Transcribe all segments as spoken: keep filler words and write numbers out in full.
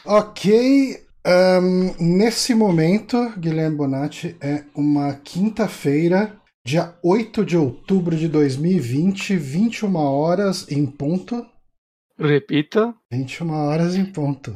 Ok, ahn, nesse momento, Guilherme Bonatti, é uma quinta-feira, dia oito de outubro de dois mil e vinte, vinte e uma horas em ponto. Repita. vinte e uma horas em ponto.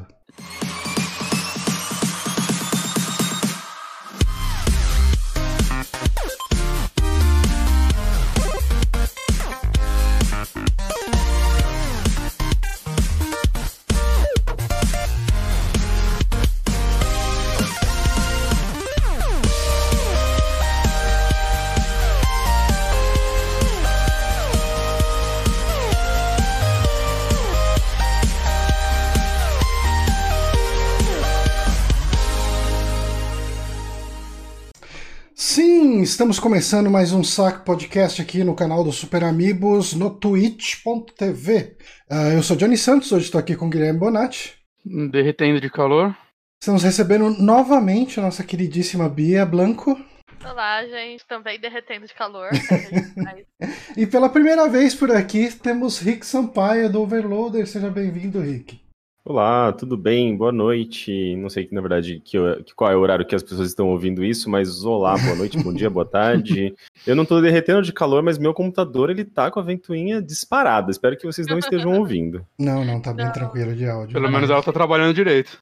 Sim, estamos começando mais um Saco Podcast aqui no canal do Super Amigos no twitch ponto t v. Uh, eu sou Johnny Santos, hoje estou aqui com o Guilherme Bonatti. Derretendo de calor. Estamos recebendo novamente a nossa queridíssima Bia Blanco. Olá, gente, também derretendo de calor. E pela primeira vez por aqui temos Rick Sampaio do Overloader. Seja bem-vindo, Rick. Olá, tudo bem? Boa noite. Não sei, na verdade, que, que, qual é o horário que as pessoas estão ouvindo isso, mas olá, boa noite, bom dia, boa tarde. Eu não tô derretendo de calor, mas meu computador, ele tá com a ventoinha disparada. Espero que vocês não estejam ouvindo. Não, não, tá bem Não. tranquilo de áudio. Pelo mas... menos ela tá trabalhando direito.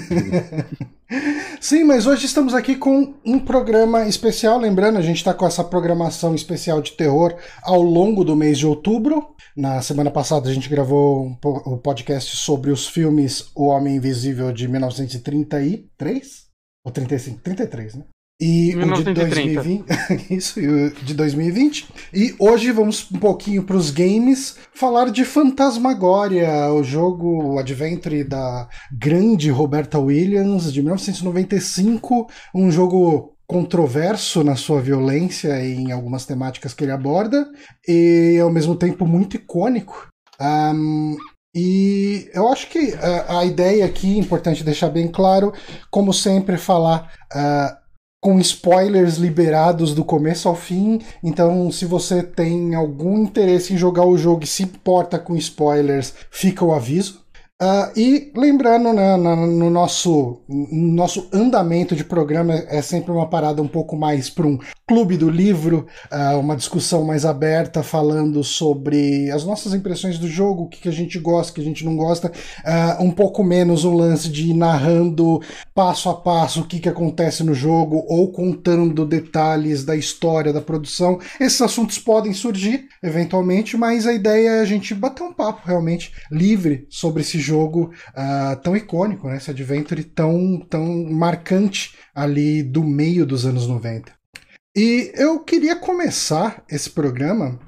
Sim, mas hoje estamos aqui com um programa especial. Lembrando, a gente está com essa programação especial de terror ao longo do mês de outubro. Na semana passada a gente gravou um po- podcast sobre os filmes O Homem Invisível de mil novecentos e trinta e três? Ou trinta e cinco? trinta e três, né? E mil novecentos e trinta. o de dois mil e vinte, isso, e o de dois mil e vinte. E hoje vamos um pouquinho para os games, falar de Phantasmagoria, o jogo o Adventure da grande Roberta Williams, de mil novecentos e noventa e cinco, um jogo controverso na sua violência e em algumas temáticas que ele aborda, e ao mesmo tempo muito icônico. Um, e eu acho que a, a ideia aqui, importante deixar bem claro, como sempre, falar... Uh, com spoilers liberados do começo ao fim, então se você tem algum interesse em jogar o jogo e se importa com spoilers, fica o aviso. Uh, e lembrando, né, na, no, nosso, no nosso andamento de programa é sempre uma parada um pouco mais para um clube do livro, uh, uma discussão mais aberta falando sobre as nossas impressões do jogo, o que, que a gente gosta, o que a gente não gosta, uh, um pouco menos um lance de ir narrando passo a passo o que, que acontece no jogo ou contando detalhes da história, da produção. Esses assuntos podem surgir eventualmente, mas a ideia é a gente bater um papo realmente livre sobre esse jogo uh, tão icônico, né? Esse Adventure tão, tão marcante ali do meio dos anos noventa. E eu queria começar esse programa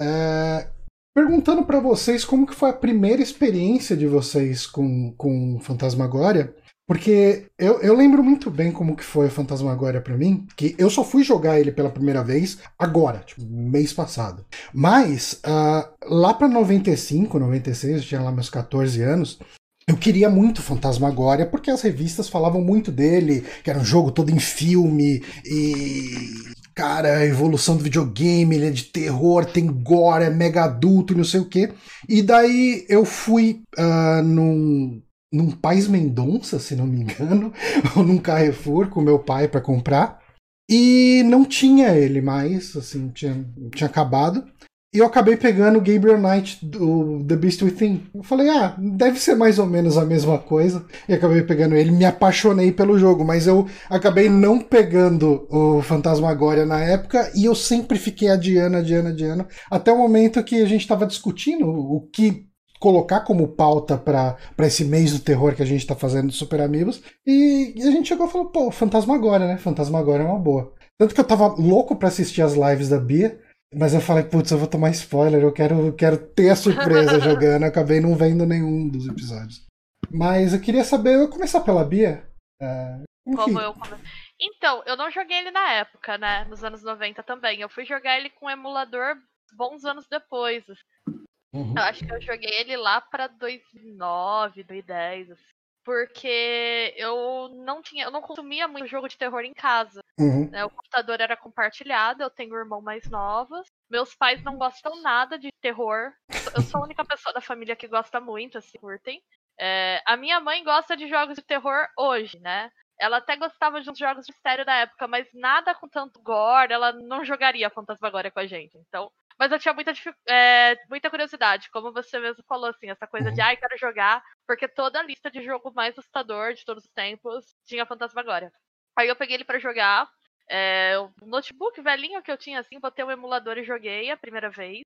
uh, perguntando para vocês como que foi a primeira experiência de vocês com, com Phantasmagoria, porque eu, eu lembro muito bem como que foi o Phantasmagoria para mim, que eu só fui jogar ele pela primeira vez agora, tipo, mês passado. Mas, uh, lá pra noventa e cinco, noventa e seis, eu tinha lá meus catorze anos, eu queria muito Phantasmagoria, porque as revistas falavam muito dele, que era um jogo todo em filme, e... cara, a evolução do videogame, ele é de terror, tem gore, é mega adulto e não sei o quê. E daí eu fui uh, num... num Pais Mendonça, se não me engano, ou num Carrefour com meu pai para comprar, e não tinha ele mais, assim, tinha, tinha acabado. E eu acabei pegando o Gabriel Knight do The Beast Within. Eu falei, ah, deve ser mais ou menos a mesma coisa. E acabei pegando ele, me apaixonei pelo jogo, mas eu acabei não pegando o Phantasmagoria na época e eu sempre fiquei adiando, adiando, adiando, até o momento que a gente estava discutindo o que colocar como pauta para esse mês do terror que a gente tá fazendo do Super Amigos, e, e a gente chegou e falou, pô, Phantasmagoria, né? Phantasmagoria é uma boa. Tanto que eu tava louco para assistir as lives da Bia, mas eu falei, putz, eu vou tomar spoiler, eu quero, quero ter a surpresa jogando, eu acabei não vendo nenhum dos episódios. Mas eu queria saber, eu vou começar pela Bia. Uh, Como eu come... Então, eu não joguei ele na época, né? Nos anos noventa também. Eu fui jogar ele com um emulador bons anos depois. Uhum. Eu acho que eu joguei ele lá pra dois mil e nove, dois mil e dez, assim, porque eu não tinha, eu não consumia muito jogo de terror em casa. Uhum. Né? O computador era compartilhado, eu tenho um irmão mais novo. Meus pais não gostam nada de terror. Eu sou a única pessoa da família que gosta muito, assim, curtem. É, a minha mãe gosta de jogos de terror hoje, né? Ela até gostava de uns jogos de mistério da época, mas nada com tanto gore, ela não jogaria Fantasmagória com a gente. Então, mas eu tinha muita, é, muita curiosidade, como você mesmo falou, assim, essa coisa de, ai, quero jogar, porque toda a lista de jogo mais assustador de todos os tempos tinha Fantasmagória. Aí eu peguei ele pra jogar, é, um notebook velhinho que eu tinha, assim, botei um emulador e joguei a primeira vez.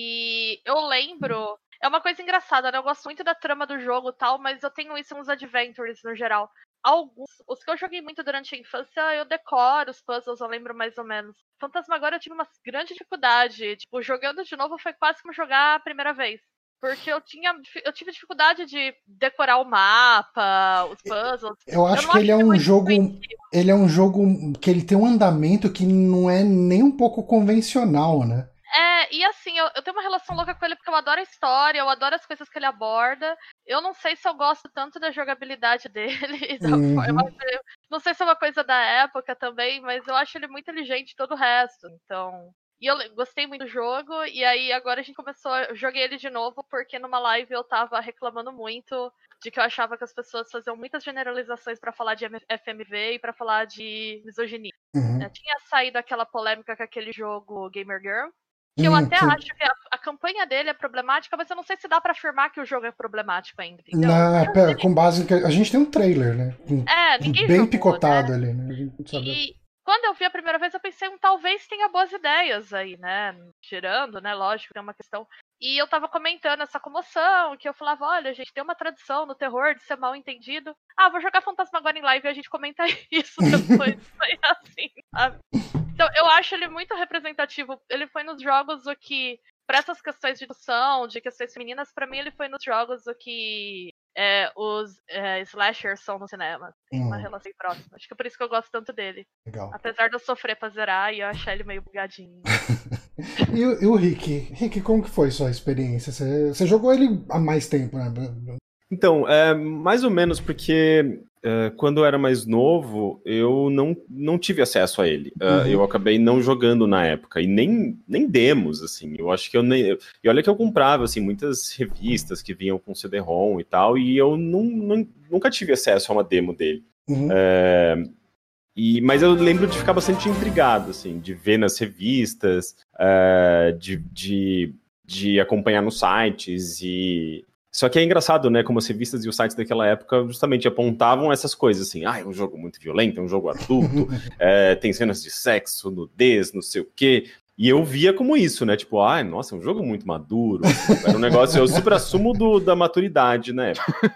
E eu lembro, é uma coisa engraçada, né? Eu gosto muito da trama do jogo e tal, mas eu tenho isso nos adventures no geral. Alguns, os que eu joguei muito durante a infância, eu decoro os puzzles, eu lembro mais ou menos. Fantasmagória eu tive uma grande dificuldade. Tipo, jogando de novo foi quase como jogar a primeira vez. Porque eu tinha, eu tive dificuldade de decorar o mapa, os puzzles. Eu acho eu que ele é um jogo, intuitivo. Ele é um jogo que ele tem um andamento que não é nem um pouco convencional, né? É, e assim, eu, eu tenho uma relação louca com ele porque eu adoro a história, eu adoro as coisas que ele aborda. Eu não sei se eu gosto tanto da jogabilidade dele. Da uhum. forma, não sei se é uma coisa da época também, mas eu acho ele muito inteligente todo o resto. Então. E eu gostei muito do jogo, e aí agora a gente começou. Eu joguei ele de novo porque numa live eu tava reclamando muito de que eu achava que as pessoas faziam muitas generalizações pra falar de F M V e pra falar de misoginia. Uhum. Tinha saído aquela polêmica com aquele jogo Gamer Girl. Que eu hum, até sim. acho que a, a campanha dele é problemática, mas eu não sei se dá pra afirmar que o jogo é problemático ainda. Na, pera, com base em que a gente tem um trailer, né? É, ninguém bem jogou, picotado né? ali, né? A gente não sabe. E quando eu vi a primeira vez, eu pensei, um, talvez tenha boas ideias aí, né? Tirando, né? Lógico, tem uma questão. E eu tava comentando essa comoção, que eu falava, olha, gente, tem uma tradição no terror de ser mal entendido. Ah, vou jogar Fantasmagória em live e a gente comenta isso depois. Foi assim, sabe? Então, eu acho ele muito representativo. Ele foi nos jogos o que, para essas questões de discussão, de questões femininas, para mim ele foi nos jogos o que é, os é, slashers são no cinema. Tem uma hum. relação próxima. Acho que é por isso que eu gosto tanto dele. Legal. Apesar de eu sofrer pra zerar e eu achar ele meio bugadinho. e, e o Rick? Rick, como que foi sua experiência? Você, você jogou ele há mais tempo, né? Então, é, mais ou menos porque é, quando eu era mais novo, eu não, não tive acesso a ele. Uhum. Uh, eu acabei não jogando na época, e nem, nem demos, assim. Eu acho que eu nem... E olha que eu comprava, assim, muitas revistas que vinham com C D-ROM e tal, e eu não, não, nunca tive acesso a uma demo dele. Uhum. É, e, mas eu lembro de ficar bastante intrigado, assim, de ver nas revistas, uh, de, de, de acompanhar nos sites e... Só que é engraçado, né, como as revistas e os sites daquela época justamente apontavam essas coisas, assim, ah, é um jogo muito violento, é um jogo adulto, é, tem cenas de sexo, nudez, não sei o quê, e eu via como isso, né, tipo, ah, nossa, é um jogo muito maduro, era um negócio, eu super assumo do, da maturidade, né,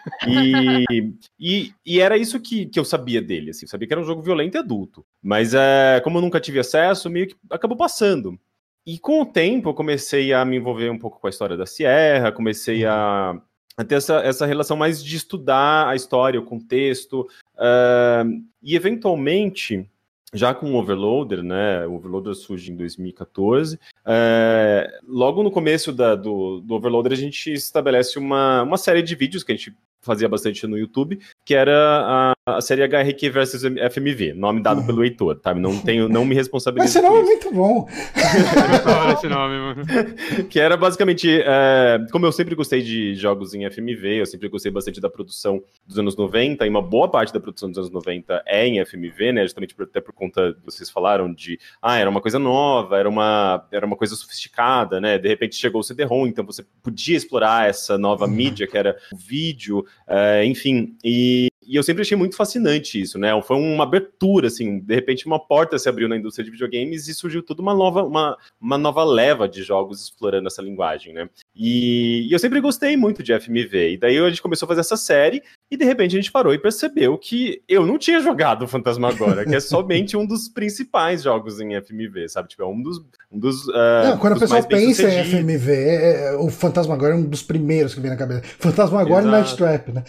e, e, e era isso que, que eu sabia dele, assim, eu sabia que era um jogo violento e adulto, mas é, como eu nunca tive acesso, meio que acabou passando. E com o tempo eu comecei a me envolver um pouco com a história da Sierra, comecei a, a ter essa, essa relação mais de estudar a história, o contexto, uh, e eventualmente, já com o Overloader, né, o Overloader surge em dois mil e quatorze, uh, logo no começo da, do, do Overloader a gente estabelece uma, uma série de vídeos que a gente fazia bastante no YouTube, que era a, a série H R Q versus F M V, nome dado uhum. pelo Heitor, tá? Não, tenho, não me responsabilizo. Mas esse nome é muito bom. esse nome, mano. Que era basicamente, é, como eu sempre gostei de jogos em F M V, eu sempre gostei bastante da produção dos anos noventa, e uma boa parte da produção dos anos noventa é em F M V, né? Justamente por, até por conta, vocês falaram de, ah, era uma coisa nova, era uma, era uma coisa sofisticada, né? De repente chegou o C D-ROM, então você podia explorar essa nova mídia, que era o vídeo, Uh, enfim, e, e eu sempre achei muito fascinante isso, né? Foi uma abertura, assim, de repente uma porta se abriu na indústria de videogames e surgiu toda uma nova, uma, uma nova leva de jogos explorando essa linguagem, né? E, e eu sempre gostei muito de F M V, e daí a gente começou a fazer essa série, e de repente a gente parou e percebeu que eu não tinha jogado Fantasmagória, que é somente um dos principais jogos em F M V, sabe? Tipo, é um dos... Um dos uh, não, quando dos a pessoa pensa em F M V, é, é, o Fantasmagória é um dos primeiros que vem na cabeça. Fantasmagória e Night Trap, né?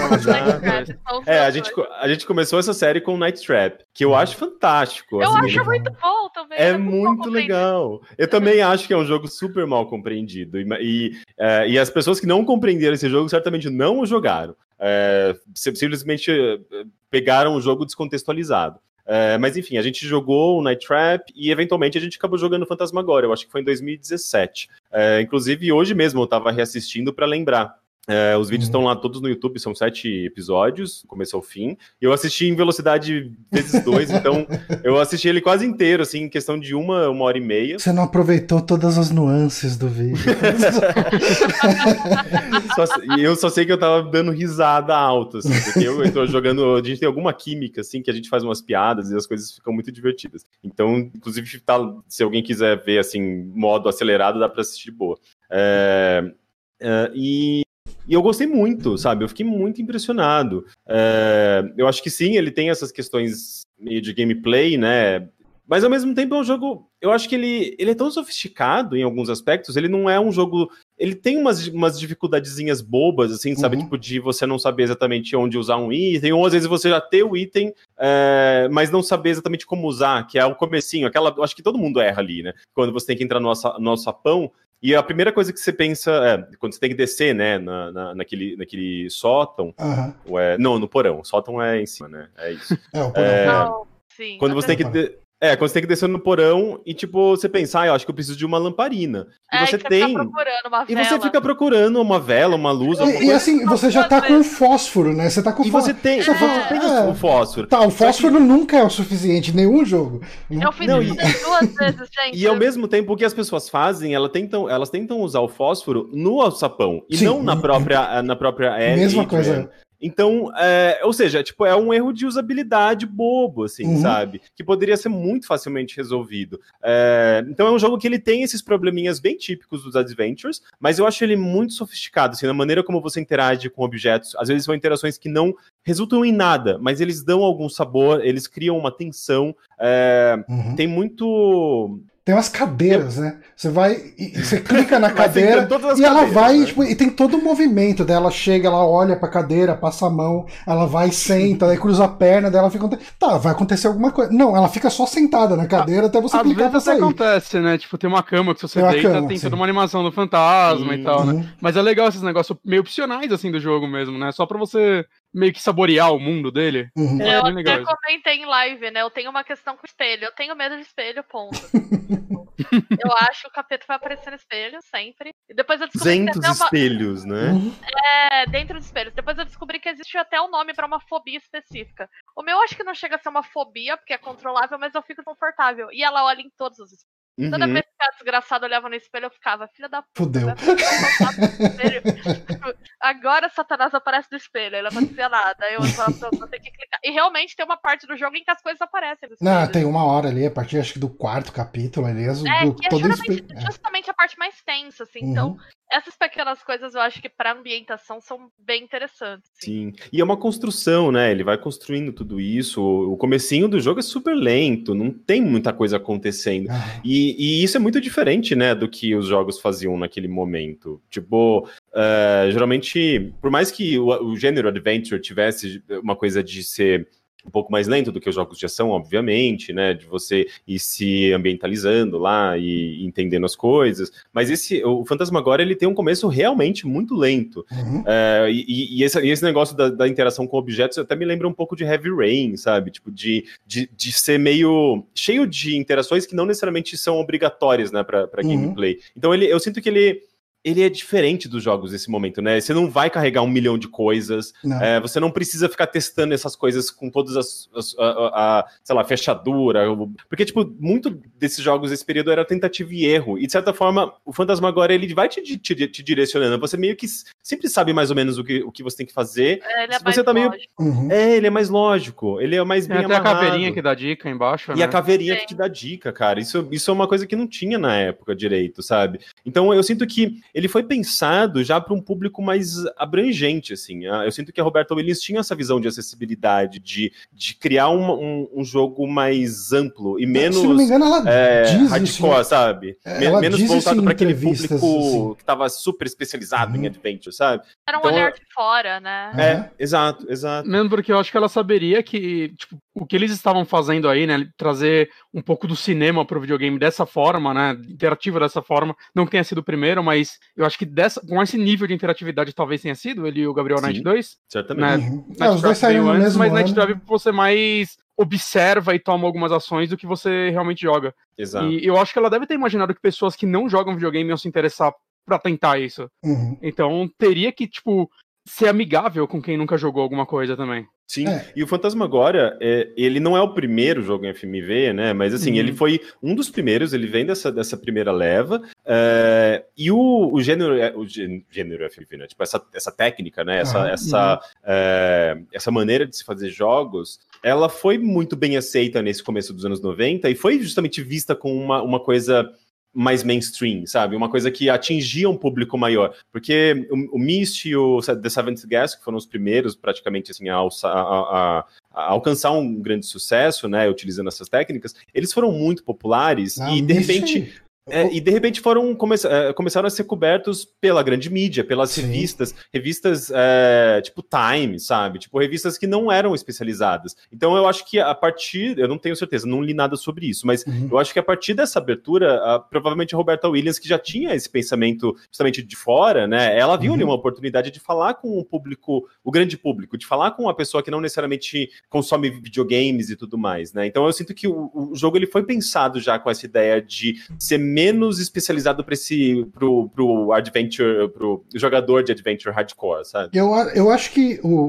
É, é a, gente, a gente começou essa série com Night Trap, que eu acho fantástico. Eu assim, acho muito bom também. É, é muito legal. Eu também acho que é um jogo super mal compreendido. E, e, é, e as pessoas que não compreenderam esse jogo certamente não o jogaram. É, simplesmente pegaram o jogo descontextualizado. É, mas enfim, a gente jogou o Night Trap e eventualmente a gente acabou jogando Fantasmagória, eu acho que foi em dois mil e dezessete. É, inclusive hoje mesmo eu tava reassistindo para lembrar. É, os vídeos estão uhum. lá todos no YouTube, são sete episódios, começo ao fim. E eu assisti em velocidade vezes dois, então eu assisti ele quase inteiro, assim, em questão de uma, uma hora e meia. Você não aproveitou todas as nuances do vídeo. E eu só sei que eu tava dando risada alta, assim, porque eu, eu tô jogando, a gente tem alguma química, assim, que a gente faz umas piadas e as coisas ficam muito divertidas. Então, inclusive, tá, se alguém quiser ver, assim, modo acelerado, dá pra assistir de boa. É, é, e... E eu gostei muito, sabe? Eu fiquei muito impressionado. É, eu acho que sim, ele tem essas questões meio de gameplay, né? Mas ao mesmo tempo é um jogo... Eu acho que ele, ele é tão sofisticado em alguns aspectos, ele não é um jogo... Ele tem umas, umas dificuldadezinhas bobas, assim, sabe? Uhum. Tipo, de você não saber exatamente onde usar um item, ou às vezes você já ter o item, é, mas não saber exatamente como usar, que é o comecinho. Aquela, eu acho que todo mundo erra ali, né? Quando você tem que entrar no, no alçapão, e a primeira coisa que você pensa é, quando você tem que descer, né, na, na, naquele, naquele sótão, uhum. é, não, no porão, o sótão é em cima, né, é isso. É, o porão. É, não, sim, quando você tem que... De... É, quando você tem que descer no porão e, tipo, você pensa, ah, eu acho que eu preciso de uma lamparina. E é, você que você tem... fica procurando uma vela. E você fica procurando uma vela, uma luz... E, e assim, você já tá com fósforo, né? Você tá com e fósforo. você tem, você você fala, tem é, o fósforo. Tá, o fósforo que... nunca é o suficiente, nenhum jogo. Eu fiz não, isso e... duas vezes, gente. E ao mesmo tempo, o que as pessoas fazem, elas tentam, elas tentam usar o fósforo no alçapão, e Sim. não na própria, na própria mesma coisa. Então, é, ou seja, tipo, é um erro de usabilidade bobo, assim, uhum. sabe? Que poderia ser muito facilmente resolvido. É, então é um jogo que ele tem esses probleminhas bem típicos dos Adventures, mas eu acho ele muito sofisticado, assim, na maneira como você interage com objetos. Às vezes são interações que não resultam em nada, mas eles dão algum sabor, eles criam uma tensão. É, uhum. Tem muito... Tem umas cadeiras, eu... né? Você vai e você clica na cadeira e ela cadeiras, vai, né? tipo, e tem todo o movimento dela. Ela chega, ela olha pra cadeira, passa a mão, ela vai e senta, daí cruza a perna dela, fica... Tá, vai acontecer alguma coisa. Não, ela fica só sentada na cadeira a, até você clicar pra sair. Às vezes acontece, né? Tipo, tem uma cama que se você tem deita, cama, tem sim. toda uma animação do fantasma hum, e tal, né? Uhum. Mas é legal esses negócios meio opcionais, assim, do jogo mesmo, né? Só pra você... meio que saborear o mundo dele. Uhum. É, eu até legal comentei em live, né? Eu tenho uma questão com espelho. Eu tenho medo de espelho, ponto. Eu acho que o capeta vai aparecer no espelho, sempre. E depois eu descobri duzentos que até uma... espelhos, né? É, dentro de espelhos. Depois eu descobri que existe até um nome pra uma fobia específica. O meu acho que não chega a ser uma fobia, porque é controlável, mas eu fico confortável. E ela olha em todos os espelhos. Uhum. Toda vez que a desgraçada olhava no espelho, eu ficava, filha da puta. Fudeu. Agora Satanás aparece no espelho, ele não fazia nada. Eu vou ter que clicar. E realmente tem uma parte do jogo em que as coisas aparecem. Não, tem uma hora ali, a partir acho que do quarto capítulo, aliás, é, do, que é todo justamente, espelho. justamente a parte mais tensa, assim. Uhum. Então, essas pequenas coisas eu acho que pra ambientação são bem interessantes. Sim. Sim. E é uma construção, né? Ele vai construindo tudo isso. O comecinho do jogo é super lento, não tem muita coisa acontecendo. Ah. E, e isso é muito diferente, né, do que os jogos faziam naquele momento. Tipo, uh, geralmente, por mais que o, o gênero Adventure tivesse uma coisa de ser um pouco mais lento do que os jogos de ação, obviamente, né, de você ir se ambientalizando lá e entendendo as coisas, mas esse, o Phantasmagoria, ele tem um começo realmente muito lento, uhum. uh, e, e, esse, e esse negócio da, da interação com objetos até me lembra um pouco de Heavy Rain, sabe, tipo, de, de, de ser meio cheio de interações que não necessariamente são obrigatórias, né, pra, pra uhum. gameplay. Então ele, eu sinto que ele ele é diferente dos jogos nesse momento, né? Você não vai carregar um milhão de coisas, não. É, você não precisa ficar testando essas coisas com todas as, as a, a, a, sei lá, fechadura, porque, tipo, muito desses jogos desse período era tentativa e erro, e de certa forma, o Phantasmagoria, ele vai te, te, te direcionando, você meio que sempre sabe mais ou menos o que, o que você tem que fazer. É, ele é você mais tá meio... uhum. É, ele é mais lógico, ele é mais bem até amarrado. A caveirinha que dá dica embaixo, E né? a caveirinha Sim. que te dá dica, cara, isso, isso é uma coisa que não tinha na época direito, sabe? Então eu sinto que ele foi pensado já para um público mais abrangente, assim. Eu sinto que a Roberta Williams tinha essa visão de acessibilidade, de, de criar um, um, um jogo mais amplo e menos Se não me engano, ela é, diz hardcore, isso, sabe? ela menos diz voltado para aquele público assim. que estava super especializado uhum. em adventure, sabe? Era um então, olhar de fora, né? É, uhum. exato, exato. Mesmo porque eu acho que ela saberia que, tipo, o que eles estavam fazendo aí, né, trazer um pouco do cinema pro videogame dessa forma, né, interativa dessa forma, não que tenha sido o primeiro, mas eu acho que dessa, com esse nível de interatividade talvez tenha sido, ele e o Gabriel Knight dois. Certamente. Né, uhum. é, os dois saíram no antes, mesmo mas ano. Night Drive você mais observa e toma algumas ações do que você realmente joga. Exato. E eu acho que ela deve ter imaginado que pessoas que não jogam videogame iam se interessar pra tentar isso. Uhum. Então teria que, tipo, ser amigável com quem nunca jogou alguma coisa também. Sim, É. E o Phantasmagoria, é, ele não é o primeiro jogo em F M V, né? Mas assim, Uhum. ele foi um dos primeiros, ele vem dessa, dessa primeira leva. É, e o, o gênero, o gênero F M V, né? Tipo, essa, essa técnica, né? Essa, Uhum. essa, é, essa maneira de se fazer jogos, ela foi muito bem aceita nesse começo dos anos noventa e foi justamente vista como uma, uma coisa mais mainstream, sabe? Uma coisa que atingia um público maior. Porque o, o Myst e o The Seventh Guest, que foram os primeiros, praticamente, assim, a, a, a, a alcançar um grande sucesso, né, utilizando essas técnicas, eles foram muito populares Ah, e, de Myst- repente... É, e de repente foram come é, começaram a ser cobertos pela grande mídia, pelas Sim. revistas, revistas é, tipo Time, sabe? Tipo, revistas que não eram especializadas. Então eu acho que a partir, eu não tenho certeza, não li nada sobre isso, mas Uhum. eu acho que a partir dessa abertura, a, provavelmente a Roberta Williams, que já tinha esse pensamento justamente de fora, né? Ela viu Uhum. ali uma oportunidade de falar com o público, o grande público, de falar com uma pessoa que não necessariamente consome videogames e tudo mais, né? Então eu sinto que o, o jogo ele foi pensado já com essa ideia de ser menos especializado para esse pro, pro adventure, pro jogador de adventure hardcore, sabe? Eu, a- eu acho que o,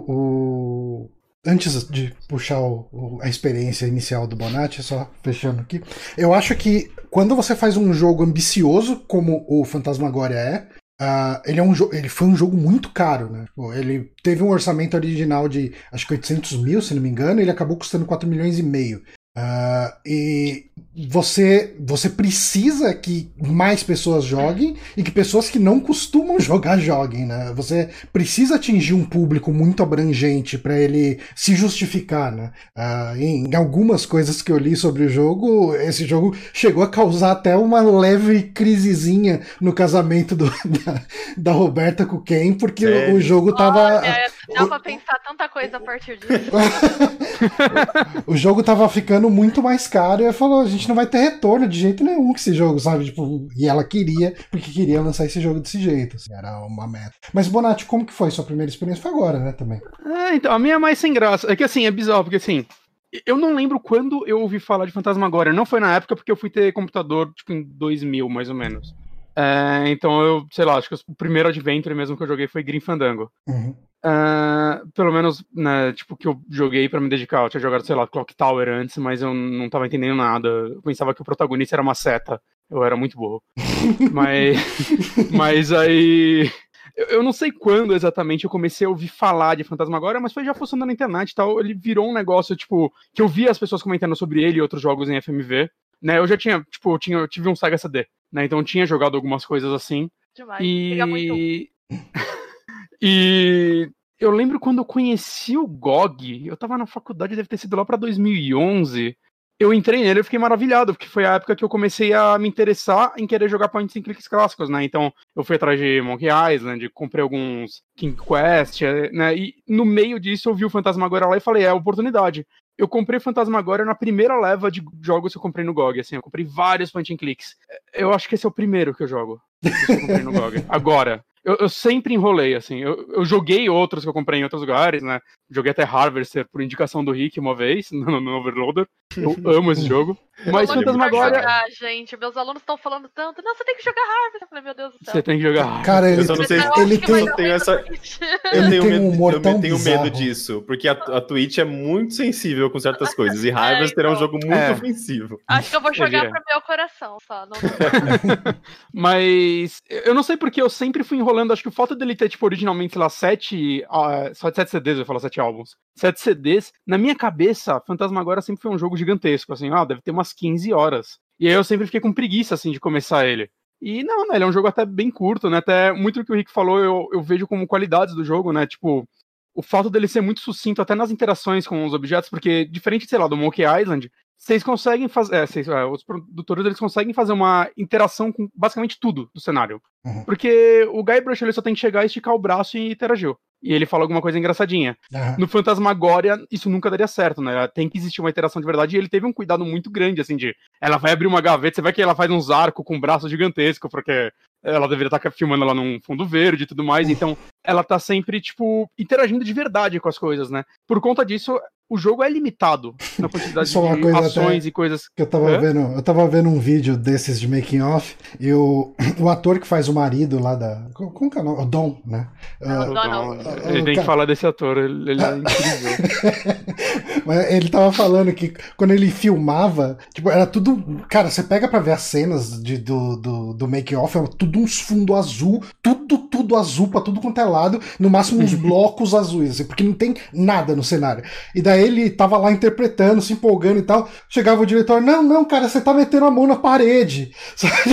o- antes de puxar o- o- a experiência inicial do Bonatti, só fechando aqui, eu acho que quando você faz um jogo ambicioso como o Phantasmagoria é, ah, ele, é um jo- ele foi um jogo muito caro, né? Pô, ele teve um orçamento original de acho que oitocentos mil, se não me engano, e ele acabou custando quatro milhões e meio. Uh, e você, você precisa que mais pessoas joguem e que pessoas que não costumam jogar joguem, né? Você precisa atingir um público muito abrangente para ele se justificar, né? Uh, em, em algumas coisas que eu li sobre o jogo, esse jogo chegou a causar até uma leve crisezinha no casamento do, da, da Roberta com o Ken, porque o, o jogo tava... Olha, dá pra pensar tanta coisa a partir disso. O jogo tava ficando muito mais caro e ela falou, a gente não vai ter retorno de jeito nenhum com esse jogo, sabe? Tipo, e ela queria, porque queria lançar esse jogo desse jeito, assim, era uma meta. Mas, Bonatti, como que foi? Sua primeira experiência foi agora, né, também? É, então, a minha é mais sem graça. É que assim, é bizarro, porque assim, eu não lembro quando eu ouvi falar de Phantasmagoria. Não foi na época, porque eu fui ter computador, tipo, em dois mil, mais ou menos. É, então eu, sei lá, acho que o primeiro Adventure mesmo que eu joguei foi Grim Fandango. Uhum. Uh, pelo menos, né, tipo, que eu joguei pra me dedicar. Eu tinha jogado, sei lá, Clock Tower antes, mas eu não tava entendendo nada. Eu pensava que o protagonista era uma seta. Eu era muito burro. mas, mas aí... Eu, eu não sei quando exatamente eu comecei a ouvir falar de Phantasmagoria, mas foi já funcionando na internet e tal. Ele virou um negócio, tipo, que eu via as pessoas comentando sobre ele e outros jogos em F M V. Né, eu já tinha, tipo, eu, tinha, eu tive um Sega C D, né? Então eu tinha jogado algumas coisas assim. Demais. Pega muito. E... e eu lembro quando eu conheci o G O G, eu tava na faculdade, deve ter sido lá pra dois mil e onze, eu entrei nele e fiquei maravilhado, porque foi a época que eu comecei a me interessar em querer jogar point and clicks clássicos, né? Então eu fui atrás de Monkey Island, comprei alguns King Quest, né? E no meio disso eu vi o Phantasmagoria lá e falei, é a oportunidade. Eu comprei Phantasmagoria na primeira leva de jogos que eu comprei no G O G, assim, eu comprei vários point and clicks. Eu acho que esse é o primeiro que eu jogo, que eu comprei no G O G. Agora, eu, eu sempre enrolei, assim, eu, eu joguei outros que eu comprei em outros lugares, né, joguei até Harvester por indicação do Rick uma vez, no, no Overloader, eu amo esse jogo, mas Phantasmagoria... jogar, gente, meus alunos estão falando tanto, não, você tem que jogar Harvester, eu falei, meu Deus do céu. Você tem que jogar Harvester. Cara, ele, eu só não sei, ele tem... eu tenho essa... Eu Ele tenho, tem medo, um humor eu tão tenho bizarro. medo disso, porque a, a Twitch é muito sensível com certas coisas, e Harvester é, então, é um jogo muito é. ofensivo. Acho que eu vou jogar é. pro meu coração, só. Não... Mas eu não sei porque eu sempre fui enrolando, acho que o fato dele ter, tipo, originalmente, sei lá, sete, uh, só sete C Ds, eu ia falar sete álbuns, sete C Ds, na minha cabeça, Phantasmagoria sempre foi um jogo gigantesco, assim, ah, deve ter umas quinze horas. E aí eu sempre fiquei com preguiça, assim, de começar ele. E não, né, ele é um jogo até bem curto, né, até muito do que o Rick falou eu, eu vejo como qualidades do jogo, né, tipo, o fato dele ser muito sucinto até nas interações com os objetos, porque diferente, sei lá, do Monkey Island, vocês conseguem fazer, é, vocês, é, os produtores, eles conseguem fazer uma interação com basicamente tudo do cenário. Uhum. Porque o Guybrush, ele só tem que chegar, esticar o braço e interagir. E ele fala alguma coisa engraçadinha. Uhum. No Phantasmagoria, isso nunca daria certo, né? Tem que existir uma interação de verdade. E ele teve um cuidado muito grande, assim, de... Ela vai abrir uma gaveta, você vai que ela faz uns arcos com um braço gigantesco, porque ela deveria estar filmando ela num fundo verde e tudo mais. Então, ela tá sempre, tipo, interagindo de verdade com as coisas, né? Por conta disso, o jogo é limitado na quantidade Isso é uma de coisa ações até e coisas. que eu tava É? vendo, eu tava vendo um vídeo desses de making off e o, o ator que faz o marido lá da, como como que é o nome? O Dom, né? Não, Ah, não, Não, não. ele Ah, tem cara- que falar desse ator, ele, ele é incrível. Mas ele tava falando que quando ele filmava, tipo, era tudo. Cara, você pega pra ver as cenas de, do, do, do make-off, é tudo uns fundo azul, tudo, tudo azul pra tudo quanto é lado, no máximo uns blocos azuis, assim, porque não tem nada no cenário. E daí ele tava lá interpretando, se empolgando e tal. Chegava o diretor, não, não, cara, você tá metendo a mão na parede. Sabe?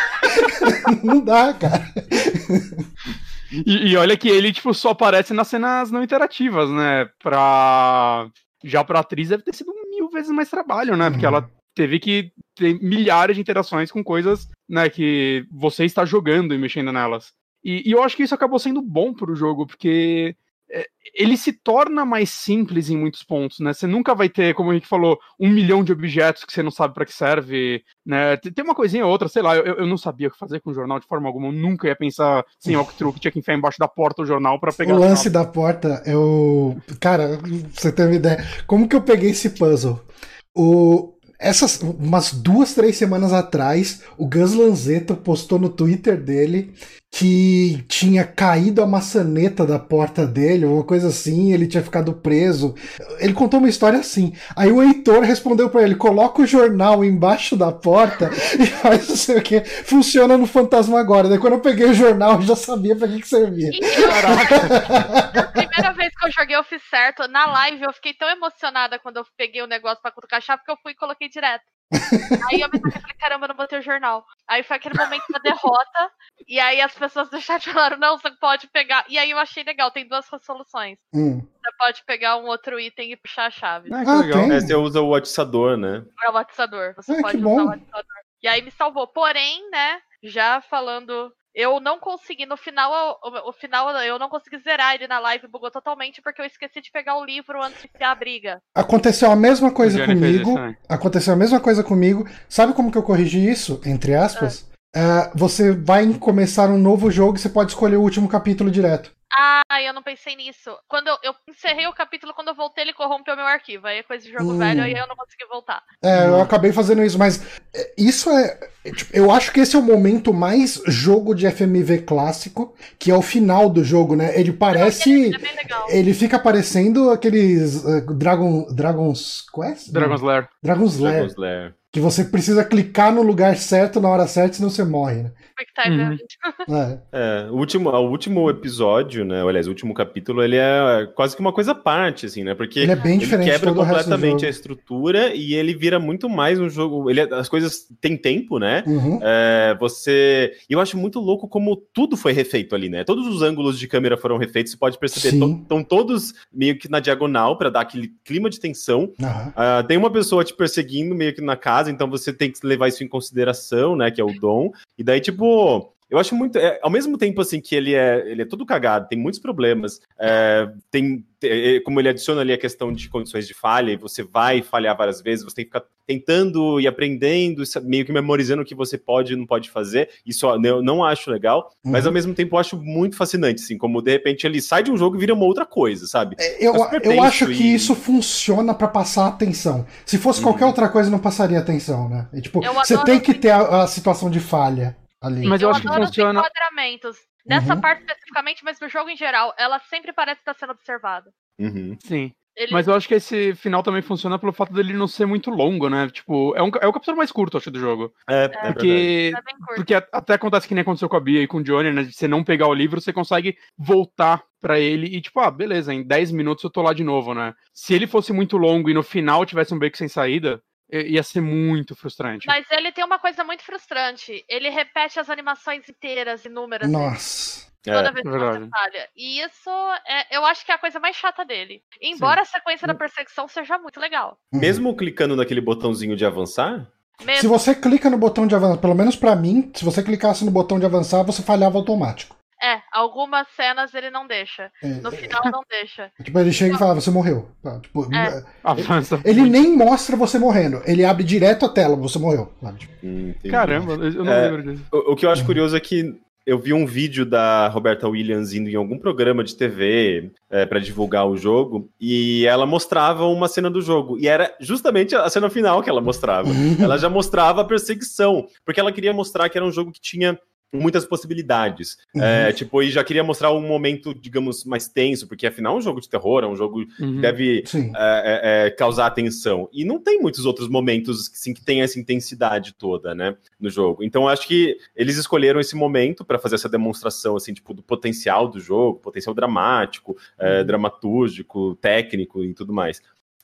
Não dá, cara. E, e olha que ele, tipo, só aparece nas cenas não interativas, né? Pra... Já pra atriz deve ter sido mil vezes mais trabalho, né? Porque Uhum. ela teve que ter milhares de interações com coisas, né, que você está jogando e mexendo nelas. E, e eu acho que isso acabou sendo bom pro jogo, porque é, ele se torna mais simples em muitos pontos, né? Você nunca vai ter, como a gente falou, um milhão de objetos que você não sabe pra que serve, né? Tem tem uma coisinha ou outra, sei lá, eu, eu não sabia o que fazer com o jornal de forma alguma, eu nunca ia pensar sem walkthrough que tinha que enfiar embaixo da porta o jornal pra pegar. O a lance chave. da porta, eu. Cara, pra você ter uma ideia. Como que eu peguei esse puzzle? O. Essas, umas duas, três semanas atrás, o Gus Lanzetta postou no Twitter dele que tinha caído a maçaneta da porta dele, uma coisa assim, ele tinha ficado preso. Ele contou uma história assim. Aí o Heitor respondeu pra ele: coloca o jornal embaixo da porta e faz não sei o que. Funciona no Fantasmagoria. Daí quando eu peguei o jornal, eu já sabia pra que, que servia. E eu, a primeira vez que eu joguei, eu fiz certo. Na live, eu fiquei tão emocionada quando eu peguei o negócio pra cutucar a chave, que eu fui e coloquei direto. Aí eu me toquei e falei, caramba, eu não botei o jornal. Aí foi aquele momento da derrota. E aí as pessoas do chat falaram, não, você pode pegar. E aí eu achei legal, tem duas resoluções. Hum. Você pode pegar um outro item e puxar a chave. Ah, que Ah, legal. tem? É, você usa o atiçador, né? É o atiçador. Você Ah, pode que usar bom. o atiçador. E aí me salvou. Porém, né, já falando... Eu não consegui, no final, o, o final, eu não consegui zerar ele na live, bugou totalmente, porque eu esqueci de pegar o livro antes de criar a briga. Aconteceu a mesma coisa O Johnny fez comigo. isso também. Aconteceu a mesma coisa comigo. Sabe como que eu corrigi isso? Entre aspas. É, você vai começar um novo jogo e você pode escolher o último capítulo direto. Ah, eu não pensei nisso. Quando eu, eu encerrei o capítulo, quando eu voltei, ele corrompeu meu arquivo. Aí é coisa de jogo Hum. velho, aí eu não consegui voltar. É, eu Não. acabei fazendo isso, mas é, isso é. é, tipo, eu acho que esse é o momento mais jogo de F M V clássico, que é o final do jogo, né? Ele parece. É bem legal. Ele fica parecendo aqueles uh, Dragon, Dragon's Quest? Dragon's Não. Lair. Dragon's Lair. Dragon's Lair. Que você precisa clicar no lugar certo na hora certa, senão você morre, né? Quick time Uhum. event. É. É, o último, o último episódio, né? Aliás, o último capítulo, ele é quase que uma coisa à parte, assim, né? Porque Ele é bem ele diferente de quebra todo o resto do completamente jogo. a estrutura e ele vira muito mais um jogo. Ele, é- as coisas têm tempo, né? Uhum. É, você. E eu acho muito louco como tudo foi refeito ali, né? Todos os ângulos de câmera foram refeitos, você pode perceber. Sim. Estão todos meio que na diagonal para dar aquele clima de tensão. Aham. Ah, tem uma pessoa te perseguindo meio que na casa, então você tem que levar isso em consideração, né? Que é o Dom. E daí, tipo. Eu acho muito. É, ao mesmo tempo, assim, que ele é, ele é todo cagado, tem muitos problemas. É, tem, é, como ele adiciona ali a questão de condições de falha, e você vai falhar várias vezes, você tem que ficar tentando e aprendendo, meio que memorizando o que você pode e não pode fazer. Isso eu não acho legal, Uhum. mas ao mesmo tempo eu acho muito fascinante, assim, como de repente ele sai de um jogo e vira uma outra coisa, sabe? É, Eu, É super eu tenso acho que e- isso funciona pra passar atenção. Se fosse qualquer Uhum. outra coisa, não passaria atenção, né? E, tipo, Eu você adoro tem que assim. ter a, a situação de falha ali. Mas eu acho que adoro funciona- os enquadramentos. Nessa Uhum. parte especificamente, mas no jogo em geral, ela sempre parece estar sendo observada. Uhum. Sim. Ele... Mas eu acho que esse final também funciona pelo fato dele não ser muito longo, né? Tipo, é, um, é o capítulo mais curto, acho, do jogo. É, é verdade. Porque, é bem curto. porque a- até acontece que nem aconteceu com a Bia e com o Johnny, né? De você não pegar o livro, você consegue voltar pra ele e, tipo, ah, beleza, em dez minutos eu tô lá de novo, né? Se ele fosse muito longo e no final tivesse um beco sem saída, i- ia ser muito frustrante. Mas ele tem uma coisa muito frustrante. Ele repete as animações inteiras, inúmeras, vezes, Nossa. toda É. vez que Verdade. você falha. E isso, é, eu acho que é a coisa mais chata dele. Embora a sequência da perseguição seja muito legal. Uhum. Mesmo clicando naquele botãozinho de avançar, Mesmo. Se você clica no botão de avançar, pelo menos pra mim, se você clicasse no botão de avançar, você falhava automático. É, algumas cenas ele não deixa. É, No final não deixa. tipo, ele chega e fala, você morreu. Tá, tipo, É. Avança. ele nem mostra você morrendo. Ele abre direto a tela, você morreu. Sabe? Tipo, hum, entendi. Caramba, eu não É. lembro disso. O, o que eu acho curioso é que eu vi um vídeo da Roberta Williams indo em algum programa de T V é, para divulgar o jogo, e ela mostrava uma cena do jogo, e era justamente a cena final que ela mostrava. Ela já mostrava a perseguição, porque ela queria mostrar que era um jogo que tinha muitas possibilidades. Uhum. É, tipo, e já queria mostrar um momento, digamos, mais tenso, porque afinal é um jogo de terror, é um jogo uhum. que deve é, é, causar atenção. E não tem muitos outros momentos assim, que tem essa intensidade toda, né, no jogo. Então eu acho que eles escolheram esse momento para fazer essa demonstração, assim, tipo, do potencial do jogo, potencial dramático, uhum. é, dramatúrgico, técnico e tudo mais.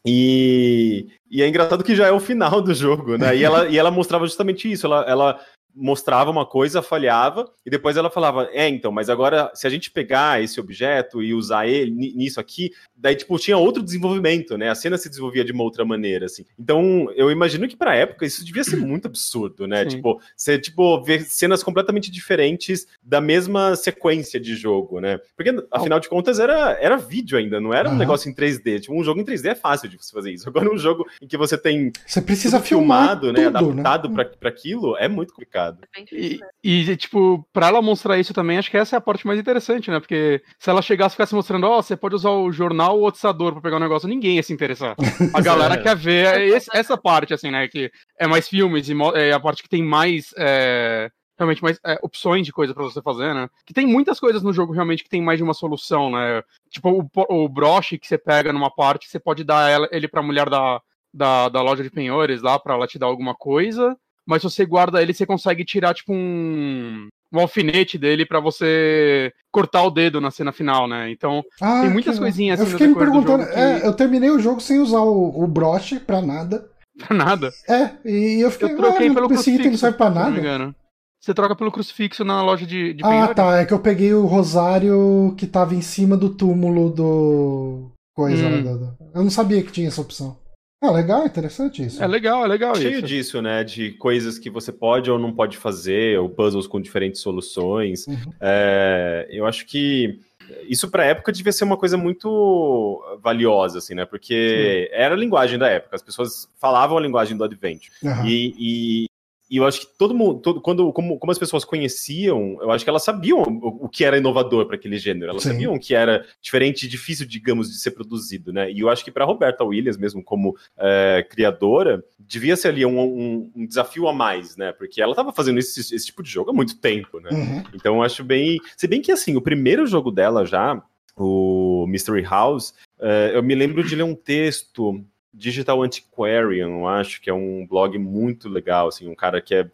E, e é engraçado que já é o final do jogo, né? E ela, e ela mostrava justamente isso, ela... ela mostrava uma coisa, falhava, e depois ela falava, é, então, mas agora, se a gente pegar esse objeto e usar ele nisso aqui, daí, tipo, tinha outro desenvolvimento, né? A cena se desenvolvia de uma outra maneira, assim. Então, eu imagino que pra época isso devia ser muito absurdo, né? Sim. Tipo, você, tipo, ver cenas completamente diferentes da mesma sequência de jogo, né? Porque, afinal de contas, era, era vídeo ainda, não era um uhum. negócio em três D. Tipo, um jogo em três D é fácil de você fazer isso. Agora, um jogo em que você tem você precisa filmado, né? Tudo, adaptado né? pra, pra aquilo, é muito complicado. E, e, tipo, pra ela mostrar isso também, acho que essa é a parte mais interessante, né? Porque se ela chegasse e ficasse mostrando, ó, oh, você pode usar o jornal ou o otizador pra pegar um negócio, ninguém ia se interessar. A galera é. quer ver esse, essa parte, assim, né? Que é mais filmes, e é a parte que tem mais... É... realmente mais é, opções de coisa pra você fazer, né? Que tem muitas coisas no jogo realmente que tem mais de uma solução, né? Tipo, o, o broche que você pega numa parte, você pode dar ela, ele pra mulher da, da, da loja de penhores lá, pra ela te dar alguma coisa, mas se você guarda ele, você consegue tirar, tipo, um, um alfinete dele pra você cortar o dedo na cena final, né? Então, ah, tem muitas coisinhas assim. Eu fiquei me perguntando, que... é, eu terminei o jogo sem usar o, o broche pra nada. Pra nada? É, e eu fiquei, eu troquei ah, pelo esse item não serve pra nada. Se não me engano. Você troca pelo crucifixo na loja de, de Ah, penhores. tá. É que eu peguei o rosário que tava em cima do túmulo do... Coisa hum. lá. Do... Eu não sabia que tinha essa opção. Ah, legal, interessante isso. É legal, é legal Cheio isso. disso, né? De coisas que você pode ou não pode fazer, ou puzzles com diferentes soluções. Uhum. É, eu acho que isso pra época devia ser uma coisa muito valiosa, assim, né? Porque Sim. era a linguagem da época. As pessoas falavam a linguagem do Adventure. Uhum. E... e... E eu acho que todo mundo, todo, quando, como, como as pessoas conheciam, eu acho que elas sabiam o, o que era inovador para aquele gênero. Elas Sim. sabiam que era diferente e difícil, digamos, de ser produzido, né? E eu acho que para Roberta Williams, mesmo como é, criadora, devia ser ali um, um, um desafio a mais, né? Porque ela estava fazendo esse, esse tipo de jogo há muito tempo, né? Uhum. Então eu acho bem... Se bem que, assim, o primeiro jogo dela já, o Mystery House, é, eu me lembro de ler um texto... Digital Antiquarian, eu acho que é um blog muito legal, assim, um cara que é,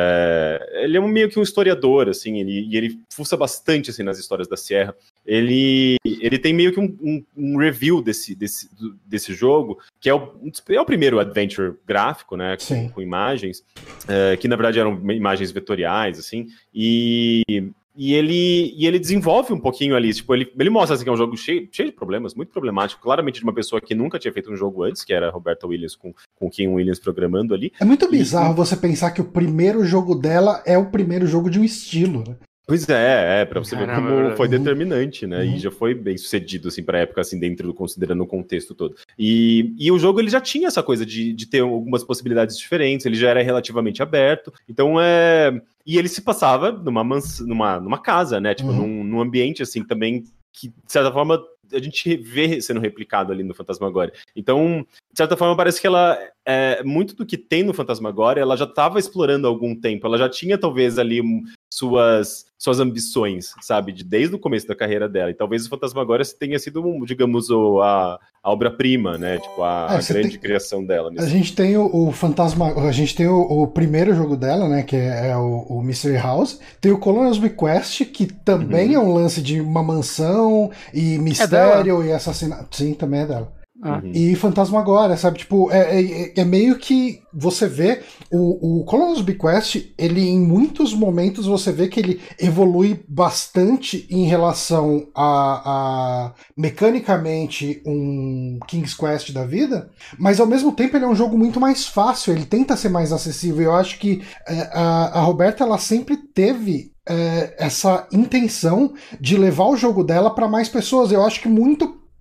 é ele é um, meio que um historiador, assim, ele, e ele fuça bastante, assim, nas histórias da Sierra. Ele, ele tem meio que um, um, um review desse, desse, desse jogo, que é o, é o primeiro adventure gráfico, né, com, com imagens, é, que na verdade eram imagens vetoriais, assim, e... E ele, e ele desenvolve um pouquinho ali, tipo, ele, ele mostra assim, que é um jogo cheio, cheio de problemas, muito problemático, claramente de uma pessoa que nunca tinha feito um jogo antes, que era a Roberta Williams com, com Kim Williams programando ali. É muito bizarro e, você pensar que o primeiro jogo dela é o primeiro jogo de um estilo, né? Pois é, é, pra você Caramba, ver como foi determinante, né, uhum. e já foi bem sucedido, assim, pra época, assim, dentro do, considerando o contexto todo. E, e o jogo, ele já tinha essa coisa de, de ter algumas possibilidades diferentes, ele já era relativamente aberto, então é... E ele se passava numa, mans... numa, numa casa, né, tipo, uhum. num, num ambiente, assim, também, que, de certa forma, a gente vê sendo replicado ali no Phantasmagoria. Então, de certa forma, parece que ela, é, muito do que tem no Phantasmagoria, ela já estava explorando há algum tempo, ela já tinha, talvez, ali suas, suas ambições, sabe, de, desde o começo da carreira dela. E talvez o Phantasmagoria tenha sido, digamos, o, a, a obra-prima, né, tipo, a, é, a grande tem... criação dela. A gente tem o, o Fantasma, a gente tem o, o primeiro jogo dela, né, que é, é o, o Mystery House, tem o Colonel's Bequest, que também uhum. é um lance de uma mansão e mistério é e assassinato. Sim, também é dela. Ah. E Phantasmagoria, sabe? Tipo, é, é, é meio que você vê o, o Colonel's Bequest, ele em muitos momentos você vê que ele evolui bastante em relação a, a mecanicamente um King's Quest da vida, mas ao mesmo tempo ele é um jogo muito mais fácil, ele tenta ser mais acessível. Eu acho que é, a, a Roberta, ela sempre teve é, essa intenção de levar o jogo dela para mais pessoas. Eu acho que muito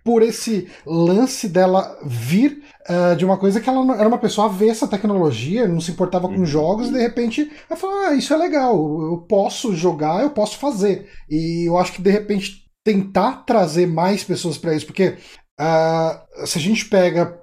por esse lance dela vir uh, de uma coisa que ela não, era uma pessoa avessa à tecnologia, não se importava com jogos, e de repente ela falou, ah, isso é legal, eu posso jogar, eu posso fazer. E eu acho que de repente tentar trazer mais pessoas para isso, porque uh, se a gente pega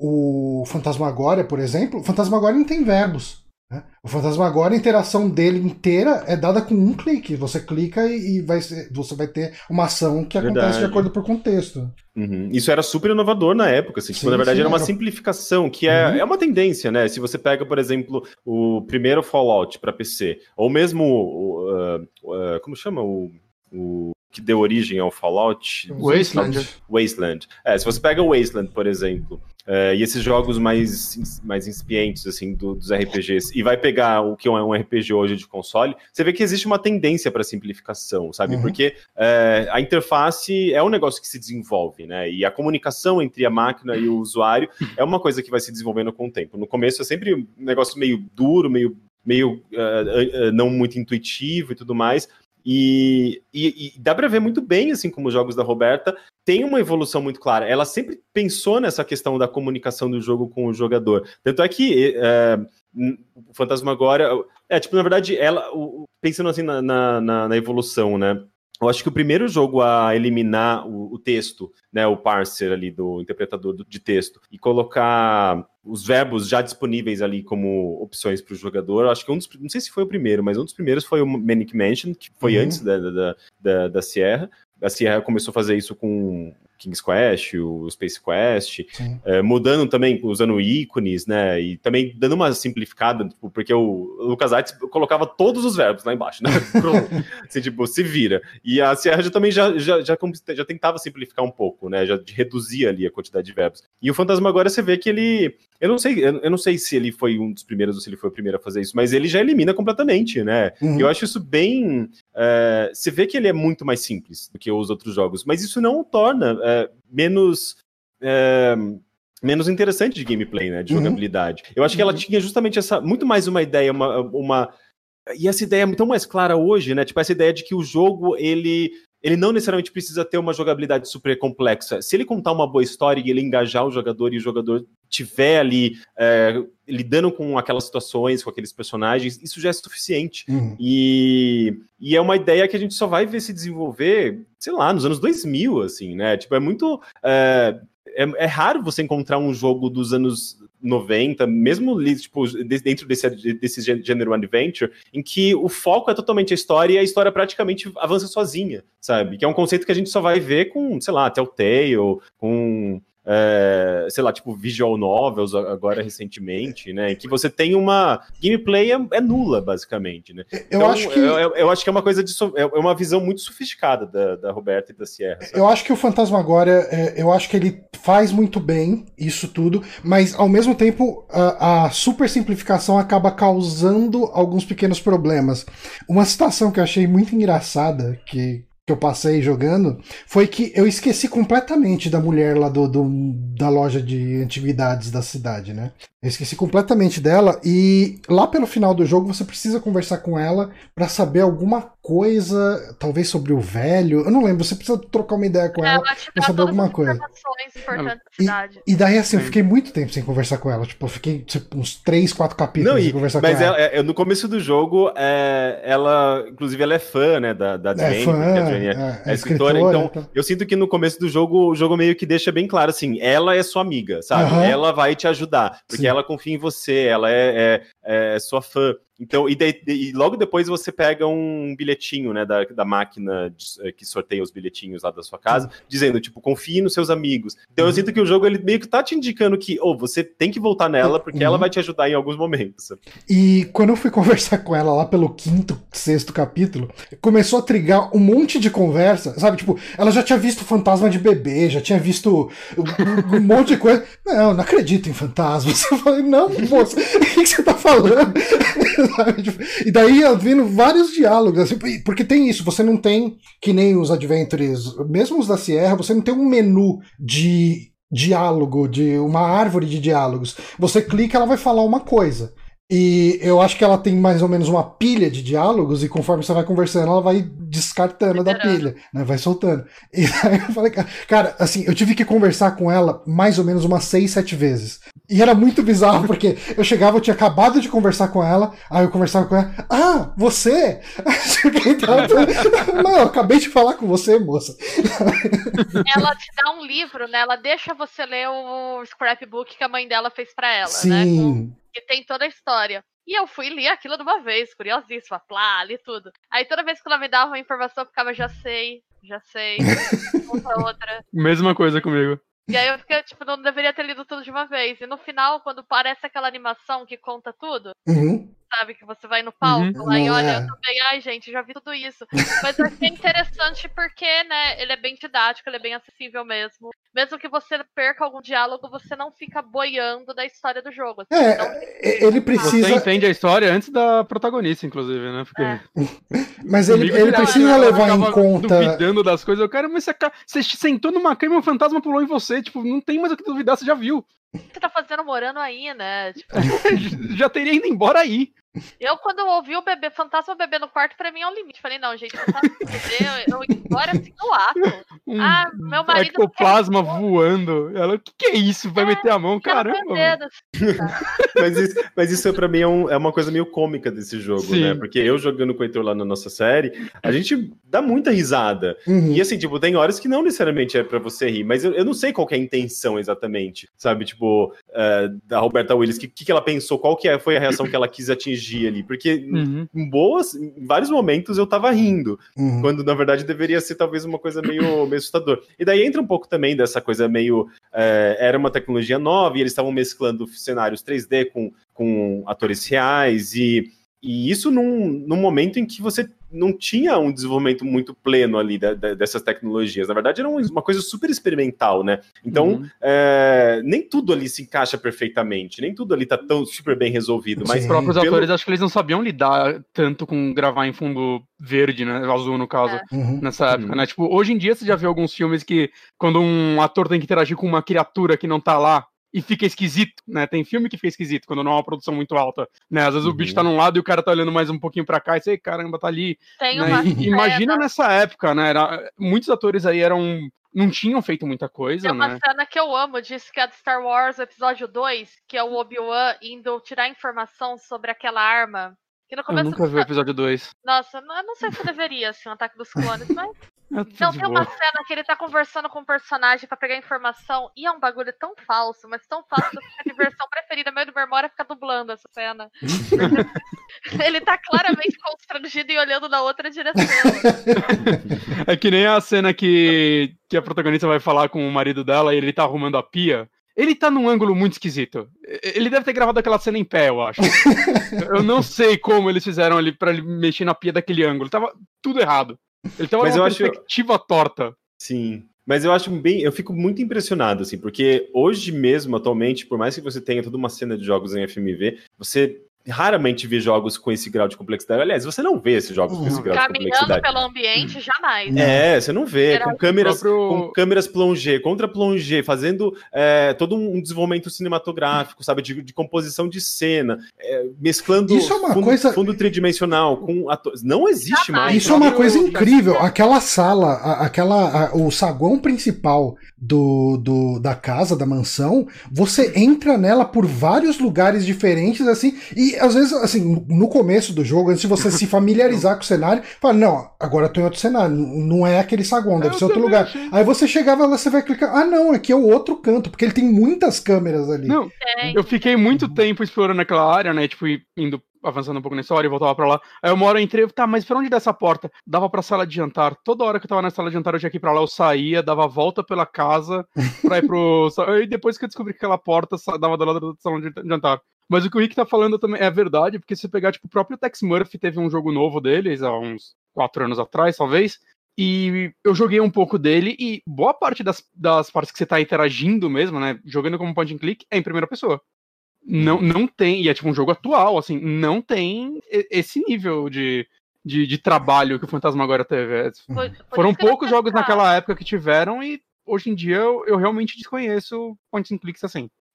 o, o Phantasmagoria, por exemplo, o Phantasmagoria não tem verbos. O Phantasmagoria, a interação dele inteira é dada com um clique. Você clica e vai ser, você vai ter uma ação que acontece verdade. De acordo por contexto. Uhum. Isso era super inovador na época. Assim, sim, tipo, na verdade, sim, era uma era... simplificação, que é, uhum. é uma tendência, né? Se você pega, por exemplo, o primeiro Fallout para P C, ou mesmo o, uh, uh, como chama o, o que deu origem ao Fallout? Wasteland. Wasteland. É, se você pega o Wasteland, por exemplo, uh, e esses jogos mais, mais incipientes, assim, do, dos R P Gs, e vai pegar o que é um R P G hoje de console, você vê que existe uma tendência para simplificação, sabe? Uhum. Porque uh, a interface é um negócio que se desenvolve, né? E a comunicação entre a máquina e o usuário é uma coisa que vai se desenvolvendo com o tempo. No começo é sempre um negócio meio duro, meio, meio uh, uh, não muito intuitivo e tudo mais. E, e, e dá para ver muito bem, assim como os jogos da Roberta tem uma evolução muito clara. Ela sempre pensou nessa questão da comunicação do jogo com o jogador. Tanto é que é, o Phantasmagoria... É, tipo, na verdade, ela, o, pensando assim na, na, na evolução, né? Eu acho que o primeiro jogo a eliminar o, o texto, né, o parser ali do interpretador do, de texto, e colocar os verbos já disponíveis ali como opções para o jogador, eu acho que um dos, não sei se foi o primeiro, mas um dos primeiros foi o Manic Mansion, que foi uhum. antes da, da, da, da Sierra. A Sierra começou a fazer isso com King's Quest, o Space Quest, é, mudando também, usando ícones, né, e também dando uma simplificada, tipo, porque o LucasArts colocava todos os verbos lá embaixo, né, assim, tipo, se vira. E a Sierra já, também já, já, já, já tentava simplificar um pouco, né, já reduzia ali a quantidade de verbos. E o Phantasmagoria, você vê que ele, eu não sei, eu não sei se ele foi um dos primeiros ou se ele foi o primeiro a fazer isso, mas ele já elimina completamente, né, uhum. eu acho isso bem, é, você vê que ele é muito mais simples do que os outros jogos, mas isso não o torna é, menos é, menos interessante de gameplay, né, de uhum. jogabilidade. Eu acho que ela tinha justamente essa, muito mais uma ideia, uma, uma e essa ideia é tão mais clara hoje, né, tipo essa ideia de que o jogo, ele ele não necessariamente precisa ter uma jogabilidade super complexa. Se ele contar uma boa história e ele engajar o jogador e o jogador tiver ali é, lidando com aquelas situações, com aqueles personagens, isso já é suficiente. Uhum. E, e é uma ideia que a gente só vai ver se desenvolver, sei lá, nos anos dois mil, assim, né? Tipo, é muito... É, é, é raro você encontrar um jogo dos anos noventa, mesmo tipo, dentro desse, desse gênero adventure, em que o foco é totalmente a história e a história praticamente avança sozinha, sabe? Que é um conceito que a gente só vai ver com, sei lá, Telltale, com... É, sei lá, tipo visual novels agora recentemente, né, em que você tem uma gameplay é, é nula, basicamente, né. Eu então, acho que eu, eu, eu acho que é uma coisa de é uma visão muito sofisticada da, da Roberta e da Sierra, sabe? Eu acho que o Phantasmagoria, é, eu acho que ele faz muito bem isso tudo, mas ao mesmo tempo a, a super simplificação acaba causando alguns pequenos problemas. Uma situação que eu achei muito engraçada, que que eu passei jogando, foi que eu esqueci completamente da mulher lá do, do, da loja de antiguidades da cidade, né? Eu esqueci completamente dela e lá pelo final do jogo você precisa conversar com ela pra saber alguma coisa, talvez sobre o velho, eu não lembro, você precisa trocar uma ideia com é, ela pra saber alguma coisa. E, e daí assim, eu fiquei muito tempo sem conversar com ela, tipo, eu fiquei tipo, uns três, quatro capítulos não, e, sem conversar com ela. Mas no começo do jogo, é, ela, inclusive ela é fã, né, da, da Jane, é, fã, porque a Jane é, é, é escritora, então tá. Eu sinto que no começo do jogo, o jogo meio que deixa bem claro, assim, ela é sua amiga, sabe? Uhum. Ela vai te ajudar, porque Sim. ela confia em você, ela é, é, é sua fã. Então, e, de, e logo depois você pega um bilhetinho, né, da, da máquina de, que sorteia os bilhetinhos lá da sua casa, Sim. dizendo, tipo, confie nos seus amigos. Então uhum. eu sinto que o jogo, ele meio que tá te indicando que, oh, você tem que voltar nela, porque uhum. ela vai te ajudar em alguns momentos. E quando eu fui conversar com ela lá pelo quinto, sexto capítulo, começou a trigar um monte de conversa, sabe, tipo, ela já tinha visto fantasma de bebê, já tinha visto um, um monte de coisa. Não, não acredito em fantasmas. Eu falei, não, moça, o que você tá falando? E daí eu vindo vários diálogos, assim, porque tem isso, você não tem, que nem os Adventures, mesmo os da Sierra, você não tem um menu de diálogo, de uma árvore de diálogos. Você clica, ela vai falar uma coisa. E eu acho que ela tem mais ou menos uma pilha de diálogos, e conforme você vai conversando, ela vai descartando da pilha, né? Vai soltando. E aí eu falei, cara, assim, eu tive que conversar com ela mais ou menos umas seis, sete vezes. E era muito bizarro, porque eu chegava, eu tinha acabado de conversar com ela, aí eu conversava com ela, ah, você? Não, eu acabei de falar com você, moça. Ela te dá um livro, né? Ela deixa você ler o scrapbook que a mãe dela fez pra ela, Sim. né? Com... que tem toda a história. E eu fui ler aquilo de uma vez, curiosíssima, plá, li tudo. Aí toda vez que ela me dava uma informação, eu ficava, já sei, já sei, outra, outra. Mesma coisa comigo. E aí eu fiquei, tipo, não deveria ter lido tudo de uma vez. E no final, quando parece aquela animação que conta tudo, uhum. sabe, que você vai no palco, Uhum. aí Não, olha, é. eu também, ai gente, já vi tudo isso. Mas eu achei interessante porque, né, ele é bem didático, ele é bem acessível mesmo. Mesmo que você perca algum diálogo, você não fica boiando da história do jogo. Assim, É, não... ele precisa... Você entende a história antes da protagonista, inclusive, né? Porque... É. Mas ele, Comigo, ele direto, precisa eu levar ficava em conta... duvidando das coisas. Eu quero, mas você, você sentou numa cama e um fantasma pulou em você. Tipo, não tem mais o que duvidar, você já viu. O que você tá fazendo morando aí, né? Tipo, já teria ido embora aí. eu, quando eu ouvi o bebê, fantasma bebê no quarto, pra mim é um limite. Falei, não, gente, fantasma bebê, eu, eu ia embora assim no ato. Um Ah, meu marido. ectoplasma voando. Ela, o que, que é isso? Vai É, meter a mão? ela Caramba. põe o dedo, assim, tá? Mas isso, mas isso pra mim é, um, é uma coisa meio cômica desse jogo, Sim. né? Porque eu jogando com o Heitor lá na nossa série, a gente dá muita risada. Uhum. E assim, tipo, tem horas que não necessariamente é pra você rir, mas eu, eu não sei qual que é a intenção exatamente, sabe? Tipo, uh, da Roberta Williams, o que, que ela pensou, qual que é, foi a reação que ela quis atingir ali. Porque Uhum. em boas, em vários momentos eu tava rindo, Uhum. quando na verdade deveria ser talvez uma coisa meio, meio assustadora. E daí entra um pouco também dessa coisa meio... É, era uma tecnologia nova e eles estavam mesclando cenários três D com, com atores reais e, e isso num, num momento em que você não tinha um desenvolvimento muito pleno ali da, da, dessas tecnologias. Na verdade, era uma coisa super experimental, né? Então, Uhum. é, nem tudo ali se encaixa perfeitamente, nem tudo ali tá tão super bem resolvido. Mas Os próprios pelo... atores, acho que eles não sabiam lidar tanto com gravar em fundo verde, né? Azul, no caso, É. Uhum. nessa época, Uhum. né? Tipo, hoje em dia você já vê alguns filmes que, quando um ator tem que interagir com uma criatura que não tá lá, e fica esquisito, né? Tem filme que fica esquisito quando não é uma produção muito alta, né? Às vezes Uhum. o bicho tá num lado e o cara tá olhando mais um pouquinho pra cá e você, caramba, tá ali. Tem Né? uma E, imagina cena, nessa época, né? Era, muitos atores aí eram... não tinham feito muita coisa, tem uma né? cena que eu amo disso, que é do Star Wars Episódio dois, que é o Obi-Wan indo tirar informação sobre aquela arma. Que no Eu começo nunca vi o episódio dois. Nossa, não- eu não sei se eu deveria, assim, o Ataque dos Clones, mas... Eu tô Não, de tem uma boa. cena que ele tá conversando com um personagem pra pegar informação, e é um bagulho tão falso, mas tão falso que a diversão preferida meu do meu irmão era ficar dublando essa cena. Ele tá claramente constrangido e olhando na outra direção. É que nem a cena que, que a protagonista vai falar com o marido dela e ele tá arrumando a pia. Ele tá num ângulo muito esquisito. Ele deve ter gravado aquela cena em pé, eu acho. Eu não sei como eles fizeram ali pra ele mexer na pia daquele ângulo. Tava tudo errado. Ele tava Mas numa eu acho- perspectiva torta. Sim, mas eu acho bem, eu fico muito impressionado, assim, porque hoje mesmo, atualmente, por mais que você tenha toda uma cena de jogos em F M V, você raramente vê jogos com esse grau de complexidade. Aliás, você não vê esses jogos com esse grau de Caminhando complexidade. pelo ambiente, jamais. É, você não vê, Era com câmeras, próprio- com câmeras plongé, contra plongé, fazendo é, todo um desenvolvimento cinematográfico, sabe, de, de composição de cena, é, mesclando Isso é uma fundo, coisa- fundo tridimensional com atores. Não existe Jamais. mais. Isso é uma próprio- coisa incrível. Aquela sala, a- aquela, a- o saguão principal do, do- da casa, da mansão, você entra nela por vários lugares diferentes, assim, e às vezes, assim, no começo do jogo, antes de você se familiarizar com o cenário, fala, não, agora eu tô em outro cenário, n- não é aquele saguão, deve Eu ser outro também lugar. achei. Aí você chegava lá, você vai clicar, ah, não, aqui é o outro canto, porque ele tem muitas câmeras ali. Não, Tem. eu fiquei muito tempo explorando aquela área, né? Tipo, indo, avançando um pouco na história e voltava pra lá. Aí uma hora eu entrei, tá, mas pra onde dá essa porta? Dava pra sala de jantar. Toda hora que eu tava na sala de jantar, eu tinha que ir pra lá, eu saía, dava a volta pela casa pra ir pro... Aí depois que eu descobri que aquela porta sa- dava do lado da sala de jantar. Mas o que o Rick tá falando também é verdade, porque se você pegar, tipo, o próprio Tex Murphy teve um jogo novo deles, há uns quatro anos atrás, talvez, e eu joguei um pouco dele, e boa parte das, das partes que você tá interagindo mesmo, né, jogando como point and click, é em primeira pessoa. Não, não tem, e é tipo um jogo atual, assim, não tem e- esse nível de, de, de trabalho que o Phantasmagoria teve. É, Por- por foram isso que eu poucos não jogos pensava. naquela época que tiveram, e hoje em dia eu, eu realmente desconheço point and clicks assim.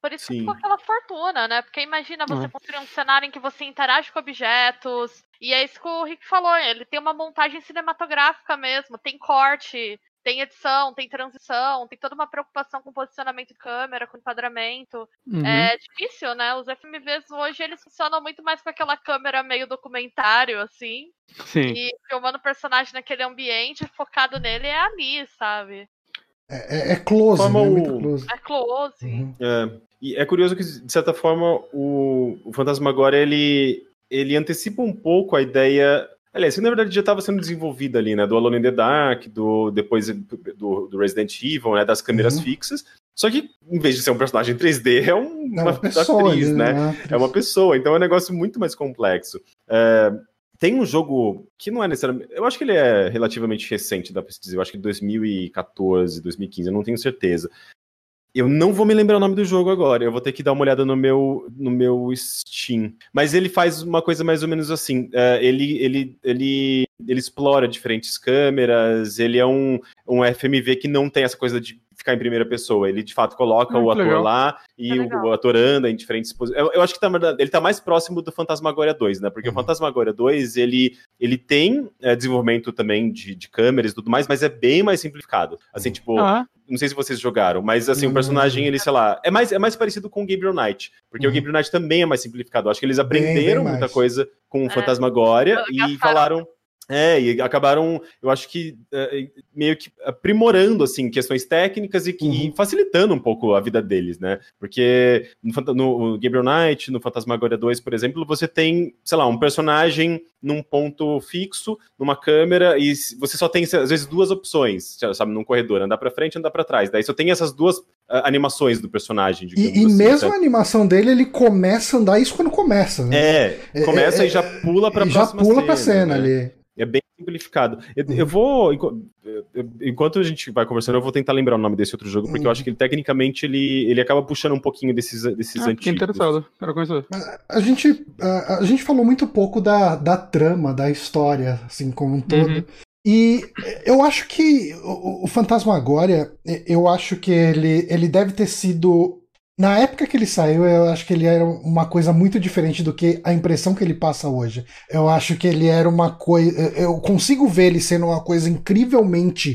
Por isso Sim. que ficou aquela fortuna, né? Porque imagina você É. construir um cenário em que você interage com objetos. E é isso que o Rick falou, ele tem uma montagem cinematográfica mesmo, tem corte, tem edição, tem transição, tem toda uma preocupação com posicionamento de câmera, com enquadramento. Uhum. É difícil, né? Os F M Vs hoje, eles funcionam muito mais com aquela câmera meio documentário, assim. Sim. E filmando o personagem naquele ambiente, focado nele é ali, sabe? É, é, é close, Forma né? o- Muito close. É close. Uhum. É, e é curioso que, de certa forma, o, o Phantasmagoria, ele, ele antecipa um pouco a ideia... Aliás, que na verdade já estava sendo desenvolvida ali, né? Do Alone in the Dark, do, depois do, do Resident Evil, né? Das câmeras Uhum. fixas. Só que, em vez de ser um personagem três D, é um- É uma, uma pessoa atriz, ali, né? uma atriz. É uma pessoa, então é um negócio muito mais complexo. É, tem um jogo que não é necessariamente... Eu acho que ele é relativamente recente, dá pra se dizer. Eu acho que dois mil e quatorze, dois mil e quinze, eu não tenho certeza. Eu não vou me lembrar o nome do jogo agora, eu vou ter que dar uma olhada no meu, no meu Steam. Mas ele faz uma coisa mais ou menos assim, é, ele, ele, ele, ele explora diferentes câmeras, ele é um, um F M V que não tem essa coisa de ficar em primeira pessoa, ele de fato coloca Ah, o que ator legal. lá e É o, legal. o ator anda em diferentes posições. Eu, eu acho que tá, ele tá mais próximo do Phantasmagoria dois, né? Porque Uhum. o Phantasmagoria dois, ele, ele tem é, desenvolvimento também de, de câmeras e tudo mais, mas é bem mais simplificado. Assim, tipo, Ah, não sei se vocês jogaram, mas assim, Não, o personagem, não. ele, sei lá, é mais, é mais parecido com o Gabriel Knight, porque Uhum. o Gabriel Knight também é mais simplificado. Acho que eles Bem, aprenderam bem muita mais. coisa com o É. Phantasmagoria e Gastaram. falaram... É, e acabaram, eu acho que, é, meio que aprimorando, assim, questões técnicas e, que- Uhum. e facilitando um pouco a vida deles, né? Porque no, Phanta- no Gabriel Knight, no Phantasmagoria dois, por exemplo, você tem, sei lá, um personagem num ponto fixo, numa câmera, e s- você só tem, às vezes, duas opções, sabe, num corredor, andar pra frente e andar pra trás. Daí só tem essas duas ah, animações do personagem, digamos E, e assim. mesmo sabe? a animação dele, ele começa a andar isso quando começa, né? É, começa É, e já pula pra E já próxima pula pra cena né? ali. É bem simplificado. Eu, Uhum. eu vou. enqu- eu- Enquanto a gente vai conversando, eu vou tentar lembrar o nome desse outro jogo, porque eu Uhum. acho que ele, tecnicamente ele, ele acaba puxando um pouquinho desses, desses ah, fiquei antigos. interessado. Quero conhecer. A gente, a, a gente falou muito pouco da, da trama, da história, assim, como um todo. Uhum. E eu acho que o, o Phantasmagoria, eu acho que ele, ele deve ter sido. Na época que ele saiu, eu acho que ele era uma coisa muito diferente do que a impressão que ele passa hoje. Eu acho que ele era uma coisa. Eu consigo ver ele sendo uma coisa incrivelmente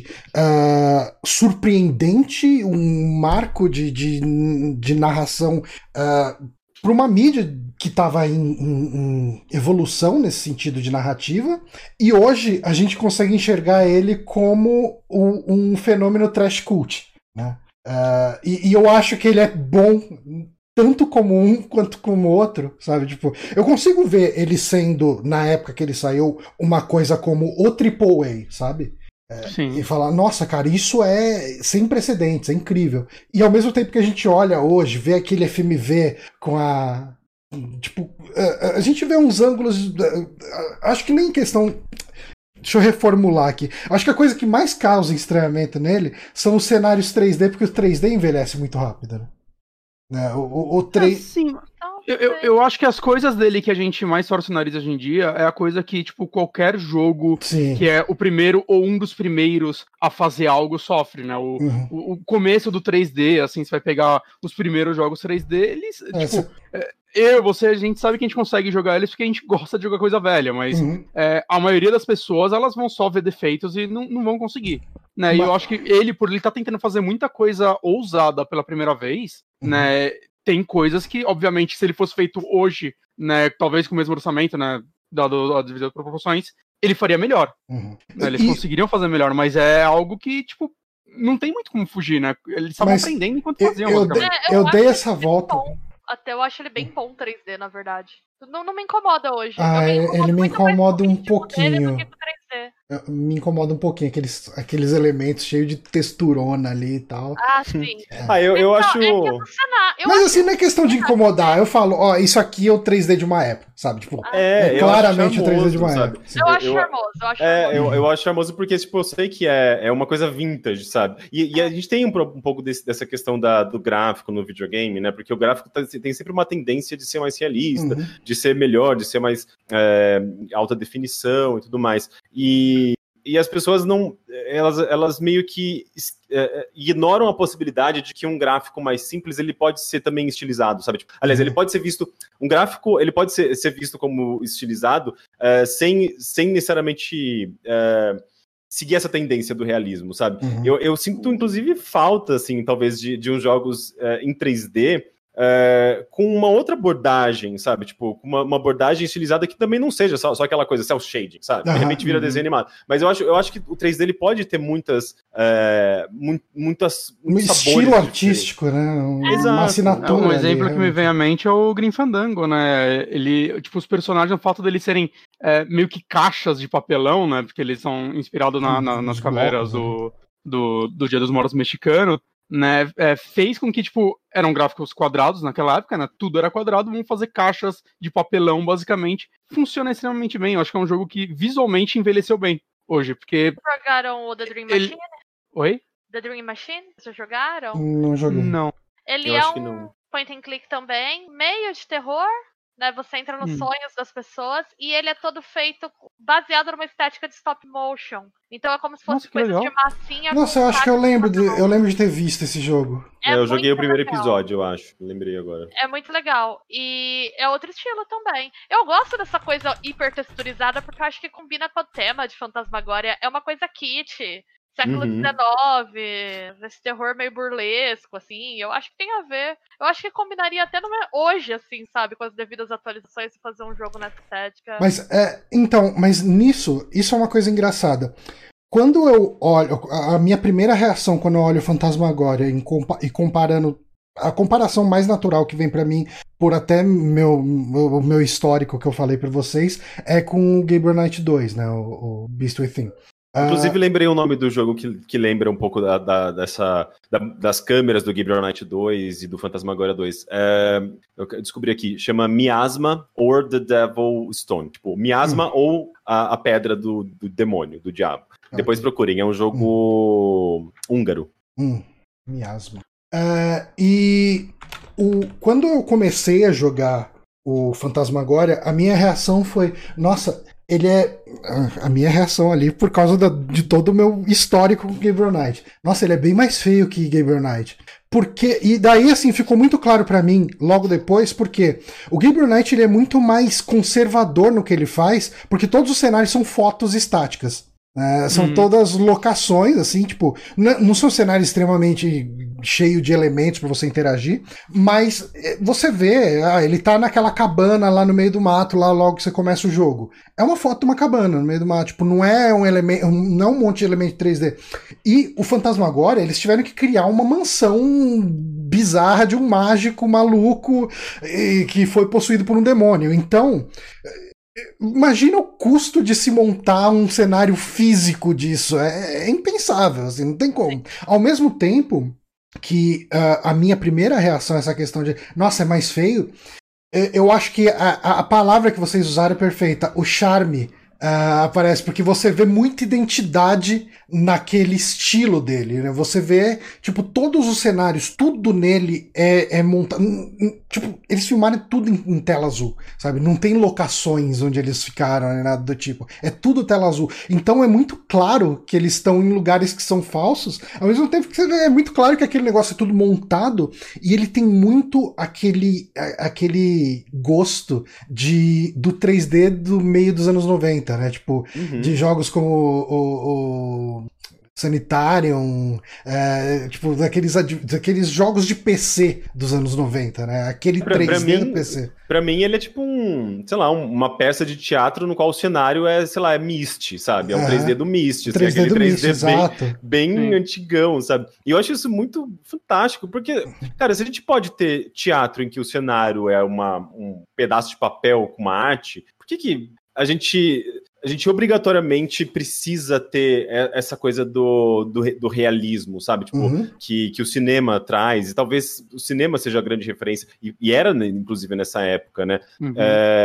uh, surpreendente, um marco de, de, de narração uh, para uma mídia que estava em, em, em evolução nesse sentido de narrativa. E hoje a gente consegue enxergar ele como um, um fenômeno trash cult, né? Uh, e, e eu acho que ele é bom tanto como um quanto como outro, sabe? Tipo, eu consigo ver ele sendo, na época que ele saiu, uma coisa como o Triple A, sabe? É, Sim. e falar, nossa, cara, isso é sem precedentes, é incrível. E ao mesmo tempo que a gente olha hoje, vê aquele F M V com a... Tipo, a, a gente vê uns ângulos... Acho que nem questão... Deixa eu reformular aqui. Acho que a coisa que mais causa estranhamento nele são os cenários três D, porque o três D envelhece muito rápido, né? né? O, o, o três... Ah, sim. Então, Eu, eu, eu acho que as coisas dele que a gente mais torce o nariz hoje em dia é a coisa que, tipo, qualquer jogo Sim. que é o primeiro ou um dos primeiros a fazer algo sofre, né? O, Uhum. o, o começo do três D, assim, você vai pegar os primeiros jogos três D, eles, É, tipo, cê- é, eu, você, a gente sabe que a gente consegue jogar eles porque a gente gosta de jogar coisa velha, mas Uhum. é, a maioria das pessoas, elas vão só ver defeitos e não, não vão conseguir, né? E Mas- eu acho que ele, por ele tá tentando fazer muita coisa ousada pela primeira vez, Uhum. né? Tem coisas que, obviamente, se ele fosse feito hoje, né, talvez com o mesmo orçamento, né, dado a divisão de proporções, ele faria melhor. Uhum. Né, eles E- conseguiriam fazer melhor, mas é algo que, tipo, não tem muito como fugir, né? Eles estavam Mas aprendendo enquanto eu- faziam, eu basicamente. É, eu acho dei ele essa bem volta. bom. Até eu acho ele bem bom três D, na verdade. Não, não me incomoda hoje. Ah, eu me ele incomodo me muito mais incomoda com o um ritmo dele pouquinho. do que com o três D. Eu- Me incomoda um pouquinho aqueles, aqueles elementos cheios de texturona ali e tal. Ah, sim. Ah, eu, eu Então, acho. é que no cenário, eu Mas acho assim, não é questão de incomodar. Eu falo, ó, isso aqui é o três D de uma época, sabe? Tipo, É, é eu acho claramente o três D de uma charmoso, época. sabe? Sim. Eu acho eu- charmoso, eu acho É, charmoso. eu, eu acho charmoso porque, tipo, eu sei que é, é uma coisa vintage, sabe? E, e a gente tem um, pro- um pouco desse- dessa questão da, do gráfico no videogame, né? Porque o gráfico tá- tem sempre uma tendência de ser mais realista, Uhum. de ser melhor, de ser mais é, alta definição e tudo mais. E e as pessoas não, elas, elas meio que é, ignoram a possibilidade de que um gráfico mais simples, ele pode ser também estilizado, sabe? Tipo, aliás, ele pode ser visto, um gráfico, ele pode ser, ser visto como estilizado é, sem, sem necessariamente é, seguir essa tendência do realismo, sabe? Uhum. Eu, eu sinto, inclusive, falta, assim, talvez, de, de uns jogos é, em três D É, com uma outra abordagem, sabe? Tipo, uma, uma abordagem estilizada que também não seja só, só aquela coisa cel shading, sabe? De repente vira uhum. desenho animado. Mas eu acho, eu acho que o três D ele pode ter muitas é, mu muitas um estilo artístico, né? Um, Exato. Uma assinatura. É, um exemplo ali, que me vem à mente é o Grim Fandango, né? Ele, tipo, os personagens, o fato deles serem é, meio que caixas de papelão, né? Porque eles são inspirados na, na, nas caveiras do, do, do Dia dos Mortos mexicano. Né, é, fez com que, tipo, eram gráficos quadrados naquela época, né, tudo era quadrado, vamos fazer caixas de papelão, basicamente. Funciona extremamente bem, eu acho que é um jogo que visualmente envelheceu bem hoje, porque... Jogaram o The Dream ele... Machine? Oi? The Dream Machine? Vocês jogaram? Não joguei. Não. Ele eu é acho um que não. point and click também, meio de terror, né, você entra nos hum. sonhos das pessoas, e ele é todo feito baseado numa estética de stop motion. Então é como se fosse coisa de massinha. Nossa, eu acho que eu lembro, de, eu lembro de ter visto esse jogo. É é, eu joguei o primeiro legal. episódio, eu acho. Lembrei agora. É muito legal. E é outro estilo também. Eu gosto dessa coisa hiper texturizada, porque eu acho que combina com o tema de Fantasmagória. É uma coisa kit. Século dezenove, uhum. esse terror meio burlesco, assim, eu acho que tem a ver. Eu acho que combinaria até no, hoje, assim, sabe, com as devidas atualizações e fazer um jogo nessa estética. Mas, é, então, mas nisso, isso é uma coisa engraçada. Quando eu olho, a minha primeira reação quando eu olho Fantasmagória e comparando, a comparação mais natural que vem pra mim, por até meu, meu, meu histórico que eu falei pra vocês, é com o Gabriel Knight dois, né, o, o Beast Within. Inclusive, lembrei o nome do jogo que, que lembra um pouco da, da, dessa, da, das câmeras do Gabriel Knight dois e do Fantasmagória dois. É, eu descobri aqui, chama Miasma or the Devil Stone. Tipo, Miasma hum. ou a, a pedra do, do demônio, do diabo. Okay. Depois procurem, é um jogo hum. húngaro. Hum. Miasma. Uh, e o, quando eu comecei a jogar o Fantasmagória, a minha reação foi, nossa... Ele é... A minha reação ali, por causa da, de todo o meu histórico com Gabriel Knight. Nossa, ele é bem mais feio que Gabriel Knight. Porque, e daí, assim, ficou muito claro pra mim, logo depois, porque o Gabriel Knight ele é muito mais conservador no que ele faz, porque todos os cenários são fotos estáticas. É, são uhum. todas locações, assim, tipo, não, não são cenários extremamente cheios de elementos para você interagir, mas você vê, ah, ele tá naquela cabana lá no meio do mato, lá logo que você começa o jogo. É uma foto de uma cabana no meio do mato, tipo, não é um elemento, não um monte de elemento três D. E o Fantasmagória, eles tiveram que criar uma mansão bizarra de um mágico maluco e, que foi possuído por um demônio. Então... Imagina o custo de se montar um cenário físico disso. É, é impensável, assim, não tem como. Ao mesmo tempo que uh, a minha primeira reação a essa questão de nossa, é mais feio, eu acho que a, a palavra que vocês usaram é perfeita. O charme uh, aparece, porque você vê muita identidade naquele estilo dele, né? Você vê, tipo, todos os cenários, tudo nele é, é montado. Tipo, eles filmaram tudo em, em tela azul, sabe? Não tem locações onde eles ficaram, né, nada do tipo. É tudo tela azul. Então é muito claro que eles estão em lugares que são falsos, ao mesmo tempo que você vê, é muito claro que aquele negócio é tudo montado e ele tem muito aquele, aquele gosto de, do três D do meio dos anos noventa, né? Tipo, uhum. de jogos como o, o, o Sanitarium, é, tipo, daqueles, daqueles jogos de P C dos anos noventa, né? Aquele pra, três D pra mim, do P C. Pra mim, ele é tipo um, sei lá, uma peça de teatro no qual o cenário é, sei lá, é Myst, sabe? É um é, três D do Myst, três D assim, aquele do três D Myst, bem, bem antigão, sabe? E eu acho isso muito fantástico, porque, cara, se a gente pode ter teatro em que o cenário é uma, um pedaço de papel com uma arte, por que que a gente... A gente obrigatoriamente precisa ter essa coisa do, do, do realismo, sabe? Tipo, uhum. que, que o cinema traz, e talvez o cinema seja a grande referência, e, e era, inclusive, nessa época, né? Uhum. É,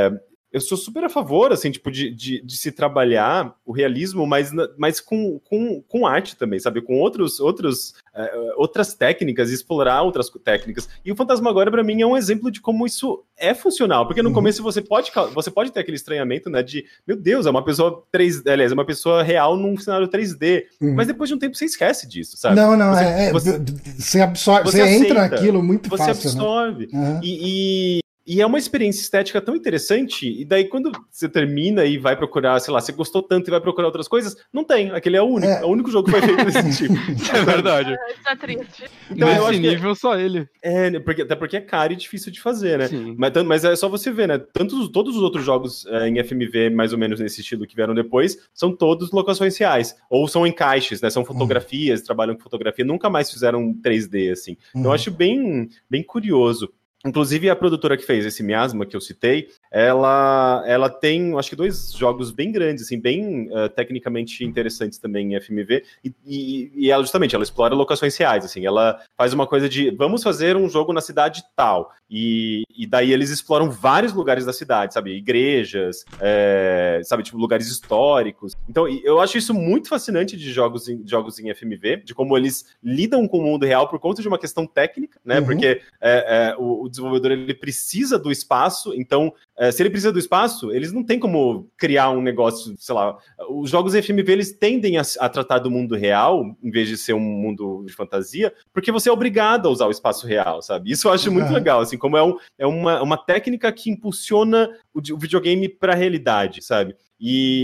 eu sou super a favor, assim, tipo, de, de, de se trabalhar o realismo, mas, mas com, com, com arte também, sabe? Com outros, outros, uh, outras técnicas, explorar outras técnicas. E o Phantasmagoria, pra mim, é um exemplo de como isso é funcional, porque no uhum. começo você pode, você pode ter aquele estranhamento, né, de, meu Deus, é uma pessoa três D, aliás, é uma pessoa real num cenário três D, uhum. mas depois de um tempo você esquece disso, sabe? Não, não, você, é, você, você absorve, você, você entra naquilo muito você fácil, absorve, né? Uhum. e... e E é uma experiência estética tão interessante, e daí quando você termina e vai procurar, sei lá, você gostou tanto e vai procurar outras coisas, não tem, aquele é o único, é, é o único jogo que foi feito desse tipo. É verdade. Isso é triste. Então, Nesse eu acho nível, que, só ele. É, porque, até porque é caro e difícil de fazer, né? Sim. Mas, mas é só você ver, né? Tanto, todos os outros jogos é, em F M V, mais ou menos nesse estilo que vieram depois, são todos locações reais, ou são encaixes, né? São fotografias, uhum. trabalham com fotografia, nunca mais fizeram três D, assim. Então eu acho bem, bem curioso. Inclusive, a produtora que fez esse Miasma, que eu citei, ela, ela tem, acho que, dois jogos bem grandes, assim, bem uh, tecnicamente interessantes também em F M V, e, e, e ela, justamente, ela explora locações reais, assim, ela faz uma coisa de, vamos fazer um jogo na cidade tal, e, e daí eles exploram vários lugares da cidade, sabe, igrejas, é, sabe, tipo, lugares históricos. Então, eu acho isso muito fascinante de jogos em, jogos em F M V, de como eles lidam com o mundo real por conta de uma questão técnica, né, uhum. porque é, é, o, o desenvolvedor ele precisa do espaço, então é, se ele precisa do espaço, eles não têm como criar um negócio, sei lá, os jogos F M V eles tendem a, a tratar do mundo real, em vez de ser um mundo de fantasia, porque você é obrigado a usar o espaço real, sabe? Isso eu acho muito uhum. legal, assim, como é, um, é uma, uma técnica que impulsiona o, o videogame para a realidade, sabe? E...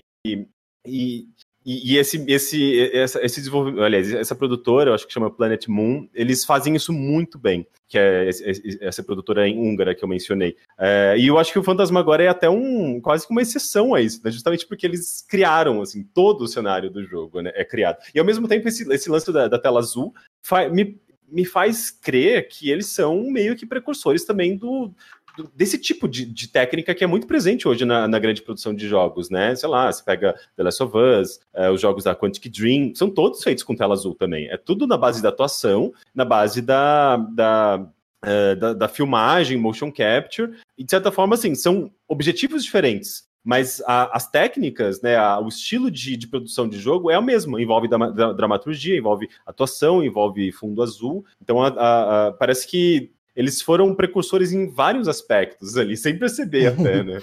e E, e esse, esse, essa, esse desenvolvimento, aliás, essa produtora, eu acho que chama Planet Moon, eles fazem isso muito bem, que é essa produtora húngara que eu mencionei. É, e eu acho que o Phantasmagoria é até um, quase que uma exceção a isso, né? Justamente porque eles criaram, assim, todo o cenário do jogo, né? É criado. E ao mesmo tempo, esse, esse lance da, da tela azul fa, me, me faz crer que eles são meio que precursores também do... desse tipo de, de técnica que é muito presente hoje na, na grande produção de jogos, né? Sei lá, você pega The Last of Us, é, os jogos da Quantic Dream, são todos feitos com tela azul também. É tudo na base da atuação, na base da, da, é, da, da filmagem, motion capture, e de certa forma, assim, são objetivos diferentes. Mas a, as técnicas, né, a, o estilo de, de produção de jogo é o mesmo. Envolve da, da, dramaturgia, envolve atuação, envolve fundo azul. Então, a, a, a, parece que eles foram precursores em vários aspectos ali, sem perceber até, né?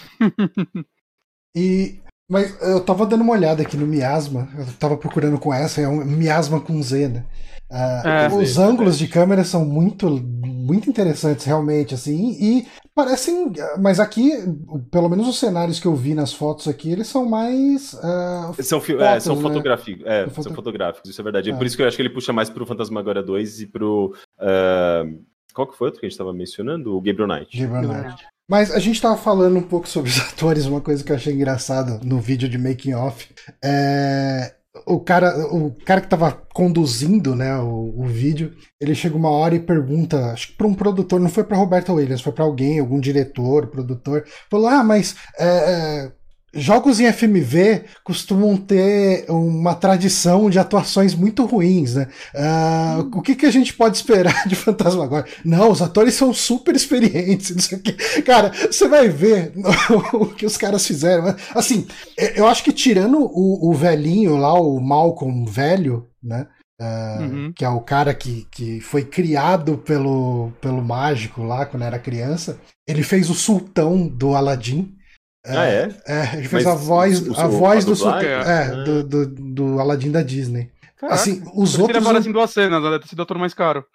E, mas eu tava dando uma olhada aqui no Miasma, eu tava procurando com essa, é um Miasma com Z, né? Uh, é, os sim, ângulos é. de câmera são muito, muito interessantes, realmente, assim, e parecem, mas aqui, pelo menos os cenários que eu vi nas fotos aqui, eles são mais uh, são, fotos, é, são, né? fotográficos, é, são foto... fotográficos, isso é verdade, é. Por isso que eu acho que ele puxa mais pro Phantasmagoria dois e pro... Uh... Qual que foi outro que a gente estava mencionando? O Gabriel Knight. Gabriel Knight. Mas a gente estava falando um pouco sobre os atores, uma coisa que eu achei engraçada no vídeo de making off. É... O cara, o cara que estava conduzindo, né, o, o vídeo, ele chega uma hora e pergunta, acho que para um produtor, não foi para Roberta Williams, foi para alguém, algum diretor, produtor, falou, ah, mas é, jogos em F M V costumam ter uma tradição de atuações muito ruins, né? Uh, hum. O que, que a gente pode esperar de Phantasmagoria? Não, os atores são super experientes, não sei o que. Cara, você vai ver o que os caras fizeram. Assim, eu acho que tirando o, o velhinho lá, o Malcolm velho, né? Uh, uhum. Que é o cara que, que foi criado pelo, pelo mágico lá quando era criança. Ele fez o sultão do Aladdin. Ah, é? É, ele fez Mas a voz, o, a voz a do, super, é, é, do, do, do Aladdin da Disney. Caraca, assim, os outros. Ele aparece em duas cenas, deve ter sido o ator mais caro.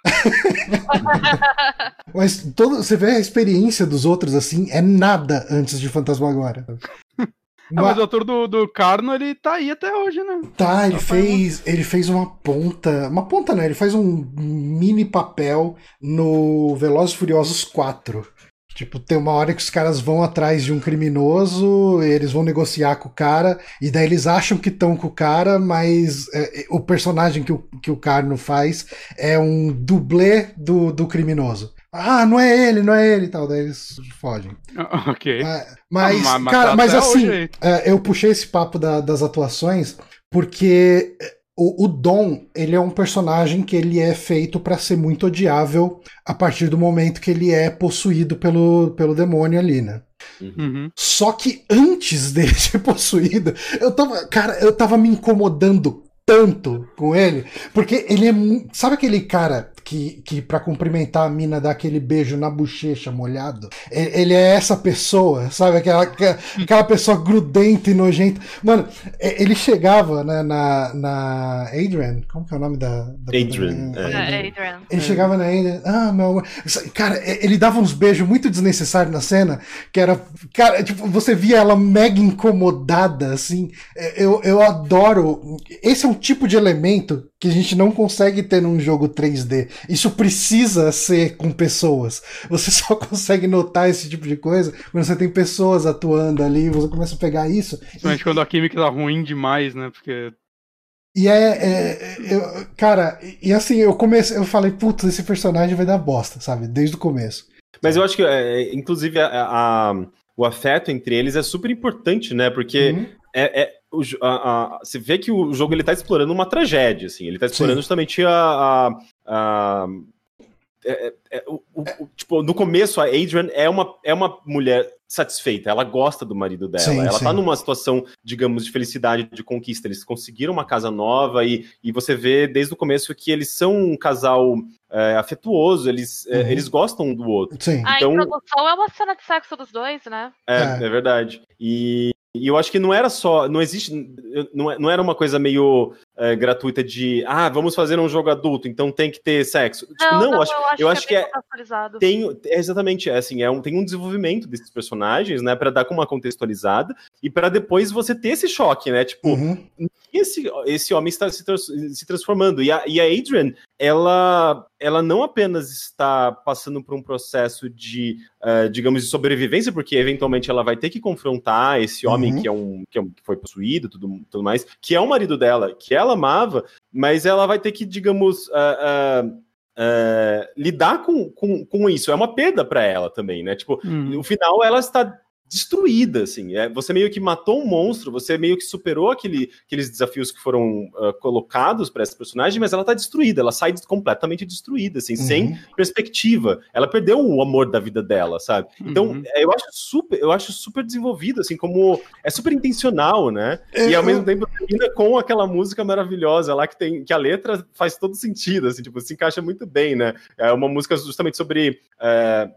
Mas todo, você vê a experiência dos outros, assim, é nada antes de Phantasmagoria. É, mas o ator do, do Carno, ele tá aí até hoje, né? Tá, ele fez, ele fez uma ponta. Uma ponta, né? Ele faz um mini papel no Velozes e Furiosos quatro. Tipo, tem uma hora que os caras vão atrás de um criminoso, eles vão negociar com o cara, e daí eles acham que estão com o cara, mas é, o personagem que o, que o Carno faz é um dublê do, do criminoso. Ah, não é ele, não é ele e tal, daí eles fogem. Ok. É, mas, ah, mas, cara, mas assim, é, eu puxei esse papo da, das atuações porque o, o Dom, ele é um personagem que ele é feito pra ser muito odiável a partir do momento que ele é possuído pelo, pelo demônio ali, né? Uhum. Só que antes dele ser possuído, eu tava, cara, eu tava me incomodando tanto com ele, porque ele é, sabe aquele cara que, que pra cumprimentar a mina dá aquele beijo na bochecha molhado? Ele é essa pessoa, sabe? Aquela, aquela pessoa grudenta e nojenta. Mano, ele chegava, né, na, na Adrian, como que é o nome da... da Adrian. É, é Adrian. Ele chegava na Adrian, ah, meu amor. Cara, ele dava uns beijos muito desnecessários na cena, que era, cara, tipo, você via ela mega incomodada, assim. Eu, eu adoro, esse é um tipo de elemento que a gente não consegue ter num jogo três D. Isso precisa ser com pessoas. Você só consegue notar esse tipo de coisa quando você tem pessoas atuando ali, você começa a pegar isso. Principalmente e... quando a química tá ruim demais, né? Porque... E é, é eu, cara, e assim, eu comecei, eu falei, putz, esse personagem vai dar bosta, sabe? Desde o começo. Mas eu acho que, é, inclusive, a, a, o afeto entre eles é super importante, né? Porque uhum. é, é, o, a, a, você vê que o jogo ele tá explorando uma tragédia, assim. Ele tá explorando Sim. justamente a... a, a é, é, o, o, tipo, no começo, a Adrian é uma, é uma mulher satisfeita, ela gosta do marido dela, sim, ela sim. tá numa situação, digamos, de felicidade, de conquista, eles conseguiram uma casa nova e, e você vê desde o começo que eles são um casal é, afetuoso, eles, uhum. é, eles gostam um do outro. Sim. Então, a introdução é uma cena de sexo dos dois, né? É, é. é verdade. E, e eu acho que não era só, não existe, não, não era uma coisa meio é, gratuita de, ah, vamos fazer um jogo adulto, então tem que ter sexo. Não, tipo, não, não, eu acho, eu acho eu acho que é, que é tem, é exatamente, é assim, é um, tem um desenvolvimento desses personagens, né, para dar com uma contextualizada e para depois você ter esse choque, né, tipo, uhum. esse, esse homem está se, trans, se transformando e a, e a Adrian, ela, ela não apenas está passando por um processo de, uh, digamos, de sobrevivência, porque eventualmente ela vai ter que confrontar esse homem uhum. que, é um, que, é um, que foi possuído, tudo, tudo mais, que é o marido dela, que ela amava, mas ela vai ter que, digamos, uh, uh, uh, lidar com, com, com isso. É uma perda para ela também, né? Tipo, hum. no final ela está destruída, assim. É, você meio que matou um monstro, você meio que superou aquele, aqueles desafios que foram uh, colocados para essa personagem, mas ela tá destruída, ela sai completamente destruída, assim, uhum. sem perspectiva. Ela perdeu o amor da vida dela, sabe? Então, uhum. eu acho super, eu acho super desenvolvido, assim, como é super intencional, né? É, e ao mesmo tempo termina com aquela música maravilhosa lá que tem, que a letra faz todo sentido, assim, tipo, se encaixa muito bem, né? É uma música justamente sobre... Uh,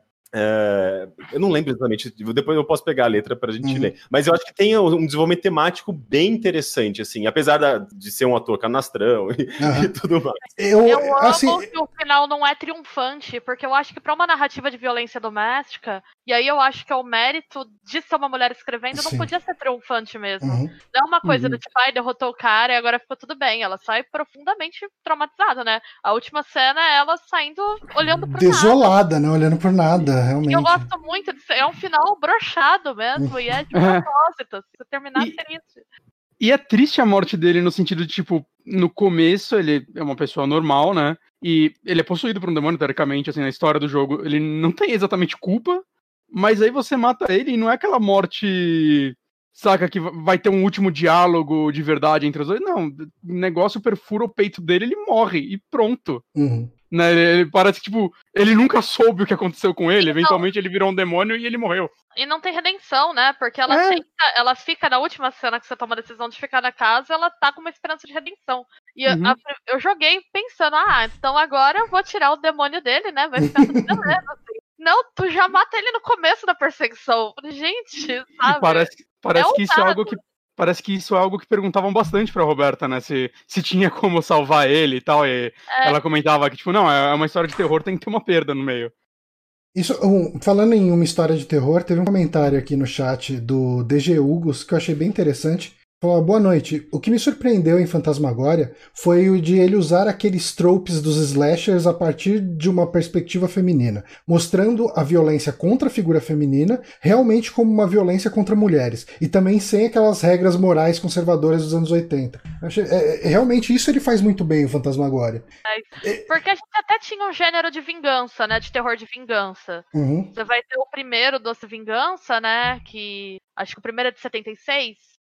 É, eu não lembro exatamente, depois eu posso pegar a letra pra gente uhum. ler, mas eu acho que tem um desenvolvimento temático bem interessante, assim, apesar da, de ser um ator canastrão e, uhum. e tudo mais. Eu, eu amo assim... que o final não é triunfante, porque eu acho que pra uma narrativa de violência doméstica, e aí eu acho que é o mérito de ser uma mulher escrevendo, Sim. não podia ser triunfante mesmo. Uhum. Não é uma coisa uhum. do tipo, ai, derrotou o cara e agora ficou tudo bem. Ela sai profundamente traumatizada, né? A última cena é ela saindo olhando pro Desolada, nada. né? Olhando por nada. Realmente. Eu gosto muito disso. É um final broxado mesmo. E é de propósito. Se terminar, e, triste. E é triste a morte dele no sentido de, tipo, no começo ele é uma pessoa normal, né? E ele é possuído por um demônio, teoricamente, assim, na história do jogo. Ele não tem exatamente culpa, mas aí você mata ele e não é aquela morte... Saca, que vai ter um último diálogo de verdade entre os dois. Não, o negócio perfura o peito dele, ele morre e pronto. Uhum. Né, ele, ele parece que, tipo, ele nunca soube o que aconteceu com ele. Eventualmente ele virou um demônio e ele morreu. E não tem redenção, né? Porque ela, é. fica, ela fica, na última cena que você toma a decisão de ficar na casa, ela tá com uma esperança de redenção. E uhum. eu, a, eu joguei pensando, ah, então agora eu vou tirar o demônio dele, né? Vai ficar tudo beleza, assim. Não, tu já mata ele no começo da perseguição. Gente, sabe? E parece parece é que isso é algo que Parece que isso é algo que perguntavam bastante pra Roberta, né? Se, se tinha como salvar ele e tal. E é. ela comentava que, tipo, não, é uma história de terror, tem que ter uma perda no meio. Isso, um, falando em uma história de terror, teve um comentário aqui no chat do D G Hugos que eu achei bem interessante. Falou, boa noite. O que me surpreendeu em Fantasmagória foi o de ele usar aqueles tropes dos slashers a partir de uma perspectiva feminina, mostrando a violência contra a figura feminina realmente como uma violência contra mulheres, e também sem aquelas regras morais conservadoras dos anos oitenta. Achei, é, realmente isso ele faz muito bem, o Fantasmagória. É, porque a gente até tinha um gênero de vingança, né, de terror de vingança. Uhum. Você vai ter o primeiro Doce Vingança, né, que acho que o primeiro é de setenta e seis.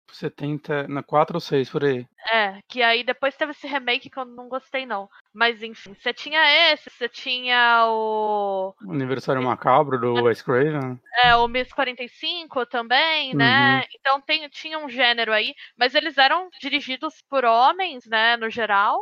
setenta, na quatro ou seis, por aí. É, que aí depois teve esse remake que eu não gostei, não. Mas enfim, você tinha esse, você tinha o. O Aniversário Macabro do Wes Craven. É, o Miss quarenta e cinco também, né? Uhum. Então tem, tinha um gênero aí, mas eles eram dirigidos por homens, né, no geral.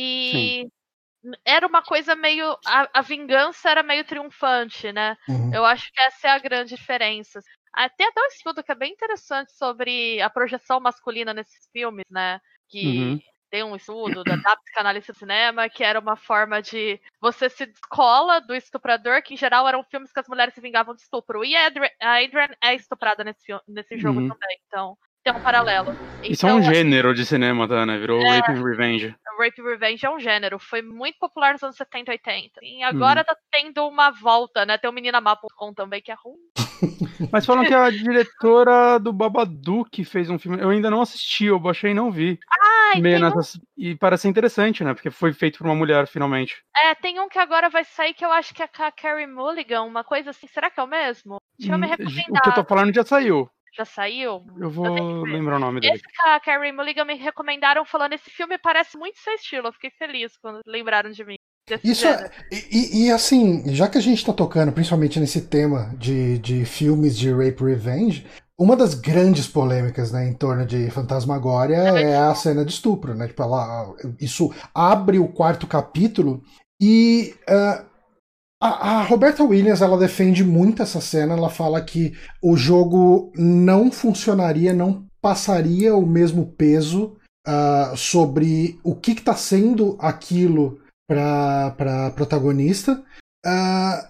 E Sim. Era uma coisa meio. A, a vingança era meio triunfante, né? Uhum. Eu acho que essa é a grande diferença. Ah, tem até um estudo que é bem interessante sobre a projeção masculina nesses filmes, né? Que Uhum. tem um estudo da, da psicanalista do cinema, que era uma forma de você se descola do estuprador, que em geral eram filmes que as mulheres se vingavam de estupro. E a Adrian, a Adrian é estuprada nesse, filme, nesse jogo Uhum. também, então tem um paralelo. Isso é um gênero de cinema, tá, né? Virou É, Rape and Revenge. Rape and Revenge é um gênero, foi muito popular nos anos setenta e oitenta. E agora Uhum. tá tendo uma volta, né? Tem o menina má ponto com também, que é ruim. Mas falam que a diretora do Babadook fez um filme. Eu ainda não assisti, eu baixei e não vi. Ah, Meio tem um... nessas... E parece interessante, né? Porque foi feito por uma mulher, finalmente. É, tem um que agora vai sair que eu acho que é com a Carey Mulligan, uma coisa assim. Será que é o mesmo? Tinha me recomendado. O que eu tô falando já saiu. Já saiu? Eu vou eu lembrar o nome dele. Esse que a Carey Mulligan me recomendaram falando, esse filme parece muito seu estilo. Eu fiquei feliz quando lembraram de mim. Isso é, e, e assim, já que a gente tá tocando principalmente nesse tema de, de filmes de Rape Revenge, uma das grandes polêmicas, né, em torno de Fantasmagória é, é a cena de estupro, né? Tipo, ela, isso abre o quarto capítulo e uh, a, a Roberta Williams, ela defende muito essa cena. Ela fala que o jogo não funcionaria, não passaria o mesmo peso uh, sobre o que está sendo aquilo para para protagonista. Uh,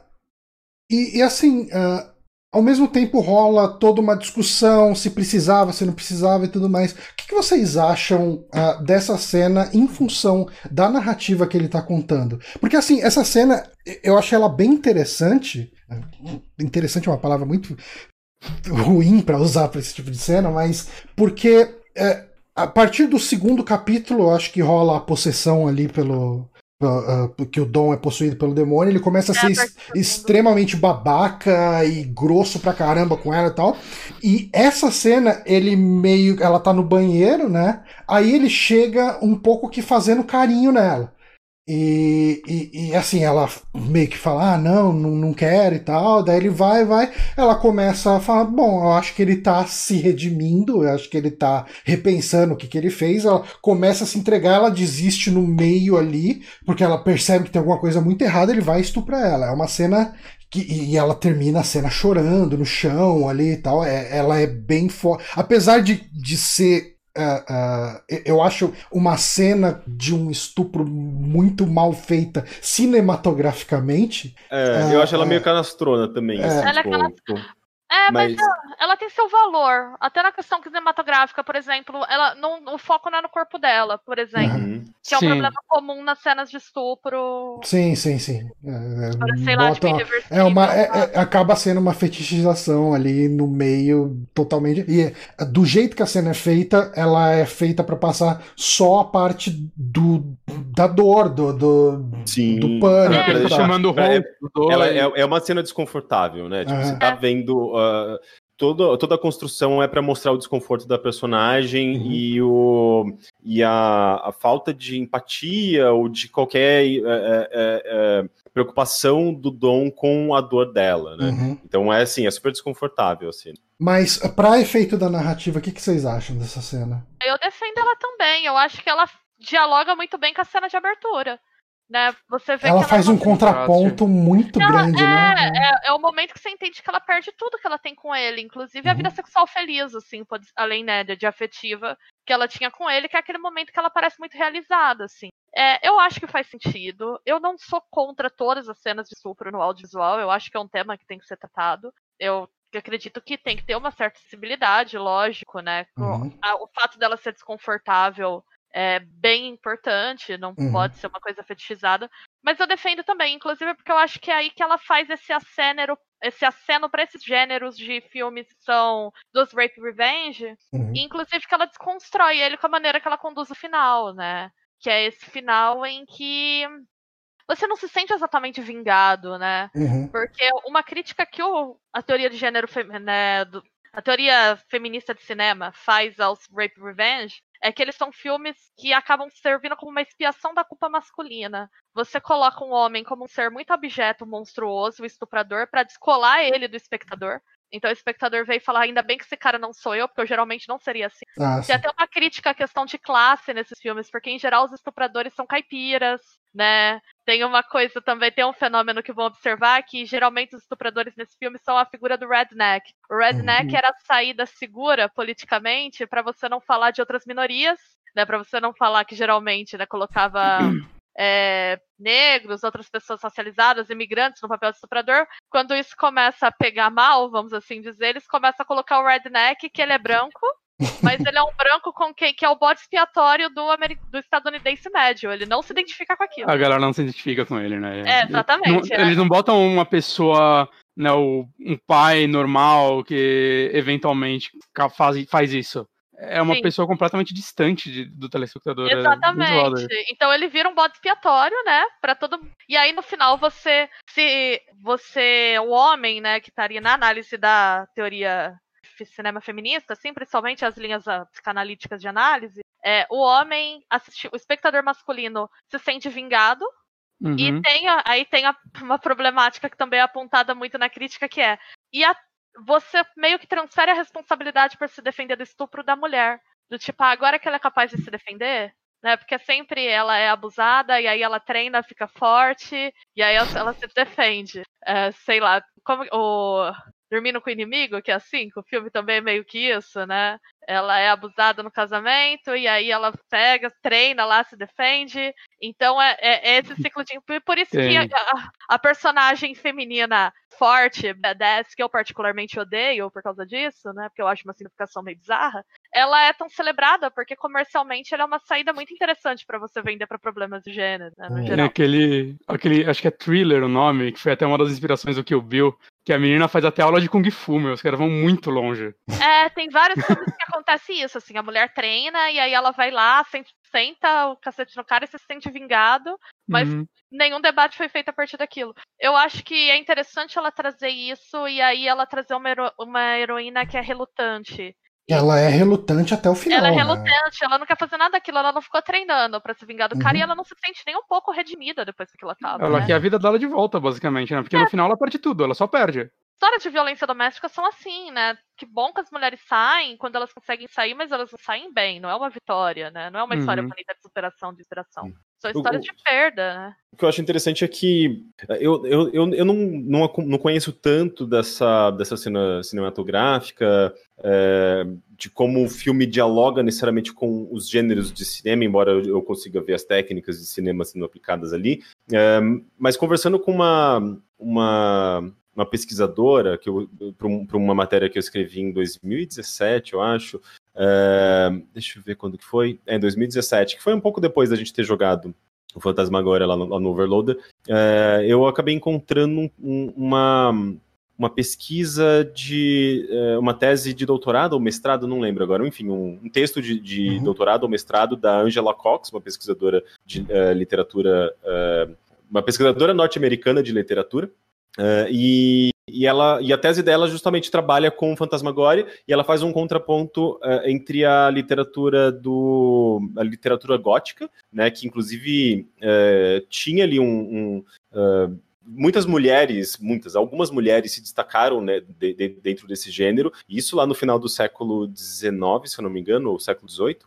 e, e assim, uh, ao mesmo tempo rola toda uma discussão se precisava, se não precisava e tudo mais. O que, que vocês acham uh, dessa cena em função da narrativa que ele está contando? Porque assim, essa cena, eu achei ela bem interessante. Interessante é uma palavra muito ruim para usar para esse tipo de cena, mas porque é, a partir do segundo capítulo, eu acho que rola a possessão ali pelo... Uh, uh, que o Dom é possuído pelo demônio, ele começa a ser é, est extremamente babaca e grosso pra caramba com ela e tal. E essa cena, ele meio... ela tá no banheiro, né? Aí ele chega um pouco que fazendo carinho nela. E, e, e assim, ela meio que fala, ah, não, não, não quero e tal. Daí ele vai, vai. Ela começa a falar, bom, eu acho que ele tá se redimindo, eu acho que ele tá repensando o que, que ele fez. Ela começa a se entregar, ela desiste no meio ali, porque ela percebe que tem alguma coisa muito errada, ele vai estuprar ela. É uma cena que, e ela termina a cena chorando no chão ali e tal. É, ela é bem forte. Apesar de, de ser. Uh, uh, eu acho uma cena de um estupro muito mal feita cinematograficamente. É, uh, eu acho ela meio canastrona também. É, assim, ela tipo, é canast... tipo... É, mas, mas ela, ela tem seu valor. Até na questão cinematográfica, por exemplo, ela não, o foco não é no corpo dela, por exemplo. Uhum. Que é um Sim. problema comum nas cenas de estupro. Sim, sim, sim. É, sei lá, bota, de é uma, é, é, acaba sendo uma fetichização ali no meio totalmente. E do jeito que a cena é feita, ela é feita para passar só a parte do, da dor, do, do, sim. do pânico. É, ele tá chamando o é, ela é, é uma cena desconfortável, né? Tipo, uhum. Você tá vendo. Uh, Toda, toda a construção é para mostrar o desconforto da personagem uhum. e, o, e a, a falta de empatia ou de qualquer é, é, é, preocupação do Dom com a dor dela, né? Uhum. Então é assim, é super desconfortável, assim. Mas para efeito da narrativa, o que, que vocês acham dessa cena? Eu defendo ela também. Eu acho que ela dialoga muito bem com a cena de abertura. Né? Você vê ela que faz ela um contraponto muito ela, grande, é, né? É, é o momento que você entende que ela perde tudo que ela tem com ele, inclusive uhum. a vida sexual feliz, assim, pode, além né, de afetiva que ela tinha com ele, que é aquele momento que ela parece muito realizada, assim. É, eu acho que faz sentido. Eu não sou contra todas as cenas de estupro no audiovisual. Eu acho que é um tema que tem que ser tratado. Eu acredito que tem que ter uma certa sensibilidade, lógico, né? Uhum. O fato dela ser desconfortável é bem importante, não uhum. pode ser uma coisa fetichizada, mas eu defendo também, inclusive porque eu acho que é aí que ela faz esse aceno, esse aceno para esses gêneros de filmes que são dos Rape Revenge, uhum. e inclusive que ela desconstrói ele com a maneira que ela conduz o final, né? Que é esse final em que você não se sente exatamente vingado, né? Uhum. Porque uma crítica que o, a teoria de gênero né, do, a teoria feminista de cinema faz aos Rape Revenge é que eles são filmes que acabam servindo como uma expiação da culpa masculina. Você coloca um homem como um ser muito objeto, monstruoso, estuprador, pra descolar ele do espectador. Então o espectador veio falar, ainda bem que esse cara não sou eu, porque eu geralmente não seria assim. Ah, Tem sim. até uma crítica à questão de classe nesses filmes, porque em geral os estupradores são caipiras, né? Tem uma coisa também, tem um fenômeno que vão observar, que geralmente os estupradores nesse filme são a figura do redneck. O redneck Uhum. era a saída segura politicamente para você não falar de outras minorias, né? Para você não falar que geralmente, né, colocava é, negros, outras pessoas racializadas, imigrantes no papel de estuprador. Quando isso começa a pegar mal, vamos assim dizer, eles começam a colocar o redneck, que ele é branco, mas ele é um branco com quem, que é o bode expiatório do, ameri- do estadunidense médio. Ele não se identifica com aquilo. A galera não se identifica com ele, né? É, exatamente, Não- é. Eles não botam uma pessoa, né, o- um pai normal que eventualmente ca- faz, faz isso. É uma Sim. pessoa completamente distante de- do telespectador. é muito Exatamente. zoado. Então ele vira um bode expiatório, né? Para todo. E aí no final você, se você, o homem, né, que estaria na análise da teoria f- cinema feminista, assim, principalmente as linhas ah, psicanalíticas de análise, é, o homem, assisti- o espectador masculino se sente vingado. E Uhum. tem a- aí tem a- uma problemática que também é apontada muito na crítica, que é e a- você meio que transfere a responsabilidade por se defender do estupro da mulher. Do tipo, ah, agora que ela é capaz de se defender, né? Porque sempre ela é abusada, e aí ela treina, fica forte, e aí ela, ela se defende. É, sei lá, como o Dormindo com o Inimigo, que é assim, que o filme também é meio que isso, né? Ela é abusada no casamento, e aí ela pega, treina lá, se defende. Então é, é- é esse ciclo de. Por isso que a, Tem. a- a personagem feminina forte, badass, que eu particularmente odeio por causa disso, né? Porque eu acho uma significação meio bizarra. Ela é tão celebrada porque comercialmente ela é uma saída muito interessante pra você vender pra problemas de gênero, né? No Hum. Tem geral. aquele, aquele, acho que é Thriller o nome, que foi até uma das inspirações do Kill Bill, que a menina faz até aula de Kung Fu, meu, os caras vão muito longe. É, tem vários filmes que acontece isso, assim, a mulher treina e aí ela vai lá, senta, senta o cacete no cara e se sente vingado, mas Uhum. nenhum debate foi feito a partir daquilo. Eu acho que é interessante ela trazer isso e aí ela trazer uma, hero- uma heroína que é relutante. E Ela é relutante até o final, ela é né? relutante, ela não quer fazer nada daquilo, ela não ficou treinando pra se vingar do cara Uhum. e ela não se sente nem um pouco redimida depois que ela acaba, Ela né? quer a vida dela de volta, basicamente, né? Porque no final ela perde tudo, ela só perde. Histórias de violência doméstica são assim, né? Que bom que as mulheres saem quando elas conseguem sair, mas elas não saem bem. Não é uma vitória, né? Não é uma história Uhum. bonita de superação, de inspiração. São O- histórias o- de perda, né? O que eu acho interessante é que eu, eu, eu, eu não, não, acu- não conheço tanto dessa, dessa cena cinematográfica, é, de como o filme dialoga necessariamente com os gêneros de cinema, embora eu, eu consiga ver as técnicas de cinema sendo aplicadas ali. É, mas conversando com uma, uma, uma pesquisadora, que para uma matéria que eu escrevi em dois mil e dezessete, eu acho, é, deixa eu ver quando que foi, é em dois mil e dezessete, que foi um pouco depois da gente ter jogado o Fantasmagoria lá no, lá no Overloader, é, eu acabei encontrando um, um, uma, uma pesquisa de é, uma tese de doutorado ou mestrado, não lembro agora, enfim, um, um texto de, de Uhum. doutorado ou mestrado da Angela Cox, uma pesquisadora de é, literatura, é, uma pesquisadora norte-americana de literatura, é, e E, ela, e a tese dela justamente trabalha com Fantasmagoria e ela faz um contraponto uh, entre a literatura do a literatura gótica, né, que inclusive uh, tinha ali um, um uh, muitas mulheres, muitas, algumas mulheres se destacaram, né, de, de, dentro desse gênero, isso lá no final do século dezenove, se eu não me engano, ou século dezoito.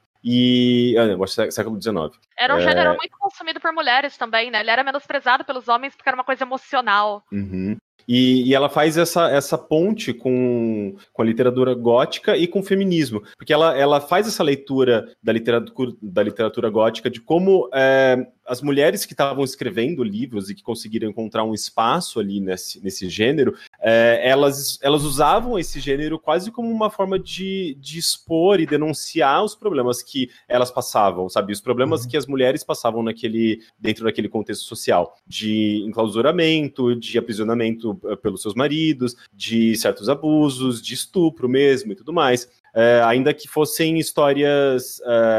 E. Ah, não, acho que é século dezenove. Era um é... gênero muito consumido por mulheres também, né? Ele era menosprezado pelos homens porque era uma coisa emocional. Uhum. E, e ela faz essa, essa ponte com, com a literatura gótica e com o feminismo, porque ela, ela faz essa leitura da literatura, da literatura gótica de como é, as mulheres que estavam escrevendo livros e que conseguiram encontrar um espaço ali nesse, nesse gênero, é, elas, elas usavam esse gênero quase como uma forma de, de expor e denunciar os problemas que elas passavam, sabe? Os problemas Uhum. que as mulheres passavam naquele, dentro daquele contexto social, de enclausuramento, de aprisionamento pelos seus maridos, de certos abusos, de estupro mesmo e tudo mais. É, ainda que fossem histórias,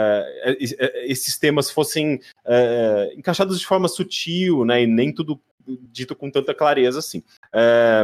é, esses temas fossem é, encaixados de forma sutil, né, e nem tudo dito com tanta clareza assim. É,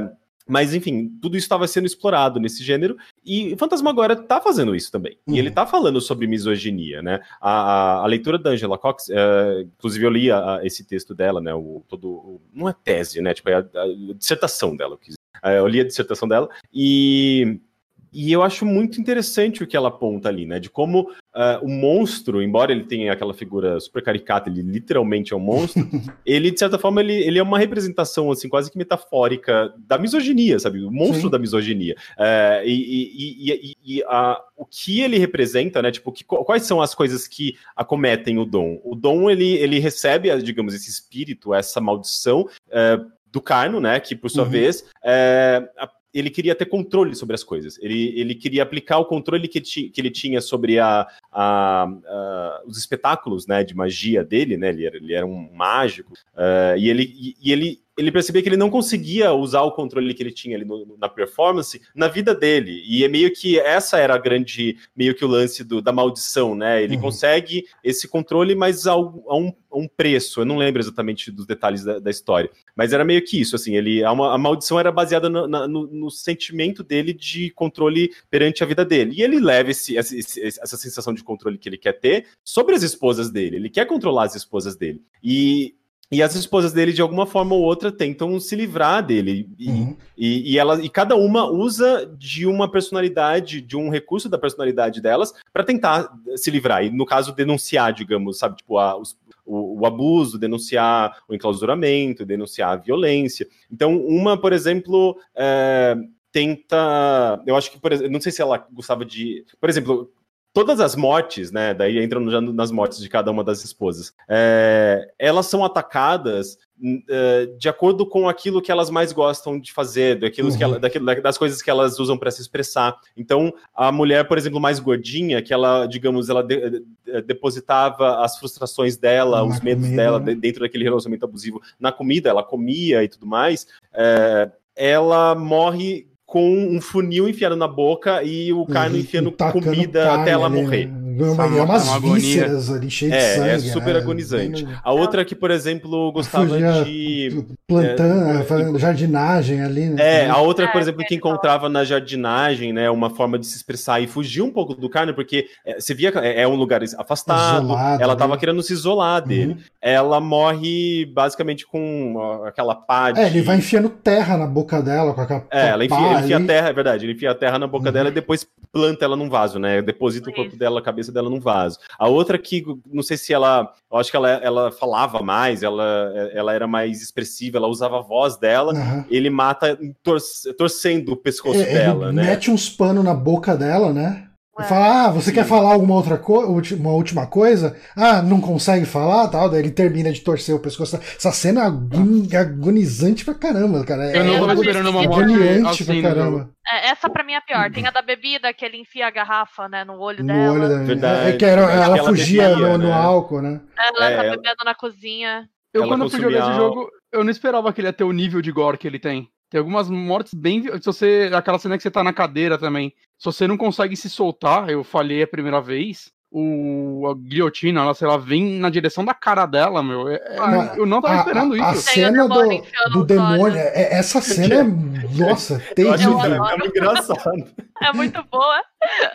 Mas, enfim, tudo isso estava sendo explorado nesse gênero, e Fantasmagoria tá fazendo isso também. Uhum. E ele tá falando sobre misoginia, né? A, a, a leitura da Angela Cox, uh, inclusive eu li a, a, esse texto dela, né? O, todo, o, não é tese, né? Tipo, é a, a dissertação dela. Uh, eu li a dissertação dela, e... E eu acho muito interessante o que ela aponta ali, né? De como uh, o monstro, embora ele tenha aquela figura super caricata, ele literalmente é um monstro, ele, de certa forma, ele, ele é uma representação, assim, quase que metafórica da misoginia, sabe? O monstro Sim. da misoginia. Uh, e e, e, e a, o que ele representa, né? Tipo, que, quais são as coisas que acometem o Dom? O Dom, ele, ele recebe, digamos, esse espírito, essa maldição uh, do Carno, né? Que, por sua uhum. vez... Uh, a, ele queria ter controle sobre as coisas, ele, ele queria aplicar o controle que, ti, que ele tinha sobre a, a, a, os espetáculos, né, de magia dele, né, ele era, ele era um mágico, uh, e, ele, e, e ele, ele percebia que ele não conseguia usar o controle que ele tinha ali no, na performance na vida dele, e é meio que essa era a grande, meio que o lance do, da maldição, né, ele uhum. consegue esse controle, mas ao, a, um, a um preço, eu não lembro exatamente dos detalhes da, da história, mas era meio que isso, assim, ele, a, uma, a maldição era baseada no, na, no, no sentimento dele de controle perante a vida dele, e ele leva esse, esse, essa sensação de controle que ele quer ter sobre as esposas dele, ele quer controlar as esposas dele, e E as esposas dele, de alguma forma ou outra, tentam se livrar dele. E, uhum. e, e, ela, e cada uma usa de uma personalidade, de um recurso da personalidade delas, para tentar se livrar. E, no caso, denunciar, digamos, sabe, tipo, a, os, o, o abuso, denunciar o enclausuramento, denunciar a violência. Então, uma, por exemplo, é, tenta... Eu acho que, por exemplo, não sei se ela gostava de... Por exemplo... Todas as mortes, né, daí entrando já nas mortes de cada uma das esposas, é, elas são atacadas é, de acordo com aquilo que elas mais gostam de fazer, daquilo uhum. que ela, daquilo, das coisas que elas usam para se expressar. Então, a mulher, por exemplo, mais gordinha, que ela, digamos, ela de, de, depositava as frustrações dela, na os medos comida, dela né? dentro daquele relacionamento abusivo na comida, ela comia e tudo mais, é, ela morre com um funil enfiado na boca e o Carno enfiando comida até ela ali, morrer. Né? É umas vísceras ali, cheias é, de sangue. É super né? agonizante. A outra que, por exemplo, gostava Fugia, de... Plantando, é, fazendo jardinagem ali. Né? É, a outra, por exemplo, que encontrava na jardinagem, né, uma forma de se expressar e fugir um pouco do Carno, porque é, você via que é um lugar afastado, isolado, ela estava querendo se isolar dele. Uhum. Ela morre basicamente com aquela pá de... É, ele vai enfiando terra na boca dela, com aquela É, ela enfia, ele enfia a terra, é verdade, ele enfia a terra na boca uhum. dela e depois planta ela num vaso, né, deposita o corpo dela, a cabeça dela num vaso. A outra que, não sei se ela, eu acho que ela, ela falava mais, ela, ela era mais expressiva, ela usava a voz dela, uhum. ele mata tor torcendo o pescoço é, dela, ele né. Mete uns panos na boca dela, né. Fala, ah, você Sim. quer falar alguma outra coisa, uma última coisa? Ah, não consegue falar, tal, daí ele termina de torcer o pescoço. Essa cena é agonizante pra caramba, cara. Eu não é tô esperando uma morte agoniante assim, pra caramba. É, essa pra mim é a pior. Tem a da bebida, que ele enfia a garrafa, né, no olho no dela. Olho da... Verdade, é que era, ela, ela fugia bebia, no, né? no álcool, né? Ela é, tá ela... bebendo na cozinha. Eu, ela quando fui jogar esse jogo, eu não esperava que ele ia ter o nível de gore que ele tem. Tem algumas mortes bem... Se você... Aquela cena que você tá na cadeira também. Se você não consegue se soltar, eu falhei a primeira vez, o... a guilhotina, ela, sei lá, vem na direção da cara dela, meu. É... Ah, eu não tava a, esperando a, isso. A cena do, do demônio, é, essa cena é... Nossa, terrível. É muito engraçado. É muito boa.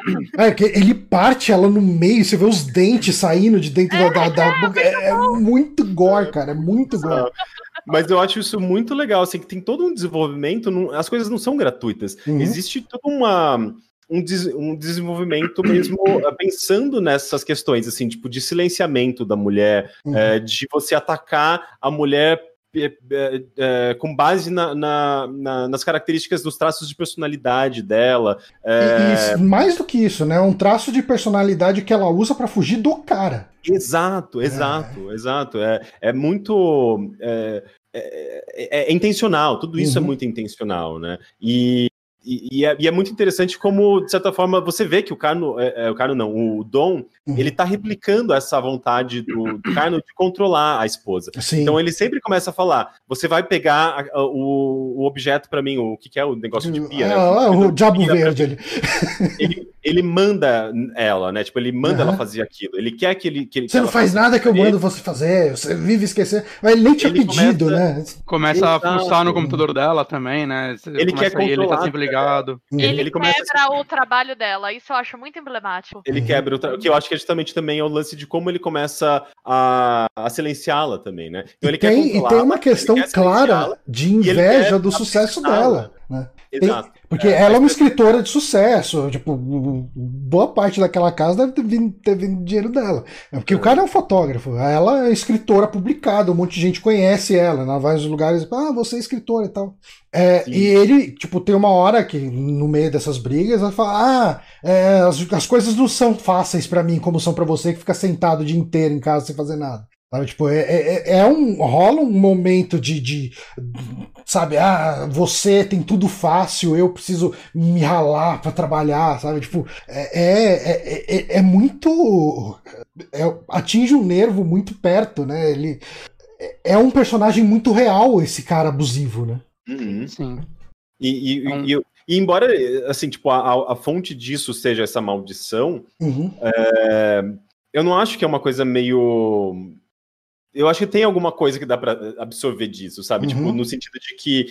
É, que ele parte ela no meio, você vê os dentes saindo de dentro é, da, da boca. É, é muito gore, cara, é muito gore. Mas eu acho isso muito legal, assim, que tem todo um desenvolvimento, não, as coisas não são gratuitas. Uhum. Existe toda uma... Um, des, um desenvolvimento mesmo pensando nessas questões, assim, tipo, de silenciamento da mulher, uhum. é, de você atacar a mulher é, é, é, com base na, na, na, nas características dos traços de personalidade dela. É... E, e mais do que isso, né? Um traço de personalidade que ela usa para fugir do cara. Exato, exato, é. exato. É, é muito... É, é, é, é intencional, tudo isso uhum. é muito intencional, né? E E, e, é, e é muito interessante como, de certa forma, você vê que o Carno, é, é, o Carno não, o Dom, uhum. ele tá replicando essa vontade do, do Carno de controlar a esposa. Sim. Então ele sempre começa a falar, você vai pegar a, a, o, o objeto pra mim, o que, que é o negócio de pia, ah, né? O, o, o diabo verde ali. Ele, ele manda ela, né? Tipo, ele manda uhum. ela fazer aquilo. Ele quer que ele... Que ele você que não faz nada que eu mando você fazer, você vive esquecendo. Mas ele nem tinha ele pedido, começa, né? Começa Exato. a fuçar no computador dela também, né? Você ele quer controlar. Ele tá sempre ligado. Ele, ele começa quebra a... o trabalho dela, isso eu acho muito emblemático. Ele quebra o, tra... o que eu acho que é justamente também é o lance de como ele começa a, a silenciá-la também, né? Então ele e, tem, quer e tem uma questão clara de inveja do sucesso dela, né? Exato. Tem, porque é, ela é uma escritora de sucesso, tipo, boa parte daquela casa deve ter vindo, ter vindo dinheiro dela. Porque é. o cara é um fotógrafo, ela é escritora publicada, um monte de gente conhece ela, ela vai nos lugares, ah, você é escritora e tal. É, e ele, tipo, tem uma hora que, no meio dessas brigas, ela fala, ah, é, as, as coisas não são fáceis pra mim como são pra você que fica sentado o dia inteiro em casa sem fazer nada. Sabe, tipo, é, é, é um, rola um momento de, de, sabe, ah, você tem tudo fácil, eu preciso me ralar pra trabalhar, sabe, tipo, é, é, é, é muito, é, atinge um nervo muito perto, né, ele é um personagem muito real, esse cara abusivo, né. Uhum. Sim. E, e, então... e, e, e embora, assim, tipo, a, a fonte disso seja essa maldição, uhum. é, eu não acho que é uma coisa meio... Eu acho que tem alguma coisa que dá pra absorver disso, sabe? Uhum. Tipo, no sentido de que...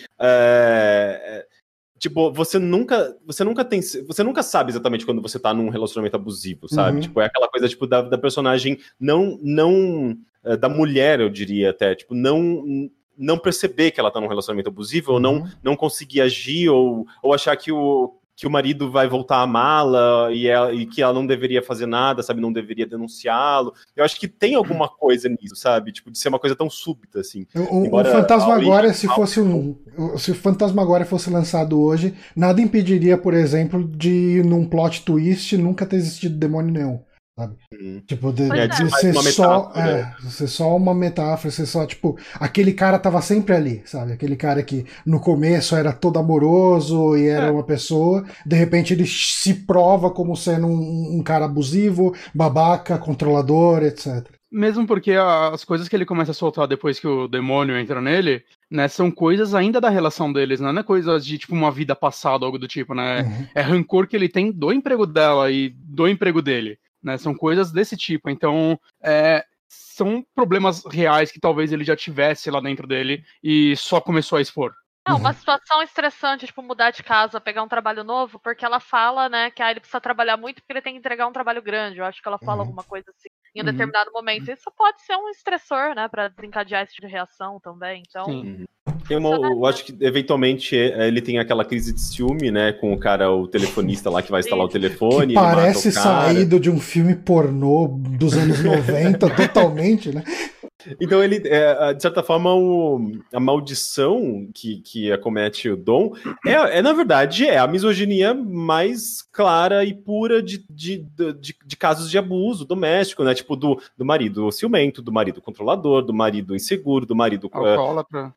É, tipo, você nunca, você nunca tem... Você nunca sabe exatamente quando você tá num relacionamento abusivo, sabe? Uhum. Tipo, é aquela coisa, tipo, da, da personagem não... não da mulher, eu diria até. Tipo, não... não perceber que ela tá num relacionamento abusivo, ou não, não conseguir agir, ou, ou achar que o, que o marido vai voltar a amá-la e, ela, e que ela não deveria fazer nada, sabe, não deveria denunciá-lo. Eu acho que tem alguma coisa nisso, sabe, tipo, de ser uma coisa tão súbita, assim. O, o Fantasmagoria, se fosse um... Se o Fantasmagoria fosse lançado hoje, nada impediria, por exemplo, de, num plot twist, nunca ter existido demônio nenhum. Sabe? Hum. Tipo, de, é, de ser só, é, ser só uma metáfora, ser só, tipo, aquele cara tava sempre ali, sabe? Aquele cara que no começo era todo amoroso e era é. uma pessoa, de repente ele se prova como sendo um, um cara abusivo, babaca, controlador, etcétera. Mesmo porque as coisas que ele começa a soltar depois que o demônio entra nele, né, são coisas ainda da relação deles, não é coisas de, tipo, uma vida passada, algo do tipo, né? Uhum. É rancor que ele tem do emprego dela e do emprego dele. Né, são coisas desse tipo, então é, são problemas reais que talvez ele já tivesse lá dentro dele e só começou a expor. É uma situação estressante, tipo, mudar de casa, pegar um trabalho novo, porque ela fala, né, que ah, ele precisa trabalhar muito porque ele tem que entregar um trabalho grande. Eu acho que ela fala uhum. alguma coisa assim em um uhum. determinado momento. Isso pode ser um estressor, né, pra desencadear esse tipo de reação também, então... Sim. Tem uma, eu acho que eventualmente ele tem aquela crise de ciúme, né, com o cara, o telefonista lá que vai instalar o telefone. Que parece saído de um filme pornô dos anos noventa, totalmente, né? Então ele, é, de certa forma, o, a maldição que, que acomete o Dom é, é, na verdade, é a misoginia mais clara e pura de, de, de, de casos de abuso doméstico, né? Tipo, do, do marido ciumento, do marido controlador, do marido inseguro, do marido... Alcoólatra.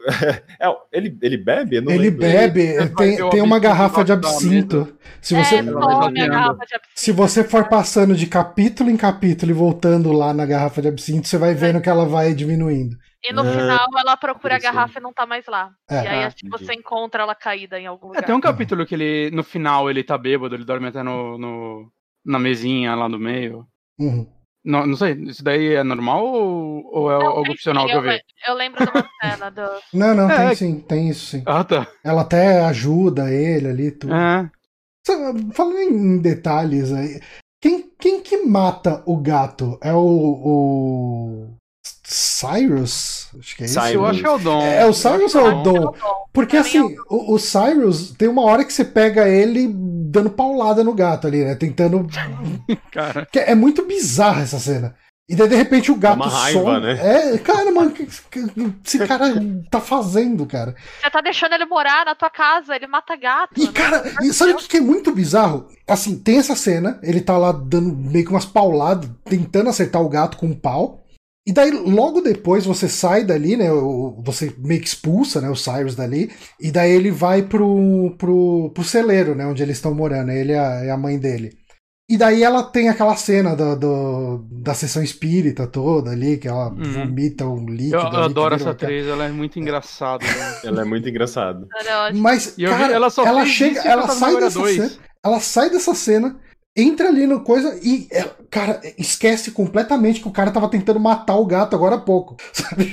É, ele, ele bebe? Não ele lembro. bebe, ele tem, tem uma garrafa de absinto. Se você, é, tome a garrafa de absinto. Se você for passando de capítulo em capítulo e voltando lá na garrafa de absinto, você vai vendo que ela vai diminuindo. E no é, final ela procura a garrafa e não tá mais lá. É. E aí ah, assim, você encontra ela caída em algum lugar. É, tem um capítulo que ele, no final, ele tá bêbado, ele dorme até no, no, na mesinha lá no meio. Uhum. Não, não sei, isso daí é normal ou, ou é não, algo opcional sim, que eu, eu vi? Eu lembro de uma cena do... Não, não, é, tem sim, tem isso sim. Ah, tá. Ela até ajuda ele ali, tudo. É. Falando em detalhes aí, quem, quem que mata o gato? É o... o... Cyrus? Acho que é isso. Eu acho que é o Dom. É, é o Cyrus ou é o Dom? Porque assim, o, o Cyrus tem uma hora que você pega ele dando paulada no gato ali, né? Tentando. Cara. É muito bizarra essa cena. E daí, de repente, o gato Dá uma raiva, some. Né? É, cara, mano, o que, que esse cara tá fazendo, cara? Você tá deixando ele morar na tua casa, ele mata gato. E, cara, e sabe o que é muito bizarro? Assim, tem essa cena, ele tá lá dando meio que umas pauladas, tentando acertar o gato com um pau. E daí, logo depois, você sai dali, né? Você meio que expulsa, né, o Cyrus dali, e daí ele vai pro, pro, pro celeiro, né? Onde eles estão morando, ele e a, e a mãe dele. E daí ela tem aquela cena do, do, da sessão espírita toda ali, que ela hum. vomita um líquido. Eu, eu ali, adoro essa atriz, ela é muito engraçada. Né? Ela é muito engraçada. Mas, cara, ela, só ela chega, ela sai dessa cena, ela sai dessa cena, entra ali no coisa e, ela, cara, esquece completamente que o cara tava tentando matar o gato agora há pouco, sabe?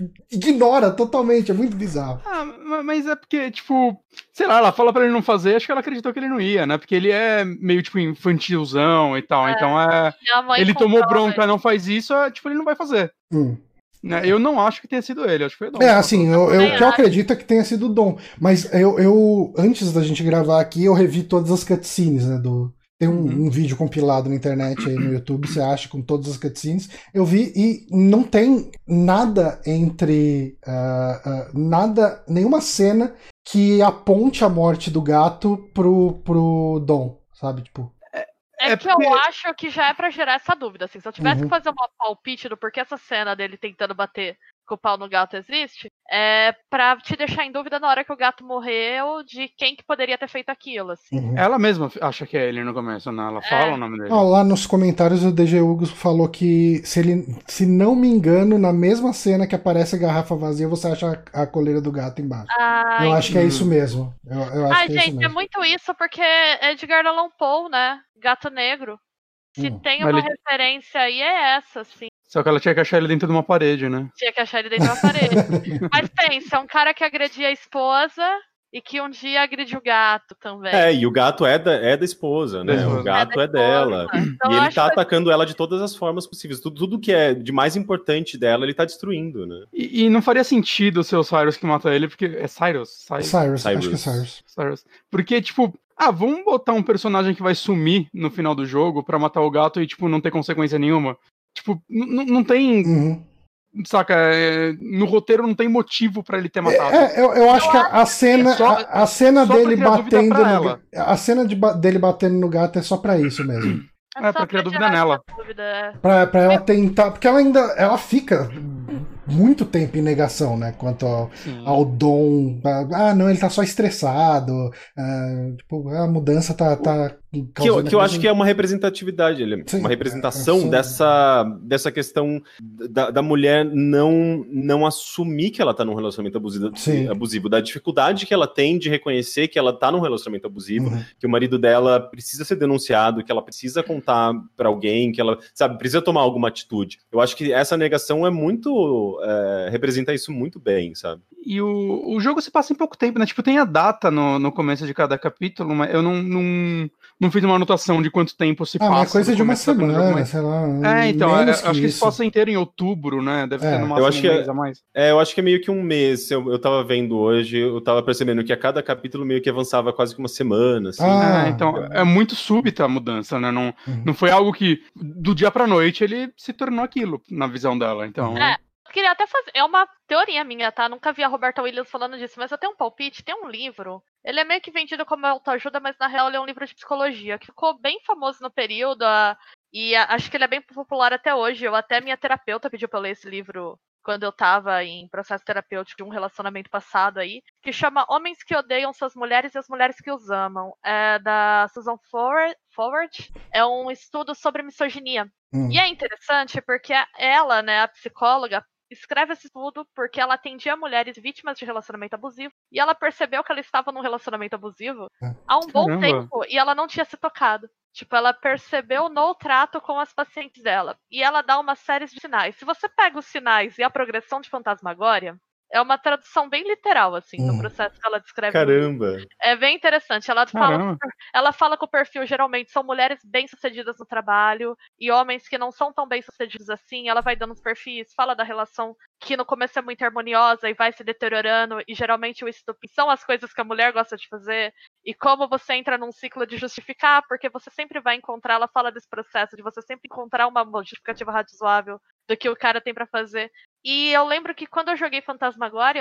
Ignora totalmente, é muito bizarro. Ah, mas é porque, tipo, sei lá, ela fala pra ele não fazer, acho que ela acreditou que ele não ia, né? Porque ele é meio, tipo, infantilzão e tal, é, então é... Ele tomou bronca, não faz isso, é, tipo, ele não vai fazer. Hum. Eu não acho que tenha sido ele, acho que foi o Dom. É, assim, eu, eu, o que eu acredito é que tenha sido o Dom, mas eu, eu, antes da gente gravar aqui, eu revi todas as cutscenes, né, do... Tem um, uhum. um vídeo compilado na internet aí no YouTube, você acha, com todas as cutscenes. Eu vi e não tem nada entre... Uh, uh, nada, nenhuma cena que aponte a morte do gato pro, pro Dom, sabe? Tipo... É, é que porque... eu acho que já é pra gerar essa dúvida, assim. Se eu tivesse uhum. que fazer uma palpite do porquê essa cena dele tentando bater com o pau no gato existe, é pra te deixar em dúvida na hora que o gato morreu de quem que poderia ter feito aquilo, assim. Uhum. Ela mesma acha que é ele no começo, né? Ela fala é. o nome dele. Oh, lá nos comentários o D G Hugo falou que, se ele, se não me engano, na mesma cena que aparece a garrafa vazia, você acha a, a coleira do gato embaixo. Ai. Eu acho que é isso mesmo. Eu, eu acho Ai, que é gente, isso mesmo. é muito isso, porque é Edgar Allan Poe, né? Gato Negro. Se hum. tem uma ele... referência aí, é essa, assim. Só que ela tinha que achar ele dentro de uma parede, né? Tinha que achar ele dentro de uma parede. Mas pensa, é um cara que agredia a esposa e que um dia agride o gato também. É, e o gato é da, é da esposa, né? É o gato é, é dela. Então, e ele tá atacando que... ela de todas as formas possíveis. Tudo, tudo que é de mais importante dela, ele tá destruindo, né? E, e não faria sentido ser o Cyrus que mata ele, porque... É Cyrus? Cyrus, Cyrus, Cyrus. Acho que é Cyrus. Cyrus. Porque, tipo... Ah, vamos botar um personagem que vai sumir no final do jogo pra matar o gato e, tipo, não ter consequência nenhuma. Tipo, não tem... Uhum. Saca? É, no roteiro não tem motivo pra ele ter matado. É, eu, eu acho que a, a cena, é só, a, a cena dele batendo no, a cena de, dele batendo no gato é só pra isso mesmo. É, é pra criar dúvida nela. Dúvida. Pra, pra ela tentar... Porque ela ainda... Ela fica muito tempo em negação, né? Quanto ao, ao Dom. Ah, não, ele tá só estressado. Ah, tipo, a mudança tá... tá que eu, que eu acho que é uma representatividade, Sim, uma representação é, dessa, dessa questão da, da mulher não, não assumir que ela tá num relacionamento abusivo, abusivo, da dificuldade que ela tem de reconhecer que ela tá num relacionamento abusivo, uhum. que o marido dela precisa ser denunciado, que ela precisa contar pra alguém, que ela, sabe, precisa tomar alguma atitude. Eu acho que essa negação é muito, é, representa isso muito bem, sabe? E o, o jogo se passa em pouco tempo, né? Tipo, tem a data no, no começo de cada capítulo, mas eu não... não... Não fiz uma anotação de quanto tempo se ah, passa. É coisa de uma semana, jogo, mas... sei lá. É, então, é, acho que que se passa inteiro em outubro, né? Deve é. ter no máximo eu acho um que mês é, a mais. É, eu acho que é meio que um mês. Eu, eu tava vendo hoje, eu tava percebendo que a cada capítulo meio que avançava quase que uma semana, assim. Ah, é, então, é muito súbita a mudança, né? Não, uhum. não foi algo que, do dia pra noite, ele se tornou aquilo, na visão dela, então... É. Eu queria até fazer. É uma teoria minha, tá? Nunca vi a Roberta Williams falando disso, mas eu tenho um palpite. Tem um livro. Ele é meio que vendido como autoajuda, mas na real ele é um livro de psicologia, que ficou bem famoso no período. A, e a, acho que ele é bem popular até hoje. Eu até minha terapeuta pediu pra eu ler esse livro quando eu tava em processo terapêutico de um relacionamento passado aí, que chama Homens que Odeiam Suas Mulheres e as Mulheres que Os Amam. É da Susan Forward. Forward. É um estudo sobre misoginia. Hum. E é interessante porque ela, né, a psicóloga, escreve esse estudo porque ela atendia mulheres vítimas de relacionamento abusivo e ela percebeu que ela estava num relacionamento abusivo há um bom Caramba. tempo e ela não tinha se tocado. Tipo, ela percebeu no trato com as pacientes dela. E ela dá uma série de sinais. Se você pega os sinais e a progressão de fantasmagória, é uma tradução bem literal, assim, hum. no processo que ela descreve. Caramba! É bem interessante. Ela fala, ela fala que o perfil geralmente são mulheres bem-sucedidas no trabalho e homens que não são tão bem-sucedidos assim. Ela vai dando os perfis, fala da relação que no começo é muito harmoniosa e vai se deteriorando, e geralmente o estupim são as coisas que a mulher gosta de fazer, e como você entra num ciclo de justificar, porque você sempre vai encontrar, ela fala desse processo de você sempre encontrar uma justificativa razoável do que o cara tem pra fazer. E eu lembro que quando eu joguei Fantasmagória,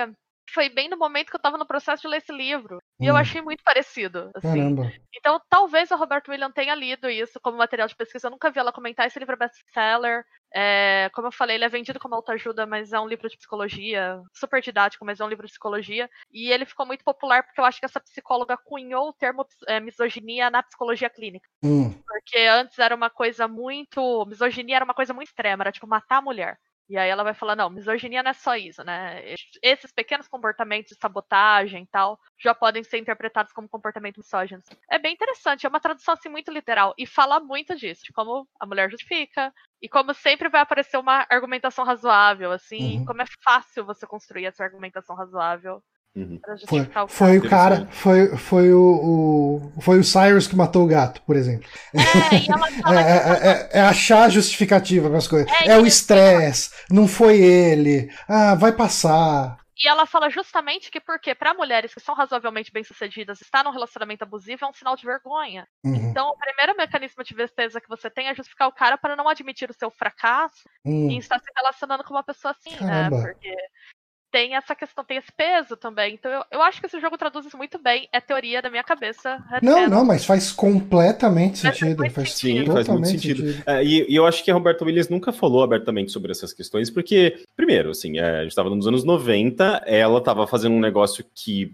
foi bem no momento que eu tava no processo de ler esse livro. E Hum. eu achei muito parecido, assim. Caramba. Então, talvez a Roberta Williams tenha lido isso como material de pesquisa. Eu nunca vi ela comentar. Esse livro é best-seller. É, como eu falei, ele é vendido como autoajuda, mas é um livro de psicologia. Super didático, mas é um livro de psicologia. E ele ficou muito popular porque eu acho que essa psicóloga cunhou o termo é, misoginia na psicologia clínica. Hum. Porque antes era uma coisa muito... Misoginia era uma coisa muito extrema. Era tipo matar a mulher. E aí ela vai falar, não, misoginia não é só isso, né? Esses pequenos comportamentos de sabotagem e tal já podem ser interpretados como comportamento misógino. É bem interessante, é uma tradução assim muito literal e fala muito disso, de como a mulher justifica e como sempre vai aparecer uma argumentação razoável, assim, Uhum. e como é fácil você construir essa argumentação razoável. Uhum. Foi, foi o cara, foi, foi o, o foi o Cyrus que matou o gato, por exemplo. É, e ela fala é, é, é, é achar justificativa para as coisas. É, é o isso. estresse, não foi ele. Ah, vai passar. E ela fala justamente que porque para mulheres que são razoavelmente bem-sucedidas estar num relacionamento abusivo é um sinal de vergonha. Uhum. Então, o primeiro mecanismo de defesa que você tem é justificar o cara para não admitir o seu fracasso Hum. e estar se relacionando com uma pessoa assim, Caramba. né? Porque tem essa questão, tem esse peso também. Então, eu, eu acho que esse jogo traduz isso muito bem. É teoria da minha cabeça. Não, não, mas faz completamente Faz sentido. muito Faz Sim, totalmente faz muito sentido. É, e, e eu acho que a Roberta Williams nunca falou abertamente sobre essas questões, porque, primeiro, assim, é, a gente estava nos anos noventa, ela estava fazendo um negócio que...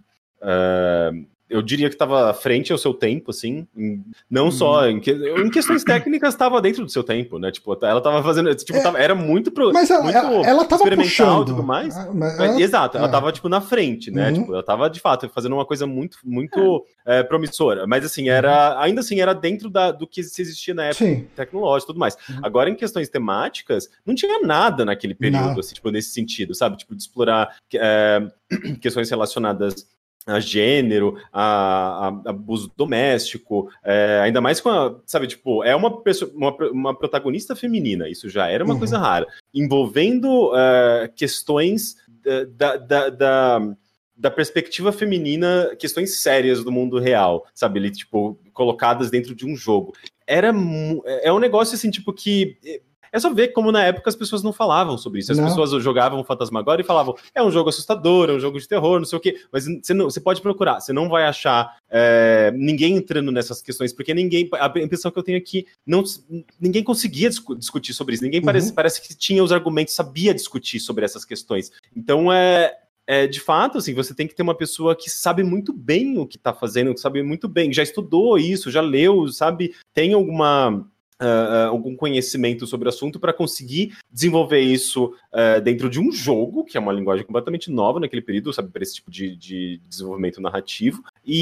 Uh, eu diria que estava à frente ao seu tempo, assim, em, não uhum. só em, que, em questões técnicas, estava dentro do seu tempo, né? Tipo, ela estava fazendo, tipo, é, tava, era muito, pro, mas ela, muito ela, ela tava experimental e tudo puxando. mais. Ah, mas, ela, exato, ela é. estava tipo na frente, né? Uhum. Tipo, ela estava de fato fazendo uma coisa muito, muito é. É, promissora. Mas assim, era ainda assim era dentro da, do que se existia na época Sim. tecnológica e tudo mais. Uhum. Agora, em questões temáticas, não tinha nada naquele período, assim, tipo, nesse sentido, sabe? Tipo, de explorar é, questões relacionadas a gênero, a, a abuso doméstico, é, ainda mais com a, sabe, tipo, é uma, pessoa, uma, uma protagonista feminina, isso já era uma uhum. coisa rara, envolvendo uh, questões da, da, da, da perspectiva feminina, questões sérias do mundo real, sabe, ele, tipo, colocadas dentro de um jogo. Era, é um negócio, assim, tipo, que... É só ver como na época as pessoas não falavam sobre isso. As não. pessoas jogavam Fantasmagoria e falavam, é um jogo assustador, é um jogo de terror, não sei o quê. Mas você, não, você pode procurar, você não vai achar é, ninguém entrando nessas questões, porque ninguém, a impressão que eu tenho aqui, não, ninguém conseguia discu- discutir sobre isso. Ninguém uhum. parece, parece que tinha os argumentos, sabia discutir sobre essas questões. Então, é... É, de fato, assim, você tem que ter uma pessoa que sabe muito bem o que está fazendo, que sabe muito bem, já estudou isso, já leu, sabe, tem alguma... Uh, algum conhecimento sobre o assunto para conseguir desenvolver isso uh, dentro de um jogo, que é uma linguagem completamente nova naquele período, sabe, para esse tipo de, de desenvolvimento narrativo.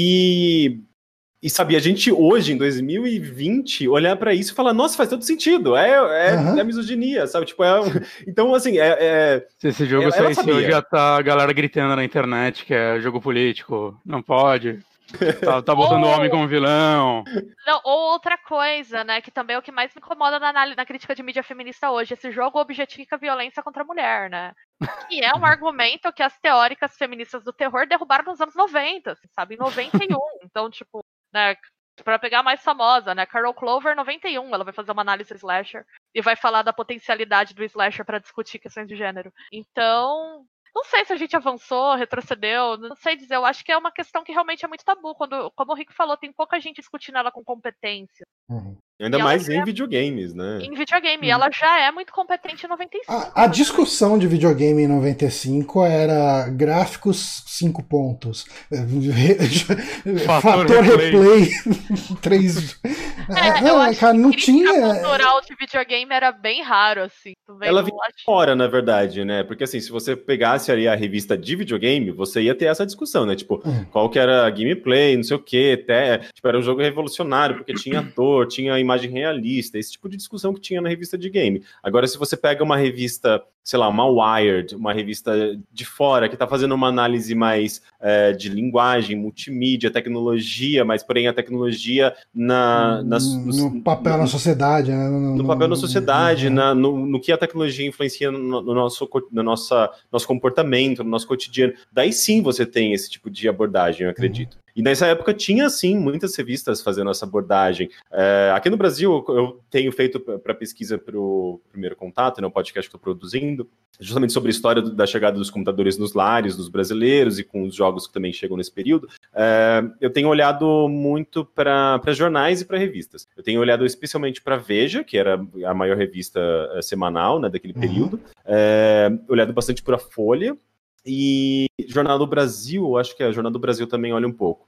E, e, sabe, a gente hoje, em dois mil e vinte, olhar para isso e falar, nossa, faz todo sentido, é, é, uhum. é misoginia, sabe? Tipo, é, então, assim, é... é Se esse jogo ela, saísse ela hoje, já tá a galera gritando na internet que é jogo político, não pode... Tá, tá botando o ou... homem como vilão. Não, ou outra coisa, né, que também é o que mais me incomoda na, na crítica de mídia feminista hoje. Esse jogo objetifica a violência contra a mulher, né? Que é um argumento que as teóricas feministas do terror derrubaram nos anos noventa, sabe? Em noventa e um. Então, tipo, né, pra pegar a mais famosa, né, Carol Clover, noventa e um, ela vai fazer uma análise slasher e vai falar da potencialidade do slasher pra discutir questões de gênero. Então... Não sei se a gente avançou, retrocedeu, não sei dizer. Eu acho que é uma questão que realmente é muito tabu. Quando, como o Rick falou, tem pouca gente discutindo ela com competência. Uhum. Ainda e mais em é... videogames, né? Em videogame. Uhum. Ela já é muito competente em noventa e cinco. A, a discussão de videogame em noventa e cinco era gráficos cinco pontos. Fator, Fator replay três. É, eu acho cara, que não tinha. A cultural de videogame era bem raro, assim. Ela vinha fora, na verdade, né? Porque assim, se você pegasse ali a revista de videogame, você ia ter essa discussão, né? Tipo, hum. qual que era a gameplay, não sei o quê, até. Tipo, era um jogo revolucionário, porque tinha ator, tinha imagem realista, esse tipo de discussão que tinha na revista de game. Agora, se você pega uma revista, sei lá, uma Wired, uma revista de fora, que tá fazendo uma análise mais é, de linguagem, multimídia, tecnologia, mas porém a tecnologia na, nas, no, no papel na, na sociedade, né? No, no papel na sociedade, no, na, no, no que a tecnologia influencia no, no, nosso, no nossa, nosso comportamento, no nosso cotidiano. Daí sim você tem esse tipo de abordagem, eu acredito. E nessa época tinha, sim, muitas revistas fazendo essa abordagem. É, aqui no Brasil, eu tenho feito para pesquisa para o Primeiro Contato, né, o podcast que eu estou produzindo, justamente sobre a história do, da chegada dos computadores nos lares dos brasileiros e com os jogos que também chegam nesse período. É, eu tenho olhado muito para jornais e para revistas. Eu tenho olhado especialmente para Veja, que era a maior revista é, semanal, né, daquele período. Uhum. É, olhado bastante para a Folha. E Jornal do Brasil, acho que a Jornal do Brasil também olha um pouco.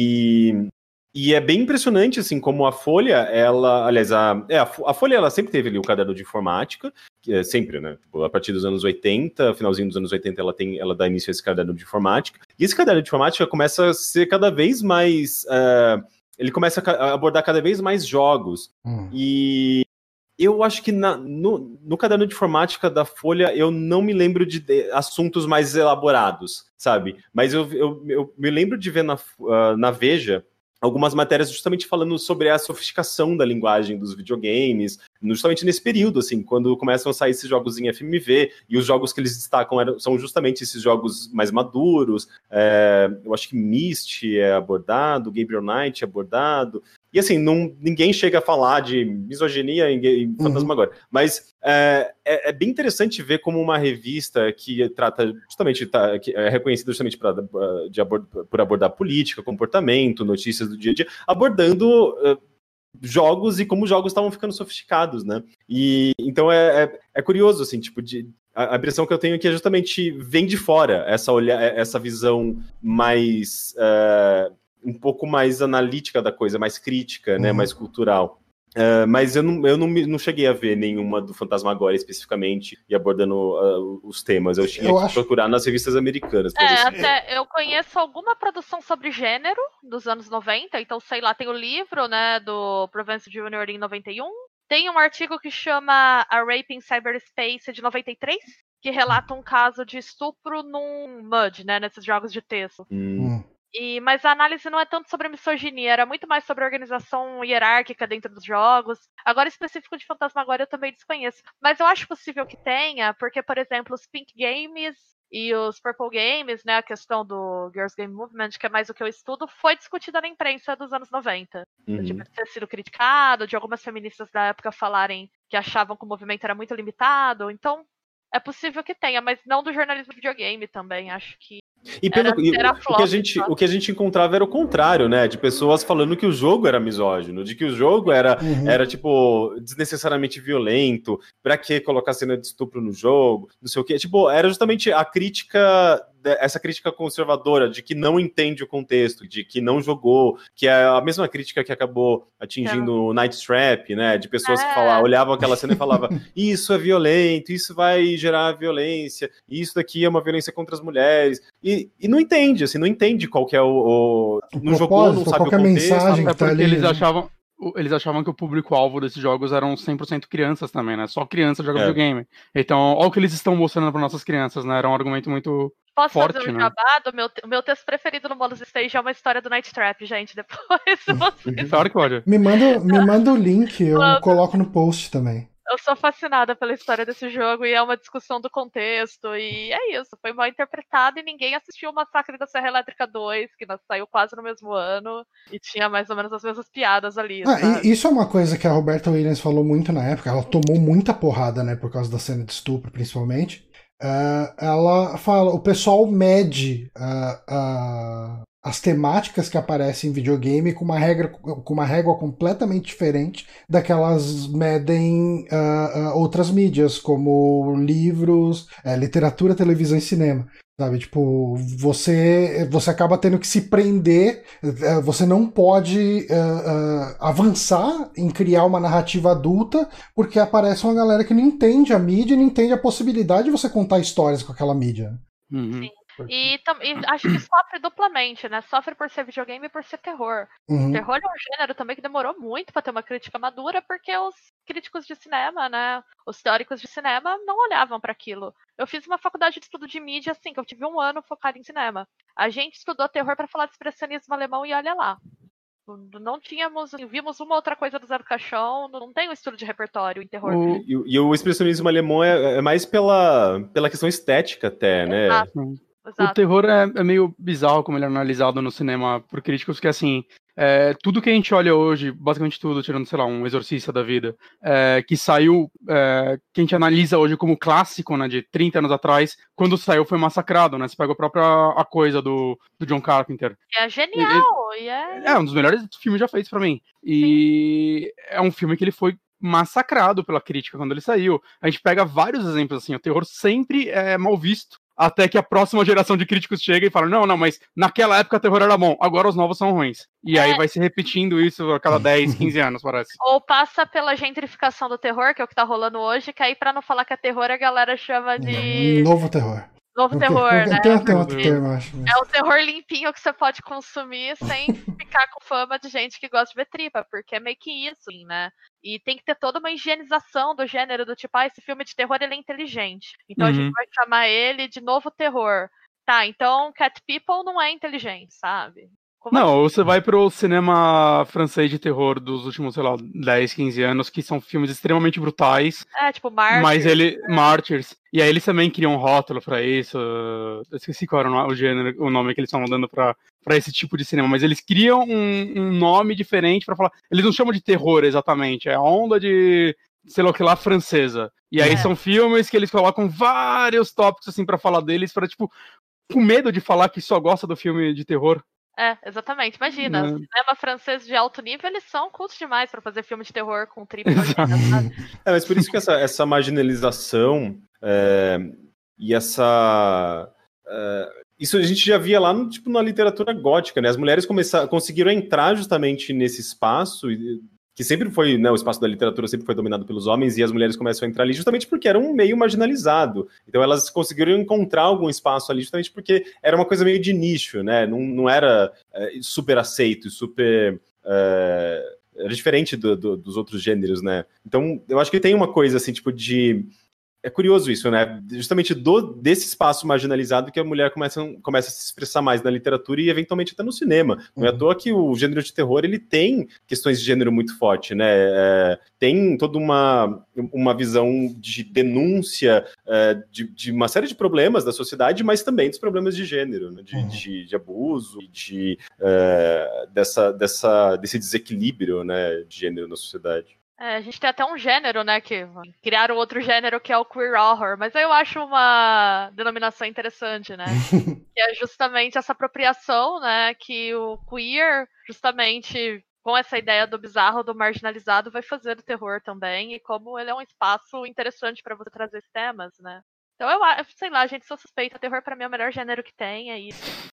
E, e é bem impressionante, assim, como a Folha, ela, aliás, a, é, a, a Folha, ela sempre teve ali o caderno de informática, que é sempre, né, a partir dos anos oitenta, finalzinho dos anos oitenta, ela, tem, ela dá início a esse caderno de informática. E esse caderno de informática começa a ser cada vez mais... Uh, ele começa a abordar cada vez mais jogos. Hum. E... Eu acho que na, no, no caderno de informática da Folha eu não me lembro de, de assuntos mais elaborados, sabe? Mas eu, eu, eu me lembro de ver na, uh, na Veja algumas matérias justamente falando sobre a sofisticação da linguagem dos videogames, justamente nesse período, assim, quando começam a sair esses jogos em F M V, e os jogos que eles destacam eram, são justamente esses jogos mais maduros. É, eu acho que Myst é abordado, Gabriel Knight é abordado. E assim, não, ninguém chega a falar de misoginia em, em Fantasmagoria. Uhum. Mas é, é, é bem interessante ver como uma revista que trata justamente, tá, que é reconhecida justamente pra, de abord, por abordar política, comportamento, notícias do dia a dia, abordando uh, jogos e como os jogos estavam ficando sofisticados, né? E então é, é, é curioso, assim, tipo, de, a, a impressão que eu tenho é que é justamente vem de fora essa, olha, essa visão mais... Uh, um pouco mais analítica da coisa, mais crítica, né, uhum. mais cultural. Uh, mas eu, não, eu não, não cheguei a ver nenhuma do Fantasmagoria especificamente e abordando uh, os temas. Eu tinha eu que acho... procurar nas revistas americanas. É, até eu conheço alguma produção sobre gênero dos anos noventa, então, sei lá, tem o livro, né, do Provencio Júnior em noventa e um, tem um artigo que chama A Rape in Cyberspace de noventa e três, que relata um caso de estupro num M U D, né, nesses jogos de texto. Hum. E, mas a análise não é tanto sobre a misoginia, era muito mais sobre a organização hierárquica dentro dos jogos. Agora, específico de Fantasmagoria, eu também desconheço. Mas eu acho possível que tenha, porque, por exemplo, os Pink Games e os Purple Games, né, a questão do Girls Game Movement, que é mais o que eu estudo, foi discutida na imprensa dos anos noventa. Uhum. De ter sido criticado, de algumas feministas da época falarem que achavam que o movimento era muito limitado. Então, é possível que tenha, mas não do jornalismo de videogame também, acho que E pelo, era, e, era o, flop, que a gente, o que a gente encontrava era o contrário, né? De pessoas falando que o jogo era misógino, de que o jogo era, uhum. era tipo, desnecessariamente violento, pra que colocar cena de estupro no jogo, não sei o quê. Tipo, era justamente a crítica, essa crítica conservadora, de que não entende o contexto, de que não jogou, que é a mesma crítica que acabou atingindo é. o Night Trap, né? De pessoas é. que falavam, olhavam aquela cena e falavam, isso é violento, isso vai gerar violência, isso daqui é uma violência contra as mulheres. E E, e não entende, assim, não entende qual que é o... o não jogou, não sabe o contexto. Mensagem é tá porque ali, eles né? achavam... Eles achavam que o público-alvo desses jogos eram cem por cento crianças também, né? Só crianças jogam é. videogame. Então, olha o que eles estão mostrando para nossas crianças, né? Era um argumento muito Posso forte, fazer um né? jabá? Do meu, o meu texto preferido no Bonus Stage é uma história do Night Trap, gente. Depois vocês... Claro que pode. Me manda, me manda o link, eu Mano. coloco no post também. Eu sou fascinada pela história desse jogo e é uma discussão do contexto, e é isso, foi mal interpretado e ninguém assistiu o Massacre da Serra Elétrica dois, que saiu quase no mesmo ano, e tinha mais ou menos as mesmas piadas ali, ah, sabe? E isso é uma coisa que a Roberta Williams falou muito na época, ela tomou muita porrada, né, por causa da cena de estupro, principalmente. Uh, ela fala, o pessoal mede uh, uh, as temáticas que aparecem em videogame com uma, regra, com uma régua completamente diferente daquelas medem uh, uh, outras mídias, como livros, uh, literatura, televisão e cinema. Sabe, tipo, você, você acaba tendo que se prender, uh, você não pode uh, uh, avançar em criar uma narrativa adulta, porque aparece uma galera que não entende a mídia e não entende a possibilidade de você contar histórias com aquela mídia. Uhum. Sim. E, e acho que sofre duplamente, né? Sofre por ser videogame e por ser terror. Uhum. Terror é um gênero também que demorou muito pra ter uma crítica madura, porque os críticos de cinema, né? Os teóricos de cinema não olhavam para aquilo. Eu fiz uma faculdade de estudo de mídia, assim, que eu tive um ano focado em cinema. A gente estudou terror para falar de expressionismo alemão e olha lá. Não tínhamos, vimos uma outra coisa do Zé do Caixão, não tem um estudo de repertório em terror. O, e, e o expressionismo alemão é, é mais pela, pela questão estética até, né? Exato. Exato. O terror é, é meio bizarro como ele é analisado no cinema por críticos, porque assim, é, tudo que a gente olha hoje, basicamente tudo, tirando, sei lá, um Exorcista da vida, é, que saiu, é, que a gente analisa hoje como clássico, né, de trinta anos atrás, quando saiu foi massacrado, né, você pega a própria a coisa do, do John Carpenter. É genial, e é... É um dos melhores filmes já feitos pra mim. E Sim. é um filme que ele foi massacrado pela crítica quando ele saiu. A gente pega vários exemplos assim, o terror sempre é mal visto, até que a próxima geração de críticos chega e fala, não, não, mas naquela época o terror era bom, agora os novos são ruins. E é. aí vai se repetindo isso a cada dez, quinze anos, parece. Ou passa pela gentrificação do terror, que é o que tá rolando hoje, que aí pra não falar que é terror, a galera chama de... Novo terror. Novo terror, né? Tem, tem outro termo, acho. Mas... É o terror limpinho que você pode consumir sem ficar com fama de gente que gosta de ver tripa, porque é meio que isso, né? E tem que ter toda uma higienização do gênero, do tipo, ah, esse filme de terror, ele é inteligente. Então uhum. a gente vai chamar ele de novo terror. Tá, então Cat People não é inteligente, sabe? Como não, assim? Você vai pro cinema francês de terror dos últimos, sei lá, dez, quinze anos, que são filmes extremamente brutais. É, tipo Martyrs. Mas ele... Né? Martyrs. E aí eles também criam um rótulo pra isso. Eu esqueci qual era o gênero, o nome que eles estavam dando pra, pra esse tipo de cinema. Mas eles criam um, um nome diferente pra falar... Eles não chamam de terror exatamente. É a onda de... sei lá o que lá, francesa. E aí é. são filmes que eles colocam vários tópicos, assim, pra falar deles, pra, tipo, com medo de falar que só gosta do filme de terror. É, exatamente. Imagina, é. cinema francês de alto nível, eles são cultos demais pra fazer filme de terror com triplo. É, mas por isso que essa, essa marginalização é, e essa... É, isso a gente já via lá no, tipo, na literatura gótica, né? As mulheres começaram, conseguiram entrar justamente nesse espaço... que sempre foi, né, o espaço da literatura sempre foi dominado pelos homens, e as mulheres começam a entrar ali justamente porque era um meio marginalizado. Então elas conseguiram encontrar algum espaço ali justamente porque era uma coisa meio de nicho, né? Não, não era é, super aceito, super... É, era diferente do, do, dos outros gêneros, né? Então eu acho que tem uma coisa assim, tipo de... É curioso isso, né? Justamente do, desse espaço marginalizado que a mulher começa, começa a se expressar mais na literatura e eventualmente até no cinema. Não uhum. é à toa que o gênero de terror, ele tem questões de gênero muito forte, né? É, tem toda uma, uma visão de denúncia é, de, de uma série de problemas da sociedade, mas também dos problemas de gênero, né? de, uhum. de, de abuso, de, é, dessa, dessa, desse desequilíbrio, né, de gênero na sociedade. É, a gente tem até um gênero, né, que criaram outro gênero que é o queer horror, mas eu acho uma denominação interessante, né, que é justamente essa apropriação, né, que o queer, justamente com essa ideia do bizarro, do marginalizado, vai fazer do terror também, e como ele é um espaço interessante para você trazer temas, né. Então eu sei lá, gente, sou suspeita, terror pra mim é o melhor gênero que tem, é isso.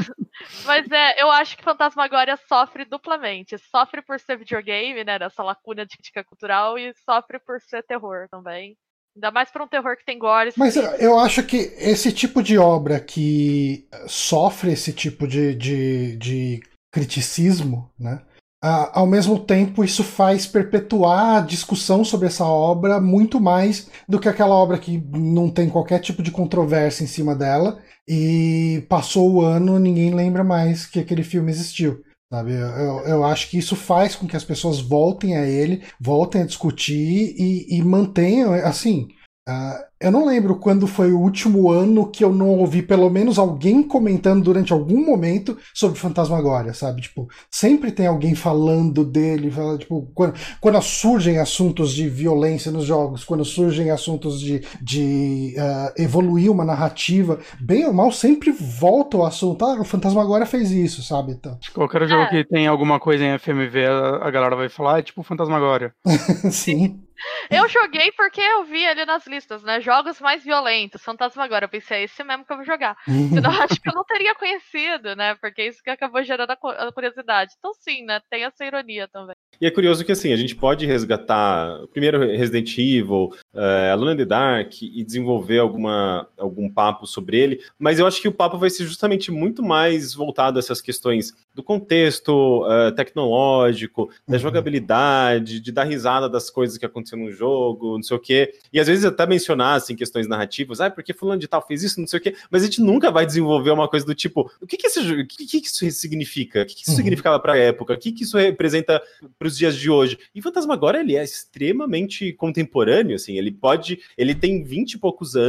Mas é, eu acho que Fantasmagoria sofre duplamente. Sofre por ser videogame, né, dessa lacuna de crítica cultural, e sofre por ser terror também. Ainda mais por um terror que tem gore. Mas eu, eu acho que esse tipo de obra que sofre esse tipo de, de, de criticismo, né, Uh, ao mesmo tempo, isso faz perpetuar a discussão sobre essa obra muito mais do que aquela obra que não tem qualquer tipo de controvérsia em cima dela e passou o ano, ninguém lembra mais que aquele filme existiu. Sabe? Eu, eu acho que isso faz com que as pessoas voltem a ele, voltem a discutir e, e mantenham, assim... Uh, eu não lembro quando foi o último ano que eu não ouvi pelo menos alguém comentando durante algum momento sobre Fantasmagoria, sabe? Tipo, sempre tem alguém falando dele, fala, tipo, quando, quando surgem assuntos de violência nos jogos, quando surgem assuntos de, de uh, evoluir uma narrativa, bem ou mal, sempre volta o assunto. Ah, o Fantasmagoria fez isso, sabe? Então. Qualquer jogo é. que tem alguma coisa em F M V, a, a galera vai falar, ah, é tipo Fantasmagoria. Sim. Eu joguei porque eu vi ali nas listas, né? Jogos mais violentos, Fantasmagoria. Eu pensei, é esse mesmo que eu vou jogar. Senão eu acho que eu não teria conhecido, né? Porque é isso que acabou gerando a curiosidade. Então sim, né? Tem essa ironia também. E é curioso que, assim, a gente pode resgatar primeiro Resident Evil, uh, Alone in the Dark e desenvolver alguma, algum papo sobre ele, mas eu acho que o papo vai ser justamente muito mais voltado a essas questões do contexto uh, tecnológico, da uhum. jogabilidade, de dar risada das coisas que aconteceram no jogo, não sei o quê, e às vezes até mencionar, assim, questões narrativas, ah, porque fulano de tal fez isso, não sei o quê, mas a gente nunca vai desenvolver uma coisa do tipo, o que que, esse, o que, que isso significa? O que, que isso uhum. significava para a época? O que que isso representa para os dias de hoje? E Fantasmagoria, ele é extremamente contemporâneo, assim, ele pode, ele tem vinte e poucos anos,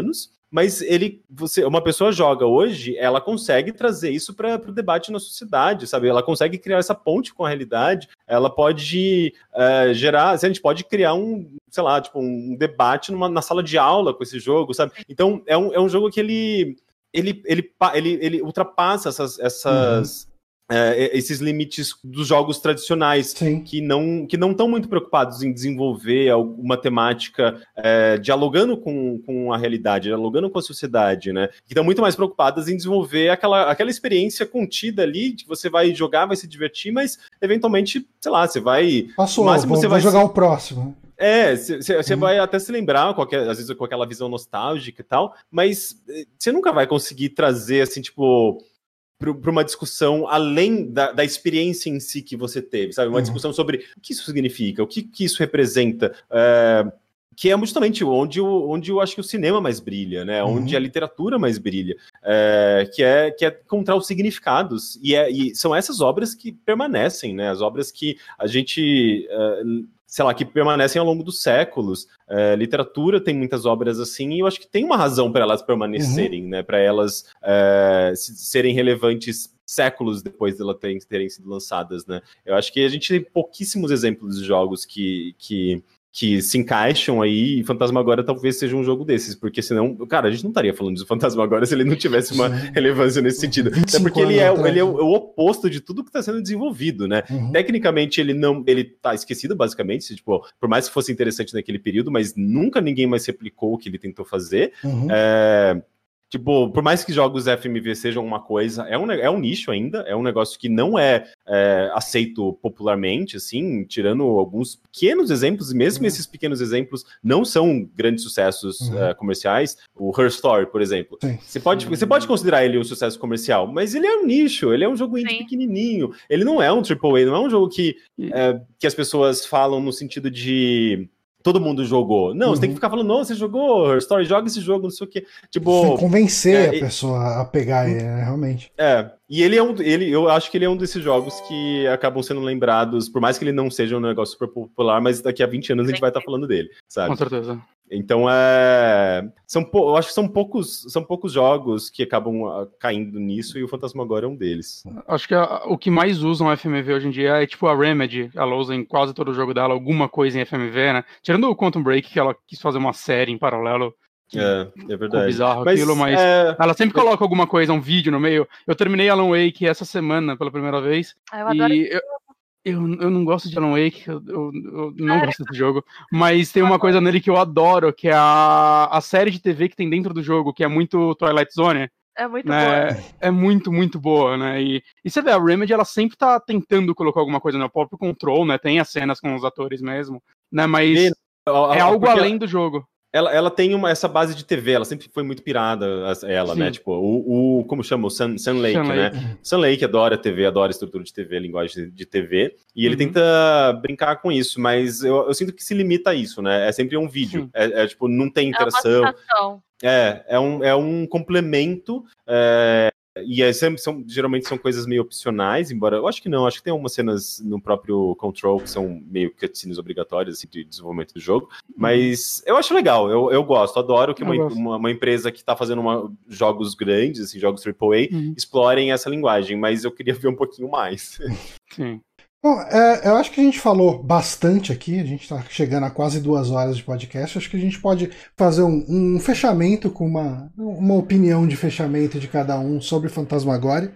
mas ele, você, uma pessoa joga hoje, ela consegue trazer isso para o debate na sociedade, sabe? Ela consegue criar essa ponte com a realidade, ela pode uh, gerar, a gente pode criar um, sei lá, tipo, um debate numa, na sala de aula com esse jogo, sabe? Então, é um, é um jogo que ele, ele, ele, ele, ele ultrapassa essas... essas uhum. É, esses limites dos jogos tradicionais, Sim. que não que não estão muito preocupados em desenvolver uma temática é, dialogando com, com a realidade, dialogando com a sociedade, né? Que estão muito mais preocupadas em desenvolver aquela, aquela experiência contida ali, que você vai jogar, vai se divertir, mas eventualmente, sei lá, você vai... Passou, no máximo, vou, você vou vai jogar se... o próximo. É, você Uhum. vai até se lembrar, qualquer, às vezes com aquela visão nostálgica e tal, mas você nunca vai conseguir trazer, assim, tipo... para uma discussão além da, da experiência em si que você teve, sabe? Uma uhum. discussão sobre o que isso significa, o que, que isso representa, é, que é justamente onde, o, onde eu acho que o cinema mais brilha, né? Uhum. Onde a literatura mais brilha, é, que, é, que é encontrar os significados. E, é, e são essas obras que permanecem, né? As obras que a gente... É, sei lá, que permanecem ao longo dos séculos. É, literatura tem muitas obras assim, e eu acho que tem uma razão para elas permanecerem, uhum. né? Para elas é, serem relevantes séculos depois de elas terem, terem sido lançadas, né? Eu acho que a gente tem pouquíssimos exemplos de jogos que... que que se encaixam aí, e Phantasmagoria talvez seja um jogo desses, porque senão, cara, a gente não estaria falando de Phantasmagoria se ele não tivesse uma Sim. relevância nesse sentido. Até porque ele é, ele é o, o oposto de tudo que está sendo desenvolvido, né? Uhum. Tecnicamente, ele não, ele tá esquecido, basicamente, tipo, por mais que fosse interessante naquele período, mas nunca ninguém mais replicou o que ele tentou fazer. Uhum. É... Tipo, por mais que jogos F M V sejam uma coisa, é um, é um nicho ainda, é um negócio que não é, é aceito popularmente, assim, tirando alguns pequenos exemplos, e mesmo uhum. esses pequenos exemplos não são grandes sucessos uhum. uh, comerciais. O Her Story, por exemplo. Sim. Você pode, você pode considerar ele um sucesso comercial, mas ele é um nicho, ele é um jogo indie pequenininho, ele não é um triple A, não é um jogo que, é, que as pessoas falam no sentido de... todo mundo jogou. Não, uhum. você tem que ficar falando, não, você jogou Her Story, joga esse jogo, não sei o quê. Tipo, Sim, convencer é, a pessoa a pegar ele, né, realmente. É, e ele é um, ele, eu acho que ele é um desses jogos que acabam sendo lembrados, por mais que ele não seja um negócio super popular, mas daqui a vinte anos a gente vai estar falando dele, sabe? Com certeza. Então, é... São, eu acho que são poucos, são poucos jogos que acabam uh, caindo nisso, e o Phantasmagoria é um deles. Acho que a, o que mais usam F M V hoje em dia é tipo a Remedy. Ela usa em quase todo jogo dela alguma coisa em F M V, né? Tirando o Quantum Break, que ela quis fazer uma série em paralelo. É, é verdade. Bizarro mas, aquilo, mas é... ela sempre coloca alguma coisa, um vídeo no meio. Eu terminei Alan Wake essa semana pela primeira vez. Ah, eu adoro e eu... Eu, eu não gosto de Alan Wake, eu, eu, eu não gosto desse jogo, mas tem uma coisa nele que eu adoro, que é a, a série de T V que tem dentro do jogo, que é muito Twilight Zone. É muito né? boa. É muito, muito boa, né? E, e você vê, a Remedy, ela sempre tá tentando colocar alguma coisa no próprio Control, né? Tem as cenas com os atores mesmo, né? Mas e, é algo além ela... do jogo. Ela, ela tem uma, essa base de T V, ela sempre foi muito pirada, ela, Sim. né? Tipo, o, o como chama? O Sun, Sun Lake, Sun né? Lake. Sun Lake adora T V, adora estrutura de T V, linguagem de T V, e ele uhum. tenta brincar com isso, mas eu, eu sinto que se limita a isso, né? É sempre um vídeo, é, é tipo, não tem interação. É, é, é, um, é um complemento, é, e é sempre, são, geralmente são coisas meio opcionais, embora eu acho que não, acho que tem algumas cenas no próprio Control que são meio cutscenes obrigatórias assim, de desenvolvimento do jogo, mas eu acho legal, eu, eu gosto, adoro que uma, uma, uma empresa que está fazendo uma, jogos grandes, assim, jogos triple A, uhum. explorem essa linguagem, mas eu queria ver um pouquinho mais. Sim. Bom, é, eu acho que a gente falou bastante aqui, a gente está chegando a quase duas horas de podcast, acho que a gente pode fazer um, um fechamento com uma, uma opinião de fechamento de cada um sobre Phantasmagoria.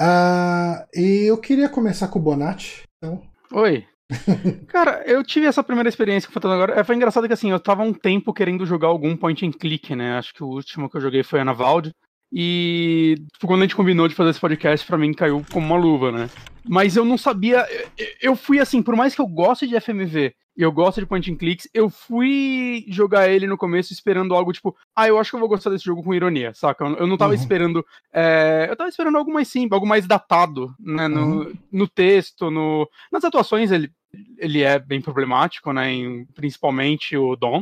Uh, e eu queria começar com o Bonatti. Então... Oi. Cara, eu tive essa primeira experiência com Phantasmagoria, foi engraçado que assim, eu tava há um tempo querendo jogar algum point and click, né, acho que o último que eu joguei foi Anavalde. E tipo, quando a gente combinou de fazer esse podcast, pra mim caiu como uma luva, né? Mas eu não sabia. Eu fui assim, por mais que eu goste de F M V e eu gosto de point and clicks, eu fui jogar ele no começo esperando algo tipo, ah, eu acho que eu vou gostar desse jogo com ironia, saca? Eu não tava uhum. esperando. É... Eu tava esperando algo mais simples, algo mais datado, né? No, uhum. no texto, no... nas atuações ele, ele é bem problemático, né? Em, principalmente o Dom.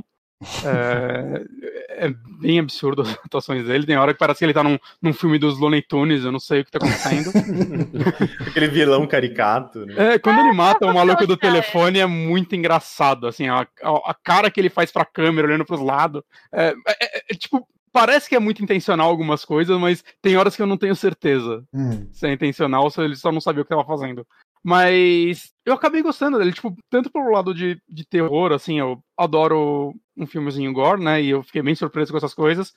É, é bem absurdo as atuações dele. Tem hora que parece que ele tá num, num filme dos Looney Tunes, eu não sei o que tá acontecendo. Aquele vilão caricato, né? É, quando ele mata o maluco do telefone é muito engraçado, assim, a, a, a cara que ele faz pra câmera olhando pros lados. É, é, é, tipo, parece que é muito intencional algumas coisas, mas tem horas que eu não tenho certeza Hum. se é intencional ou se ele só não sabia o que tava fazendo. Mas eu acabei gostando dele, tipo, tanto pelo lado de, de terror, assim, eu adoro um filmezinho gore, né, e eu fiquei bem surpreso com essas coisas,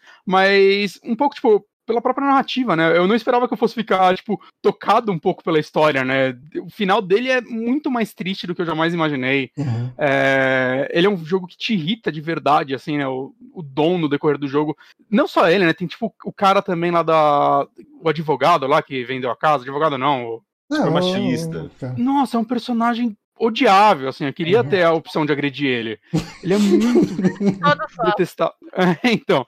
mas um pouco, tipo, pela própria narrativa, né, eu não esperava que eu fosse ficar, tipo, tocado um pouco pela história, né, o final dele é muito mais triste do que eu jamais imaginei. Uhum. É, ele é um jogo que te irrita de verdade, assim, né, o, o Dom no decorrer do jogo, não só ele, né, tem, tipo, o cara também lá da, o advogado lá que vendeu a casa, advogado não, o Super machista. Nossa, é um personagem odiável, assim, eu queria Uhum. ter a opção de agredir ele. Ele é muito detestável. Então,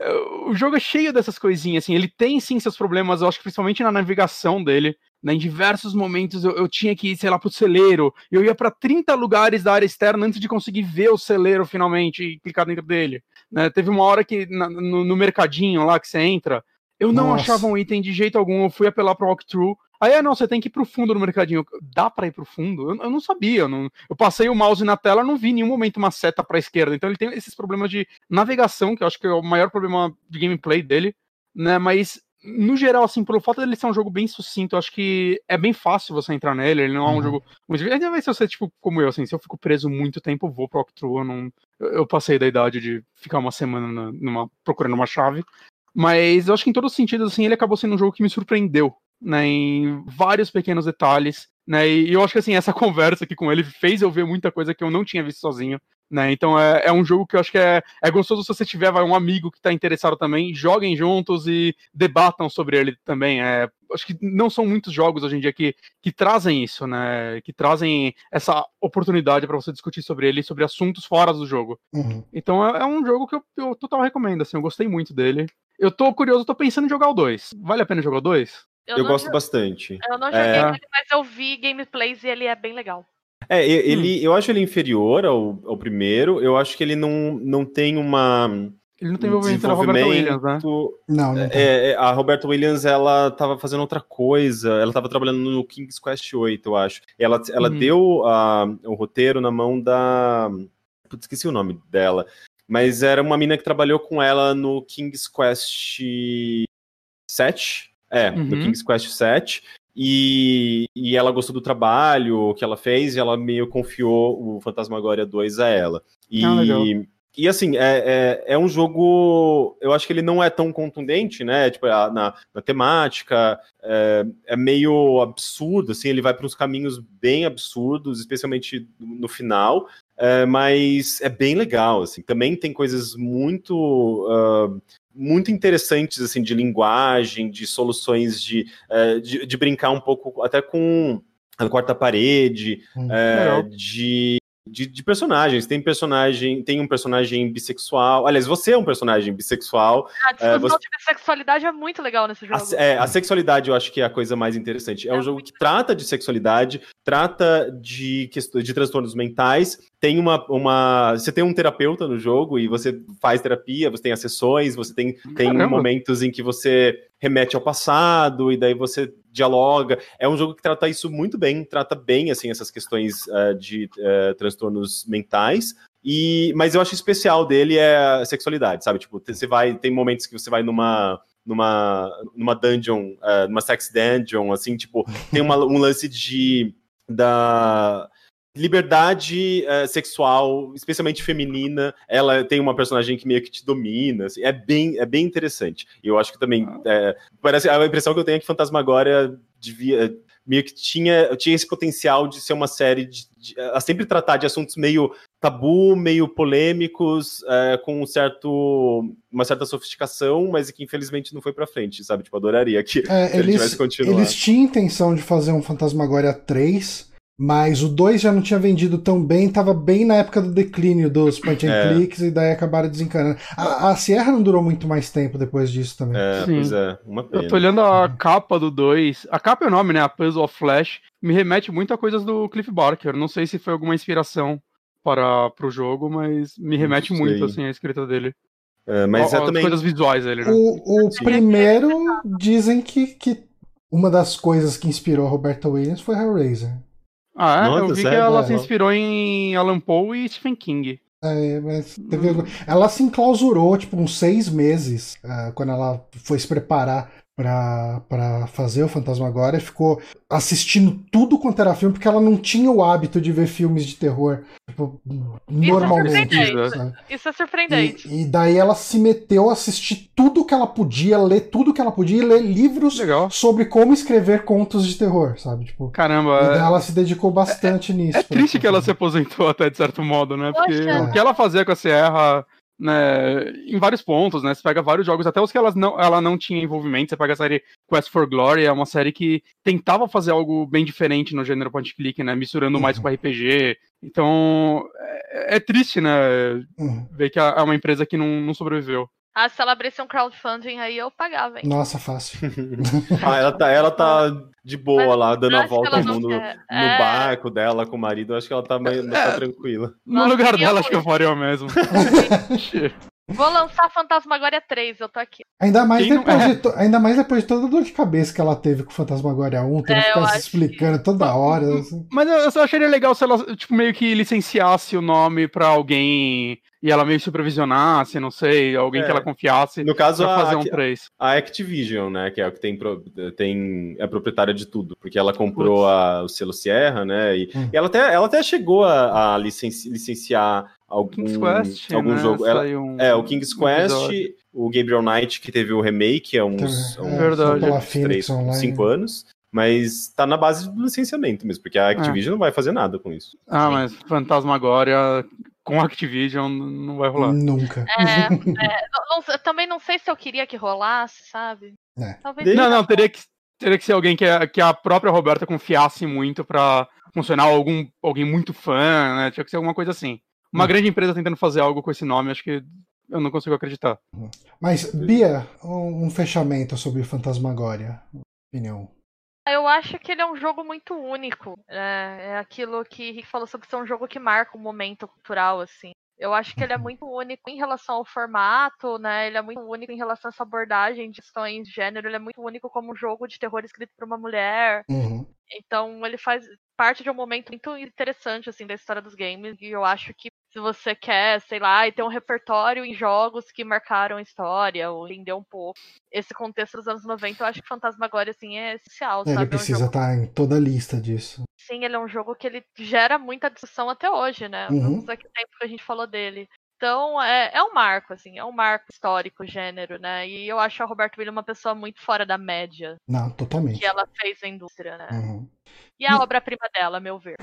o jogo é cheio dessas coisinhas, assim, ele tem sim seus problemas, eu acho que principalmente na navegação dele, né, em diversos momentos eu, eu tinha que ir, sei lá, pro celeiro, eu ia pra trinta lugares da área externa antes de conseguir ver o celeiro finalmente e clicar dentro dele, né, teve uma hora que na, no, no mercadinho lá que você entra, eu não Nossa. achava um item de jeito algum, eu fui apelar pro walkthrough. Aí, ah, não, você tem que ir pro fundo no mercadinho. Dá pra ir pro fundo? Eu, eu não sabia. Eu, não, eu passei o mouse na tela, não vi em nenhum momento uma seta pra esquerda. Então ele tem esses problemas de navegação, que eu acho que é o maior problema de gameplay dele, né? Mas, no geral, assim, pelo fato dele ser um jogo bem sucinto, eu acho que é bem fácil você entrar nele. Ele não é um Uhum. jogo muito difícil. Ainda mais se você, tipo, como eu, assim, se eu fico preso muito tempo, eu vou pro walkthrough. Eu, não, eu, eu passei da idade de ficar uma semana na, numa, procurando uma chave. Mas eu acho que em todos os sentidos, assim, ele acabou sendo um jogo que me surpreendeu, né, em vários pequenos detalhes, né, e eu acho que, assim, essa conversa aqui com ele fez eu ver muita coisa que eu não tinha visto sozinho, né, então é, é um jogo que eu acho que é, é gostoso se você tiver vai, um amigo que tá interessado também, joguem juntos e debatam sobre ele também, é, acho que não são muitos jogos hoje em dia que, que trazem isso, né, que trazem essa oportunidade para você discutir sobre ele, sobre assuntos fora do jogo. Uhum. Então é, é um jogo que eu, eu total recomendo, assim, eu gostei muito dele. Eu tô curioso, eu tô pensando em jogar o dois. Vale a pena jogar o dois? Eu, Eu não gosto jo- bastante. eu não joguei É, ele, mas eu vi gameplays e ele é bem legal. é, e- ele, eu acho ele inferior ao, ao primeiro. Eu acho que ele não, não tem uma Ele não tem um envolvimento da Roberta Williams, né? desenvolvimento. Não, não tem. É, é, a Roberta Williams, ela tava fazendo outra coisa. Ela tava trabalhando no King's Quest oito, eu acho. Ela, ela Uhum. deu a, o roteiro na mão da... Putz, esqueci o nome dela. Mas era uma mina que trabalhou com ela no King's Quest sete. É, Uhum. no King's Quest sete. E, e ela gostou do trabalho que ela fez e ela meio confiou o Phantasmagoria dois a ela. E, Ah, legal. e assim, é, é, é um jogo... Eu acho que ele não é tão contundente, né? Tipo, a- na, na temática, é, é meio absurdo, assim, ele vai para uns caminhos bem absurdos, especialmente no, no final. É, mas é bem legal, assim. Também tem coisas muito... Uh, muito interessantes, assim, de linguagem, de soluções, de, uh, de, de brincar um pouco até com a quarta parede, Hum. é, Legal. de, de, de personagens. Tem personagem, tem um personagem bissexual. Aliás, você é um personagem bissexual. A discussão você- de sexualidade é muito legal nesse jogo. A, é, a sexualidade eu acho que é a coisa mais interessante. É um É jogo muito que trata de sexualidade, trata de, quest- de transtornos mentais. Tem uma, uma. Você tem um terapeuta no jogo e você faz terapia, você tem as sessões, você tem, tem Caramba. momentos em que você remete ao passado e daí você dialoga. É um jogo que trata isso muito bem, trata bem assim, essas questões eh, de eh, transtornos mentais. E, mas eu acho especial dele é a sexualidade, sabe? Tipo, você vai, tem momentos que você vai numa numa, numa dungeon, uh, numa sex dungeon, assim, tipo, tem uma, um lance de da liberdade uh, sexual, especialmente feminina. Ela tem uma personagem que meio que te domina, assim, é bem, é bem interessante. E eu acho que também é, parece a impressão que eu tenho é que Phantasmagoria devia meio que tinha, tinha esse potencial de ser uma série de, de a sempre tratar de assuntos meio tabu, meio polêmicos, é, com um certo, uma certa sofisticação, mas que infelizmente não foi pra frente, sabe? Tipo, adoraria que É, se ele tivesse eles, continuado. eles tinham intenção de fazer um Phantasmagoria três, mas o dois já não tinha vendido tão bem, tava bem na época do declínio dos point and É. clicks, e daí acabaram desencanando. A, a Sierra não durou muito mais tempo depois disso também. É, Sim. pois é, uma pena. Eu tô olhando a capa do dois. A capa é o nome, né? A Puzzle of Flash. Me remete muito a coisas do Cliff Barker. Não sei se foi alguma inspiração para pro jogo, mas me remete Não muito sei. assim a escrita dele. É, mas Ó, é As também... coisas visuais dele, né? O, o primeiro dizem que, que uma das coisas que inspirou a Roberta Williams foi Hellraiser. Ah, é? Nossa, Eu vi sério? que ela É. se inspirou em Alan Poe e Stephen King. É, mas teve... Ela se enclausurou, tipo, uns seis meses, uh, quando ela foi se preparar pra, pra fazer o Fantasmagoria, ficou assistindo tudo quanto era filme, porque ela não tinha o hábito de ver filmes de terror, tipo, normalmente. Isso é sabe? Isso é surpreendente. E, e daí ela se meteu a assistir tudo que ela podia, ler tudo que ela podia e ler livros Legal. sobre como escrever contos de terror, sabe? Tipo, Caramba. e daí ela se dedicou bastante é, nisso. É triste que ela se aposentou até de certo modo, né? Porque Poxa. o que ela fazia com a Sierra, né, em vários pontos, né? Você pega vários jogos, até os que ela não, ela não tinha envolvimento. Você pega a série Quest for Glory, é uma série que tentava fazer algo bem diferente no gênero point click, né? Misturando Uhum. mais com R P G. Então, é, é triste, né? Uhum. Ver que é uma empresa que não, não sobreviveu. Ah, se ela abrisse um crowdfunding aí, eu pagava, hein? Nossa, fácil. Ah, ela tá, ela tá de boa Mas lá, dando a acho que volta ela ao não mundo quer. no É. barco dela com o marido. Eu acho que ela tá, mais, tá tranquila. No Nossa, lugar e dela, eu- acho que eu faria o mesmo. Vou lançar Fantasmagoria três, eu tô aqui. Ainda mais, Quem não- depois é. de to- ainda mais depois de toda a dor de cabeça que ela teve com o Fantasmagoria um, tendo É, que eu ficar se acho explicando toda hora. Assim. Mas eu só acharia legal se ela, tipo, meio que licenciasse o nome pra alguém e ela meio supervisionasse, não sei, alguém É. que ela confiasse No caso, pra fazer a, um três. a Activision, né, que é o que tem, pro- tem é proprietária de tudo, porque ela comprou a, o selo Sierra, né, e, Hum. e ela, até, ela até chegou a, a licenci- licenciar algum, King's Quest, algum né, jogo. Ela, saiu um- é, o King's um Quest, episódio. o Gabriel Knight, que teve o remake há uns, É, uns Verdade. pela uns Phoenix três, Online. cinco anos, mas tá na base do licenciamento mesmo, porque a Activision não vai fazer nada com isso. Ah, mas Fantasmagoria com Activision não vai rolar. Nunca. É, é, não- não- eu também não sei se eu queria que rolasse, sabe? É. Talvez Deixa- Não, seja não, bom. teria que, teria que ser alguém que a, que a própria Roberta confiasse muito pra funcionar, ou algum, alguém muito fã, né? Tinha que ser alguma coisa assim. Uma Hum. grande empresa tentando fazer algo com esse nome, acho que eu não consigo acreditar. Mas, Bia, um, um fechamento sobre o Fantasmagoria. Opinião. Eu acho que ele é um jogo muito único. É, é aquilo que Rick falou sobre ser um jogo que marca um momento cultural, assim. Eu acho que ele é muito único em relação ao formato, né? Ele é muito único em relação a essa abordagem de questões de gênero. Ele é muito único como um jogo de terror escrito por uma mulher. Uhum. Então ele faz parte de um momento muito interessante, assim, da história dos games. E eu acho que se você quer, sei lá, e ter um repertório em jogos que marcaram a história, ou entender um pouco esse contexto dos anos noventa, eu acho que Fantasmagoria, assim, é essencial, Ele sabe? É um precisa jogo... estar em toda a lista disso. Sim, ele é um jogo que ele gera muita discussão até hoje, né? Uhum. Vamos aqui o tempo que a gente falou dele. Então, é, é um marco, assim, é um marco histórico, gênero, né? E eu acho a Roberta Williams uma pessoa muito fora da média Não, totalmente. que ela fez na indústria, né? Uhum. E a obra-prima dela, a meu ver.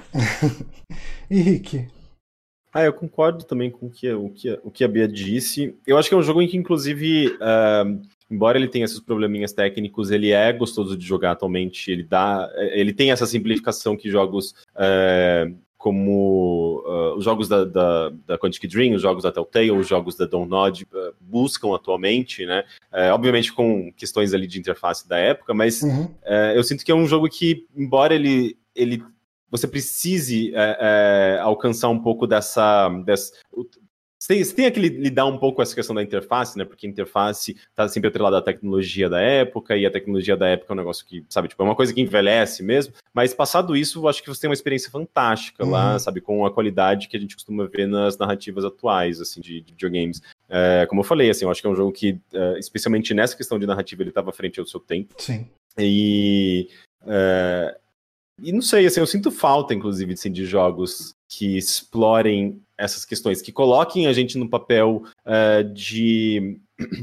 E Rick? Ah, eu concordo também com o que, o, que, o que a Bia disse. Eu acho que é um jogo em que, inclusive, uh, embora ele tenha esses probleminhas técnicos, ele é gostoso de jogar atualmente. Ele, dá, ele tem essa simplificação que jogos uh, como uh, os jogos da, da, da Quantic Dream, os jogos da Telltale, os jogos da Dontnod uh, buscam atualmente, né? Uh, obviamente com questões ali de interface da época, mas Uhum. uh, eu sinto que é um jogo que, embora ele... ele você precise é, é, alcançar um pouco dessa... dessa você, tem, você tem que lidar um pouco com essa questão da interface, né? Porque a interface está sempre atrelada à tecnologia da época, e a tecnologia da época é um negócio que, sabe, tipo, é uma coisa que envelhece mesmo, mas passado isso, eu acho que você tem uma experiência fantástica uhum. lá, sabe, com a qualidade que a gente costuma ver nas narrativas atuais, assim, de, de videogames. É, como eu falei, assim, eu acho que é um jogo que, é, especialmente nessa questão de narrativa, ele estava à frente ao seu tempo. Sim. E... É, E não sei, assim, eu sinto falta, inclusive, assim, de jogos que explorem essas questões, que coloquem a gente no papel uh, de,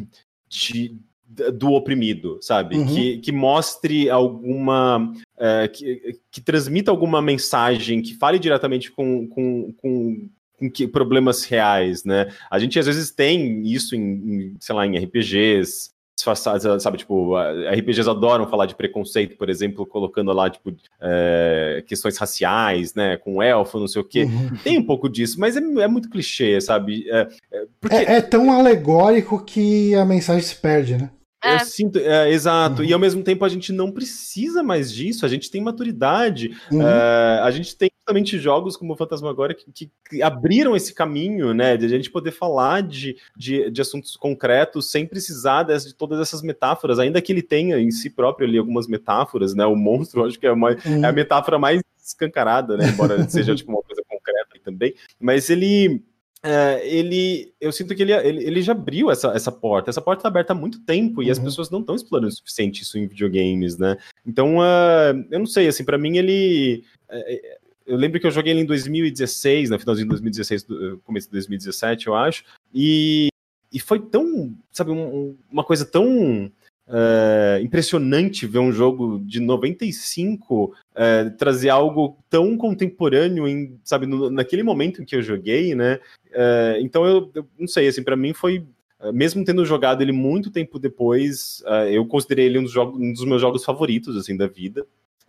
de, do oprimido, sabe? Uhum. Que, que mostre alguma... Uh, que, que transmita alguma mensagem, que fale diretamente com... com, com com que, problemas reais, né? A gente, às vezes, tem isso em, em sei lá, em R P Gs, disfarçados, sabe, tipo, R P Gs adoram falar de preconceito, por exemplo, colocando lá, tipo, é, questões raciais, né, com elfo, não sei o quê. Uhum. Tem um pouco disso, mas é, é muito clichê, sabe? É, é, porque... é, é tão alegórico que a mensagem se perde, né? Eu É. sinto, é, exato, Uhum. e ao mesmo tempo a gente não precisa mais disso, a gente tem maturidade, Uhum. é, a gente tem justamente jogos como o Fantasmagoria que, que, que abriram esse caminho, né, de a gente poder falar de, de, de assuntos concretos sem precisar de, de todas essas metáforas, ainda que ele tenha em si próprio ali algumas metáforas, né, o monstro, acho que é, uma, Uhum. é a metáfora mais escancarada, né, embora seja tipo, uma coisa concreta também, mas ele... é, ele, eu sinto que ele, ele, ele já abriu essa, essa porta. Essa porta tá aberta há muito tempo e uhum. as pessoas não estão explorando o suficiente isso em videogames, né? Então, uh, eu não sei, assim, pra mim ele... Uh, eu lembro que eu joguei ele em dois mil e dezesseis, no finalzinho de dois mil e dezesseis, começo de dois mil e dezessete, eu acho, e, e foi tão, sabe, um, uma coisa tão... Uh, impressionante ver um jogo de noventa e cinco uh, trazer algo tão contemporâneo em, sabe, no, naquele momento em que eu joguei, né? Uh, então eu, eu não sei, assim, para mim foi, uh, mesmo tendo jogado ele muito tempo depois, uh, eu considerei ele um dos, jogos, um dos meus jogos favoritos, assim, da vida.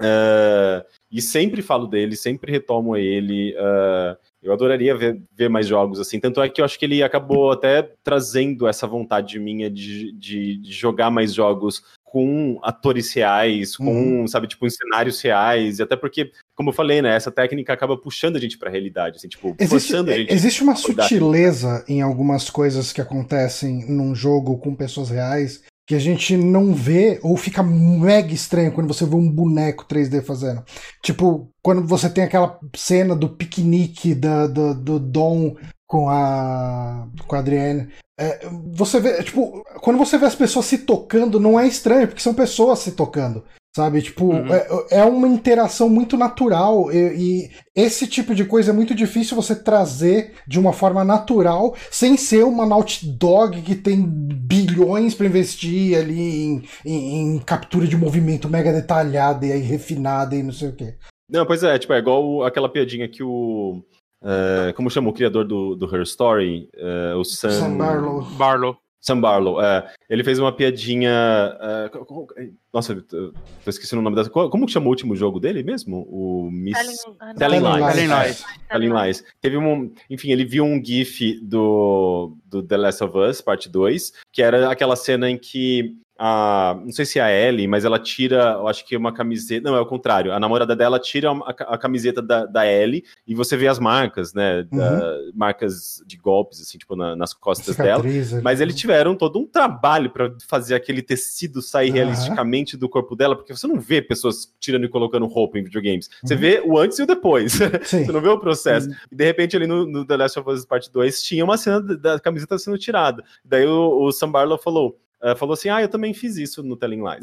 Uh, e sempre falo dele, sempre retomo ele. Uh, eu adoraria ver, ver mais jogos assim. Tanto é que eu acho que ele acabou até trazendo essa vontade minha de, de, de jogar mais jogos com atores reais, com, uhum. sabe, tipo, em cenários reais. E até porque, como eu falei, né, essa técnica acaba puxando a gente pra realidade, assim, tipo, existe, forçando a gente. Existe uma sutileza em algumas coisas que acontecem num jogo com pessoas reais que a gente não vê, ou fica mega estranho quando você vê um boneco três D fazendo. Tipo, quando você tem aquela cena do piquenique da, do, do Dom com a, com a Adrienne. É, você vê, tipo, quando você vê as pessoas se tocando, não é estranho, porque são pessoas se tocando. Sabe, tipo, uhum. é, é uma interação muito natural e, e esse tipo de coisa é muito difícil você trazer de uma forma natural, sem ser uma Naughty Dog que tem bilhões para investir ali em, em, em captura de movimento mega detalhada e aí refinada e não sei o quê. Não, pois é, tipo, é igual aquela piadinha que o... Uh, como chama o criador do, do Her Story? Uh, o Sam... Sam Barlow. Barlow. Sam Barlow, é, ele fez uma piadinha... Uh, nossa, eu tô esquecendo o nome dessa... Como que chama o último jogo dele mesmo? O Miss... Telling Lies. Telling Lies. Telling Lies. Teve um... Enfim, ele viu um gif do, do The Last of Us, parte dois, que era aquela cena em que... A, não sei se é a Ellie, mas ela tira, eu acho que uma camiseta... Não, é o contrário. A namorada dela tira a, a camiseta da, da Ellie e você vê as marcas, né? Uhum. Da, marcas de golpes, assim, tipo, na, nas costas Cicatriz, dela. Mas eles tiveram todo um trabalho para fazer aquele tecido sair uhum. realisticamente do corpo dela, porque você não vê pessoas tirando e colocando roupa em videogames. Você uhum. vê o antes e o depois. Você não vê o processo. Uhum. E, de repente, ali no, no The Last of Us Part dois, tinha uma cena da, da camiseta sendo tirada. Daí o, o Sam Barlow falou... Uh, falou assim, ah, eu também fiz isso no Telling Lies.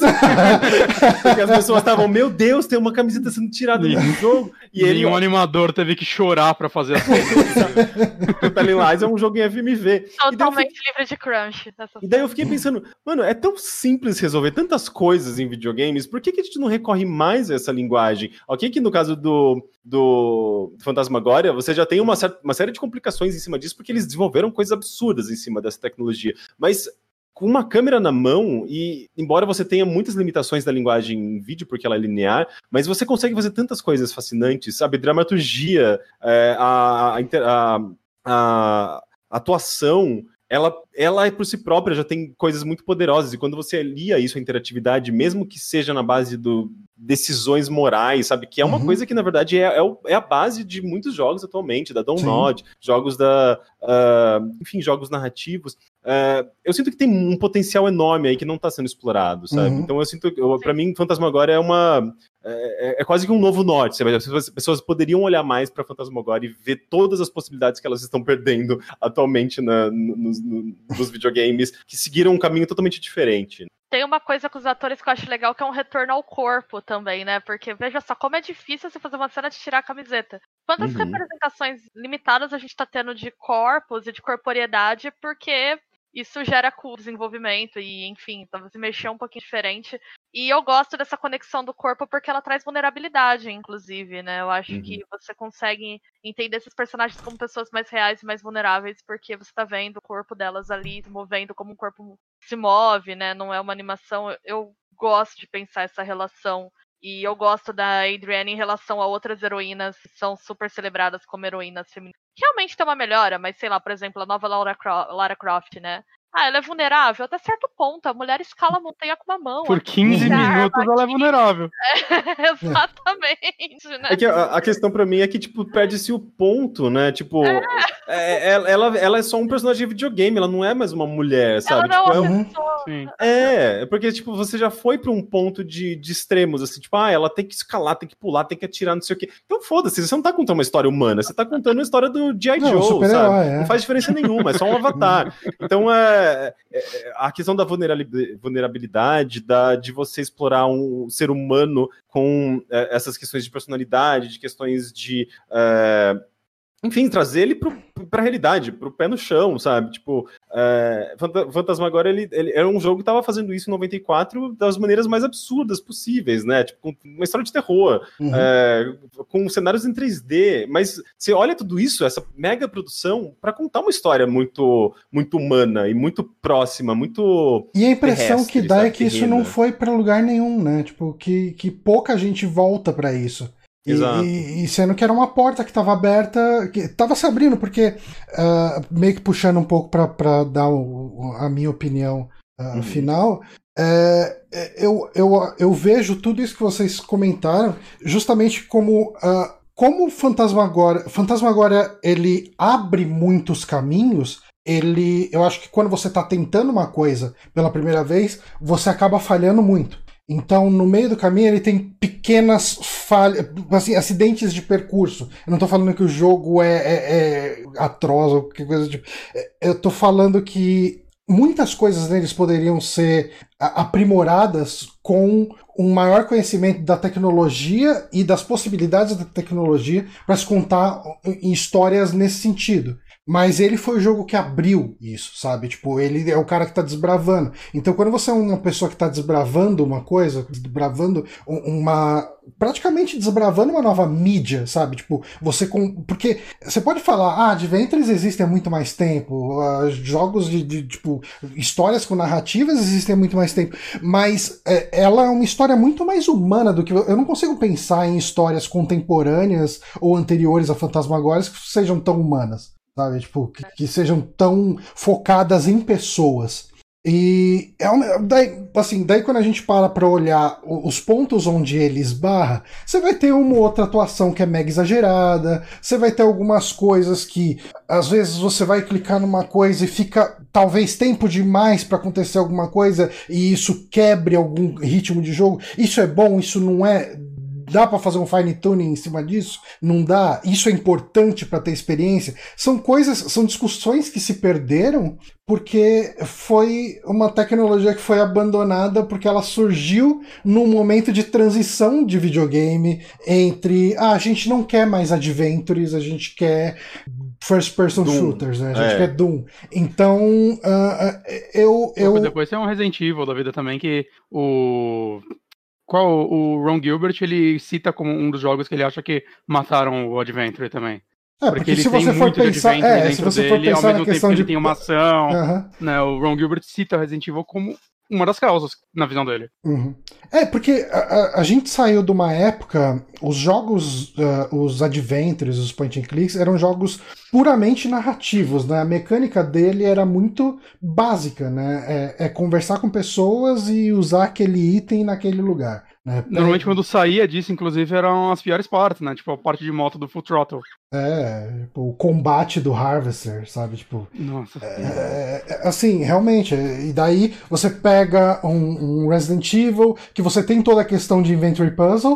Porque as pessoas estavam, meu Deus, tem uma camiseta sendo tirada no jogo. E ele, um animador teve que chorar pra fazer as coisas. O Telling Lies é um jogo em F M V. Totalmente fiquei... livre de crunch. E daí eu fiquei pensando, mano, é tão simples resolver tantas coisas em videogames, por que, que a gente não recorre mais a essa linguagem? Ok que no caso do, do Phantasmagoria, você já tem uma, certa, uma série de complicações em cima disso, porque eles desenvolveram coisas absurdas em cima dessa tecnologia. Mas... com uma câmera na mão, e embora você tenha muitas limitações da linguagem em vídeo, porque ela é linear, mas você consegue fazer tantas coisas fascinantes, sabe? Dramaturgia, é, a, a, a, a atuação, ela, ela por si própria já tem coisas muito poderosas, e quando você alia isso à interatividade, mesmo que seja na base do decisões morais, sabe? Que é uma uhum. coisa que, na verdade, é, é, o, é a base de muitos jogos atualmente, da Dontnod, jogos da... Uh, enfim, jogos narrativos. Uh, eu sinto que tem um potencial enorme aí que não está sendo explorado, sabe? Uhum. Então eu sinto... Eu, pra mim, Phantasmagoria é uma... É, é quase que um novo norte, sabe? As pessoas poderiam olhar mais para Phantasmagoria e ver todas as possibilidades que elas estão perdendo atualmente na, nos, nos videogames, que seguiram um caminho totalmente diferente. Tem uma coisa com os atores que eu acho legal, que é um retorno ao corpo também, né? Porque veja só como é difícil você fazer uma cena de tirar a camiseta. Quantas uhum. representações limitadas a gente tá tendo de corpos e de corporeidade, porque isso gera desenvolvimento e, enfim, talvez se mexer um pouquinho diferente. E eu gosto dessa conexão do corpo porque ela traz vulnerabilidade, inclusive, né? Eu acho uhum. que você consegue entender esses personagens como pessoas mais reais e mais vulneráveis, porque você tá vendo o corpo delas ali se movendo como um corpo se move, né? Não é uma animação. Eu gosto de pensar essa relação. E eu gosto da Adrienne em relação a outras heroínas que são super celebradas como heroínas femininas. Realmente tem uma melhora, mas sei lá, por exemplo, a nova Lara Croft, Lara Croft, né? Ah, ela é vulnerável até certo ponto. A mulher escala a montanha com uma mão. Por quinze minutos ela é vulnerável. É, exatamente, né? É que a, a questão pra mim é que, tipo, perde-se o ponto, né? Tipo, é. É, ela, ela é só um personagem de videogame, ela não é mais uma mulher, sabe? Ela não tipo, é uma é, pessoa. Sim. É, porque, tipo, você já foi pra um ponto de, de extremos, assim, tipo, ah, ela tem que escalar, tem que pular, tem que atirar, não sei o quê. Então, foda-se, você não tá contando uma história humana, você tá contando a história do G I. Joe, sabe? É. Não faz diferença nenhuma, é só um avatar. Então, é, é a questão da vulnerabilidade, da, de você explorar um ser humano com é, essas questões de personalidade, de questões de... É, enfim, trazer ele pro, pra realidade, pro pé no chão, sabe? Tipo, é, Phantasmagoria, ele, ele era um jogo que tava fazendo isso em noventa e quatro das maneiras mais absurdas possíveis, né? Tipo, com uma história de terror, uhum. é, com cenários em três D, mas você olha tudo isso, essa mega produção, pra contar uma história muito, muito humana e muito próxima, muito E a impressão que dá sabe, é que terrena. Isso não foi pra lugar nenhum, né? Tipo, que, que pouca gente volta pra isso. E, e, e sendo que era uma porta que estava aberta, que estava se abrindo, porque uh, meio que puxando um pouco para dar o, a minha opinião uh, uhum. final, é, eu, eu, eu vejo tudo isso que vocês comentaram justamente como uh, como o Phantasmagoria, Phantasmagoria ele abre muitos caminhos. Ele, eu acho que quando você está tentando uma coisa pela primeira vez, você acaba falhando muito. Então, no meio do caminho, ele tem pequenas falhas, assim, acidentes de percurso. Eu não tô falando que o jogo é, é, é atroz ou qualquer coisa tipo. Eu tô falando que muitas coisas neles poderiam ser aprimoradas com um maior conhecimento da tecnologia e das possibilidades da tecnologia para se contar histórias nesse sentido. Mas ele foi o jogo que abriu isso, sabe? Tipo, ele é o cara que tá desbravando. Então, quando você é uma pessoa que tá desbravando uma coisa, desbravando uma... praticamente desbravando uma nova mídia, sabe? Tipo, você com... Porque você pode falar, ah, Adventures existem há muito mais tempo, uh, jogos de, de, tipo, histórias com narrativas existem há muito mais tempo, mas é, ela é uma história muito mais humana do que... Eu não consigo pensar em histórias contemporâneas ou anteriores a Phantasmagoria que sejam tão humanas. Sabe, tipo, que, que sejam tão focadas em pessoas. E é uma, daí, assim, daí quando a gente para pra olhar os pontos onde ele esbarra, você vai ter uma outra atuação que é mega exagerada, você vai ter algumas coisas que às vezes você vai clicar numa coisa e fica talvez tempo demais pra acontecer alguma coisa e isso quebre algum ritmo de jogo. Isso é bom, isso não é... Dá para fazer um fine tuning em cima disso? Não dá? Isso é importante para ter experiência? São coisas, são discussões que se perderam porque foi uma tecnologia que foi abandonada porque ela surgiu num momento de transição de videogame entre ah, a gente não quer mais adventures, a gente quer first person Doom. Shooters, né? A gente é. quer Doom. Então, uh, eu... eu... Depois tem um Resident Evil da vida também que o... Qual o Ron Gilbert, ele cita como um dos jogos que ele acha que mataram o Adventure também. É, porque, porque ele se tem você for muito pensar, de é, se você dele, for pensar ao mesmo na questão tempo que de ele tem uma ação, uhum. né, o Ron Gilbert cita Resident Evil como uma das causas na visão dele. Uhum. É, porque a, a, a gente saiu de uma época, os jogos, uh, os adventures, os point and clicks, eram jogos puramente narrativos, né? A mecânica dele era muito básica, né? É, é conversar com pessoas e usar aquele item naquele lugar. Né? Normalmente quando saía disso, inclusive, eram as piores partes, né? Tipo, a parte de moto do Full Throttle. É, tipo, o combate do Harvester, sabe? Tipo, Nossa. É, é, assim, realmente. E daí você pega um, um Resident Evil, que você tem toda a questão de inventory puzzle,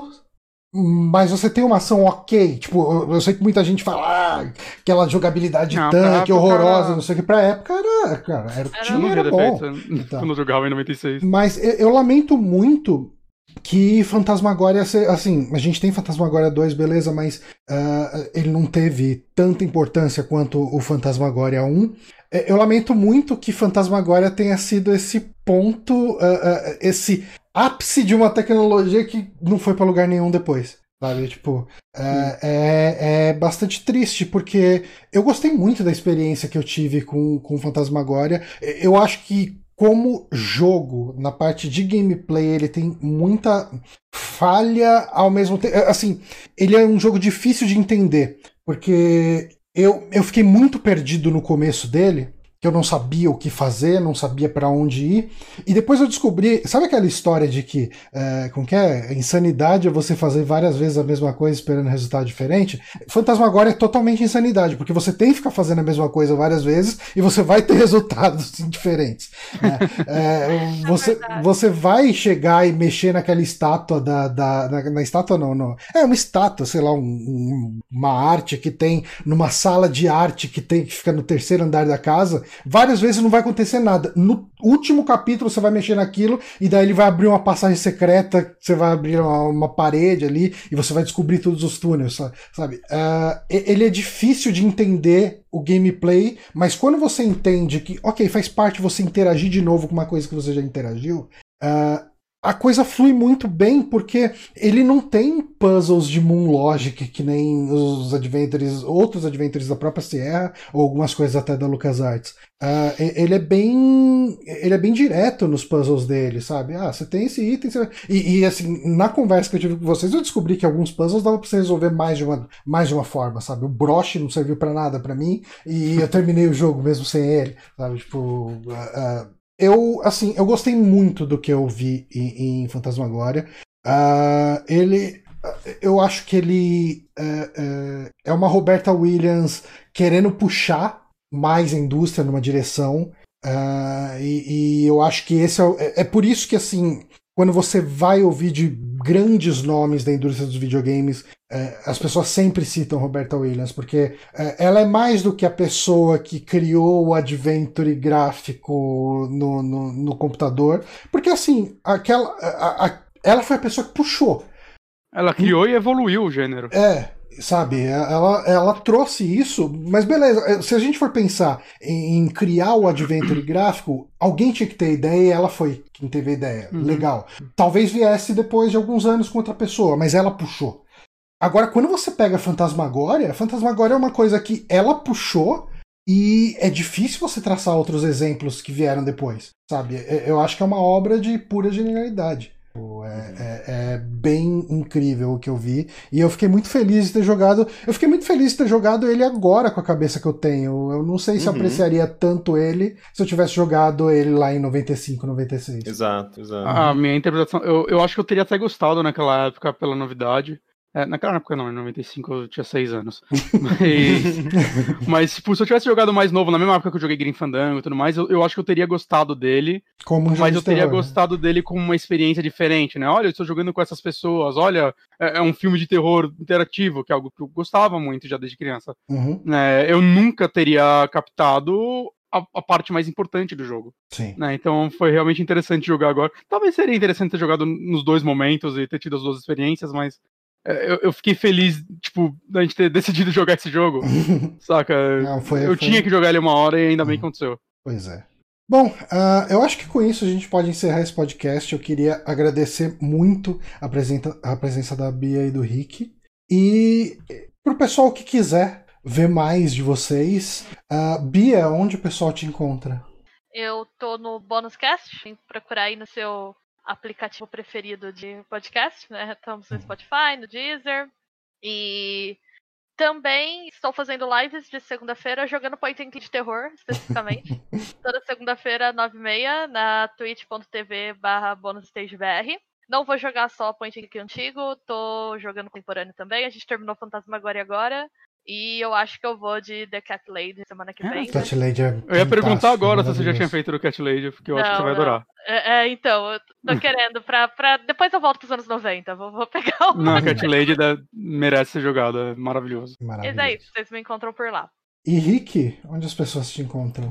mas você tem uma ação ok. Tipo, eu, eu sei que muita gente fala ah, aquela jogabilidade não, tanque, horrorosa, não sei o que. Pra época era, cara, era, era, tinha, era bom. Então. Quando eu jogava em noventa e seis. Mas eu, eu lamento muito que Phantasmagoria, assim, a gente tem Phantasmagoria dois, beleza, mas uh, ele não teve tanta importância quanto o Phantasmagoria um. Eu lamento muito que Phantasmagoria tenha sido esse ponto, uh, uh, esse ápice de uma tecnologia que não foi pra lugar nenhum depois. Sabe, tipo, é, é, é bastante triste, porque eu gostei muito da experiência que eu tive com, com Phantasmagoria. Eu acho que como jogo, na parte de gameplay, ele tem muita falha ao mesmo tempo. Assim, ele é um jogo difícil de entender, porque eu, eu fiquei muito perdido no começo dele, que eu não sabia o que fazer, não sabia para onde ir. E depois eu descobri, sabe aquela história de que, é, como que é? Insanidade é você fazer várias vezes a mesma coisa esperando resultado diferente? Fantasmagoria é totalmente insanidade, porque você tem que ficar fazendo a mesma coisa várias vezes e você vai ter resultados diferentes. Né? É, você, você vai chegar e mexer naquela estátua da... da na, na estátua não, não. É uma estátua, sei lá, um, um, uma arte que tem numa sala de arte que tem que fica no terceiro andar da casa, várias vezes não vai acontecer nada. No último capítulo você vai mexer naquilo e daí ele vai abrir uma passagem secreta, você vai abrir uma, uma parede ali e você vai descobrir todos os túneis, sabe? Uh, ele é difícil de entender o gameplay, mas quando você entende que, ok, faz parte você interagir de novo com uma coisa que você já interagiu, uh, a coisa flui muito bem, porque ele não tem puzzles de Moon Logic, que nem os adventures, outros adventures da própria Sierra, ou algumas coisas até da LucasArts. Uh, ele é bem ele é bem direto nos puzzles dele, sabe? Ah, você tem esse item, você... E, e assim, na conversa que eu tive com vocês, eu descobri que alguns puzzles dava pra você resolver mais de uma, mais de uma forma, sabe? O broche não serviu pra nada pra mim, e eu terminei o jogo mesmo sem ele, sabe? Tipo... Uh, uh, Eu, assim, eu gostei muito do que eu vi em, em Fantasmagoria. Uh, ele, eu acho que ele uh, uh, é uma Roberta Williams querendo puxar mais a indústria numa direção. Uh, e, e eu acho que esse é, é por isso que, assim, quando você vai ouvir de grandes nomes da indústria dos videogames, é, as pessoas sempre citam Roberta Williams, porque é, ela é mais do que a pessoa que criou o adventure gráfico no, no, no computador, porque assim, aquela, a, a, ela foi a pessoa que puxou. Ela criou e, e evoluiu o gênero. É, sabe, ela, ela trouxe isso, mas beleza, se a gente for pensar em, em criar o adventure gráfico, alguém tinha que ter ideia e ela foi quem teve a ideia. Uhum. Legal. Talvez viesse depois de alguns anos com outra pessoa, mas ela puxou. Agora, quando você pega Fantasmagoria, Fantasmagoria é uma coisa que ela puxou e é difícil você traçar outros exemplos que vieram depois, sabe? Eu acho que é uma obra de pura genialidade. É, é, é bem incrível o que eu vi. E eu fiquei muito feliz de ter jogado. Eu fiquei muito feliz de ter jogado ele agora com a cabeça que eu tenho. Eu não sei se uhum. eu apreciaria tanto ele se eu tivesse jogado ele lá em noventa e cinco, noventa e seis. Exato, exato. A minha interpretação, eu, eu acho que eu teria até gostado naquela época pela novidade. É, naquela época não, em noventa e cinco eu tinha seis anos. Mas, mas tipo, se eu tivesse jogado mais novo, na mesma época que eu joguei Grim Fandango e tudo mais, eu, eu acho que eu teria gostado dele. Como um mas eu teria terror, gostado né? dele com uma experiência diferente, né? Olha, eu estou jogando com essas pessoas, olha, é, é um filme de terror interativo, que é algo que eu gostava muito já desde criança. Uhum. É, eu nunca teria captado a, a parte mais importante do jogo. Sim. Né? Então foi realmente interessante jogar agora. Talvez seria interessante ter jogado nos dois momentos e ter tido as duas experiências, mas Eu, eu fiquei feliz, tipo, da gente ter decidido jogar esse jogo, saca? Não, foi, eu foi... tinha que jogar ele uma hora e ainda bem que aconteceu. Pois é. Bom, uh, eu acho que com isso a gente pode encerrar esse podcast. Eu queria agradecer muito a, presença, a presença da Bia e do Rick. E pro pessoal que quiser ver mais de vocês, uh, Bia, onde o pessoal te encontra? Eu tô no BonusCast, tem que procurar aí no seu aplicativo preferido de podcast, né? Estamos no Spotify, no Deezer. E também estou fazendo lives de segunda-feira jogando point and click de terror, especificamente. Toda segunda-feira, nove e meia, na twitch.tv barra bonusstagebr. Não vou jogar só point and click antigo, tô jogando contemporâneo também. A gente terminou Fantasmagoria agora. E eu acho que eu vou de The Cat Lady semana que vem. É, Cat Lady é eu ia perguntar agora se você já tinha feito do Cat Lady, porque eu não, acho que você vai não. adorar. É, é, então, eu tô querendo pra, pra... Depois eu volto pros anos noventa, vou, vou pegar o... Não, a Cat Lady da... merece ser jogada, é maravilhoso. Mas é isso, vocês me encontram por lá. E Rick, onde as pessoas te encontram?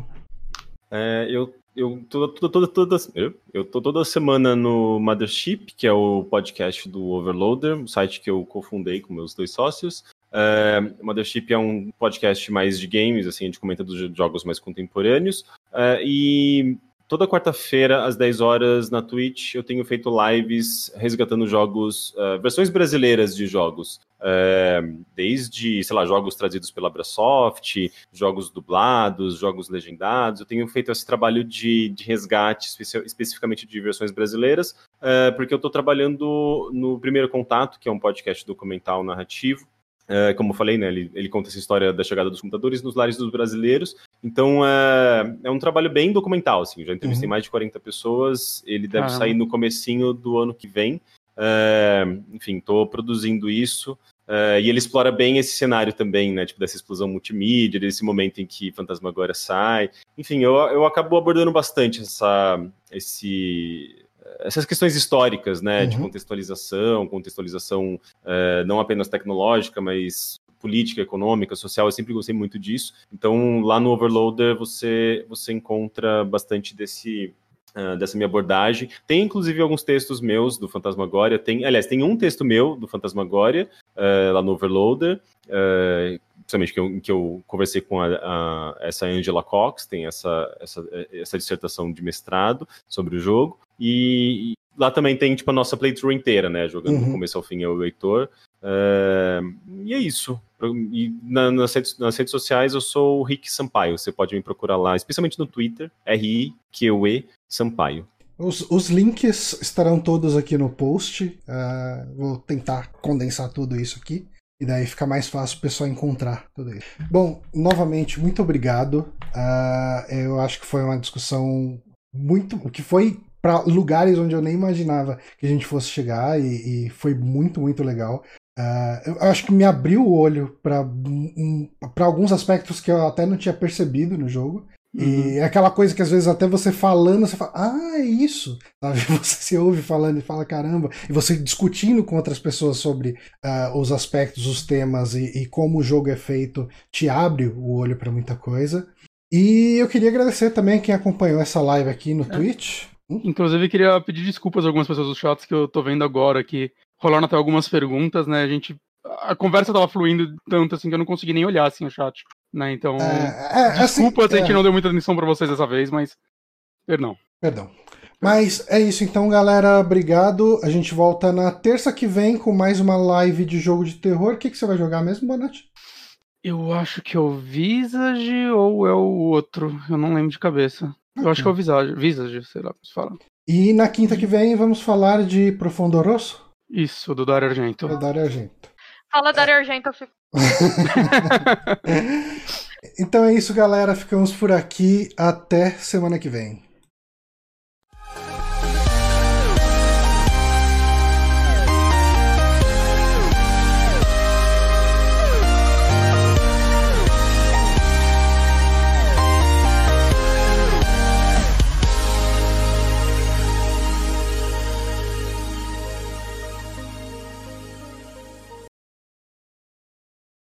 É, eu eu tô toda, toda, toda, eu, eu tô toda semana no Mothership, que é o podcast do Overloader, o site que eu cofundei com meus dois sócios. Uh, Mothership é um podcast mais de games, assim, a gente comenta dos jogos mais contemporâneos. Uh, e toda quarta-feira, às dez horas, na Twitch, eu tenho feito lives resgatando jogos, uh, versões brasileiras de jogos. Uh, desde, sei lá, jogos trazidos pela Brasoft, jogos dublados, jogos legendados. Eu tenho feito esse trabalho de, de resgate, especi- especificamente de versões brasileiras, uh, porque eu estou trabalhando no Primeiro Contato, que é um podcast documental narrativo, É, como eu falei, né, ele, ele conta essa história da chegada dos computadores nos lares dos brasileiros. Então, é, é um trabalho bem documental, assim. Já entrevistei uhum. mais de quarenta pessoas. Ele deve Caramba. sair no comecinho do ano que vem. É, enfim, estou produzindo isso. É, e ele explora bem esse cenário também, né, tipo, dessa explosão multimídia, desse momento em que Phantasmagoria sai. Enfim, eu, eu acabo abordando bastante essa, esse... essas questões históricas, né, uhum. de contextualização, contextualização é, não apenas tecnológica, mas política, econômica, social. Eu sempre gostei muito disso. Então, lá no Overloader, você, você encontra bastante desse... Uh, dessa minha abordagem. Tem, inclusive, alguns textos meus do Phantasmagoria. Tem, aliás, tem um texto meu do Phantasmagoria, uh, lá no Overloader, uh, principalmente que eu, que eu conversei com a, a, essa Angela Cox, tem essa, essa, essa dissertação de mestrado sobre o jogo. E, e lá também tem, tipo, a nossa playthrough inteira, né? Jogando uhum. do começo ao fim, eu e o Heitor. Uh, e é isso. E na, nas, redes, nas redes sociais eu sou o Rick Sampaio. Você pode me procurar lá, especialmente no Twitter, R I Q U E Sampaio. Os, os links estarão todos aqui no post. Uh, vou tentar condensar tudo isso aqui. E daí fica mais fácil o pessoal encontrar tudo isso. Bom, novamente, muito obrigado. Uh, eu acho que foi uma discussão muito... que foi para lugares onde eu nem imaginava que a gente fosse chegar. E, e foi muito, muito legal. Uh, eu acho que me abriu o olho para um, para alguns aspectos que eu até não tinha percebido no jogo. Uhum. E é aquela coisa que às vezes até você falando, você fala, ah, é isso. Sabe? Você se ouve falando e fala, caramba. E você discutindo com outras pessoas sobre uh, os aspectos, os temas e, e como o jogo é feito, te abre o olho para muita coisa. E eu queria agradecer também quem acompanhou essa live aqui no é. Twitch. Hum? Inclusive, queria pedir desculpas a algumas pessoas dos chats que eu tô vendo agora aqui. Rolaram até algumas perguntas, né? A gente. A conversa tava fluindo tanto assim que eu não consegui nem olhar assim o chat. Né? Então. É, é, desculpa assim, se a gente é... não deu muita atenção pra vocês dessa vez, mas. Perdão. Perdão. Mas é isso então, galera. Obrigado. A gente volta na terça que vem com mais uma live de jogo de terror. O que, que você vai jogar mesmo, Bonatti? Eu acho que é o Visage ou é o outro. Eu não lembro de cabeça. Eu okay. acho que é o Visage, Visage, sei lá como se fala. E na quinta que vem vamos falar de Profondo Rosso? Isso, do Dario Argento. Do Dario Argento. Fala Dario Argento, eu fico... Então é isso, galera. Ficamos por aqui. Até semana que vem.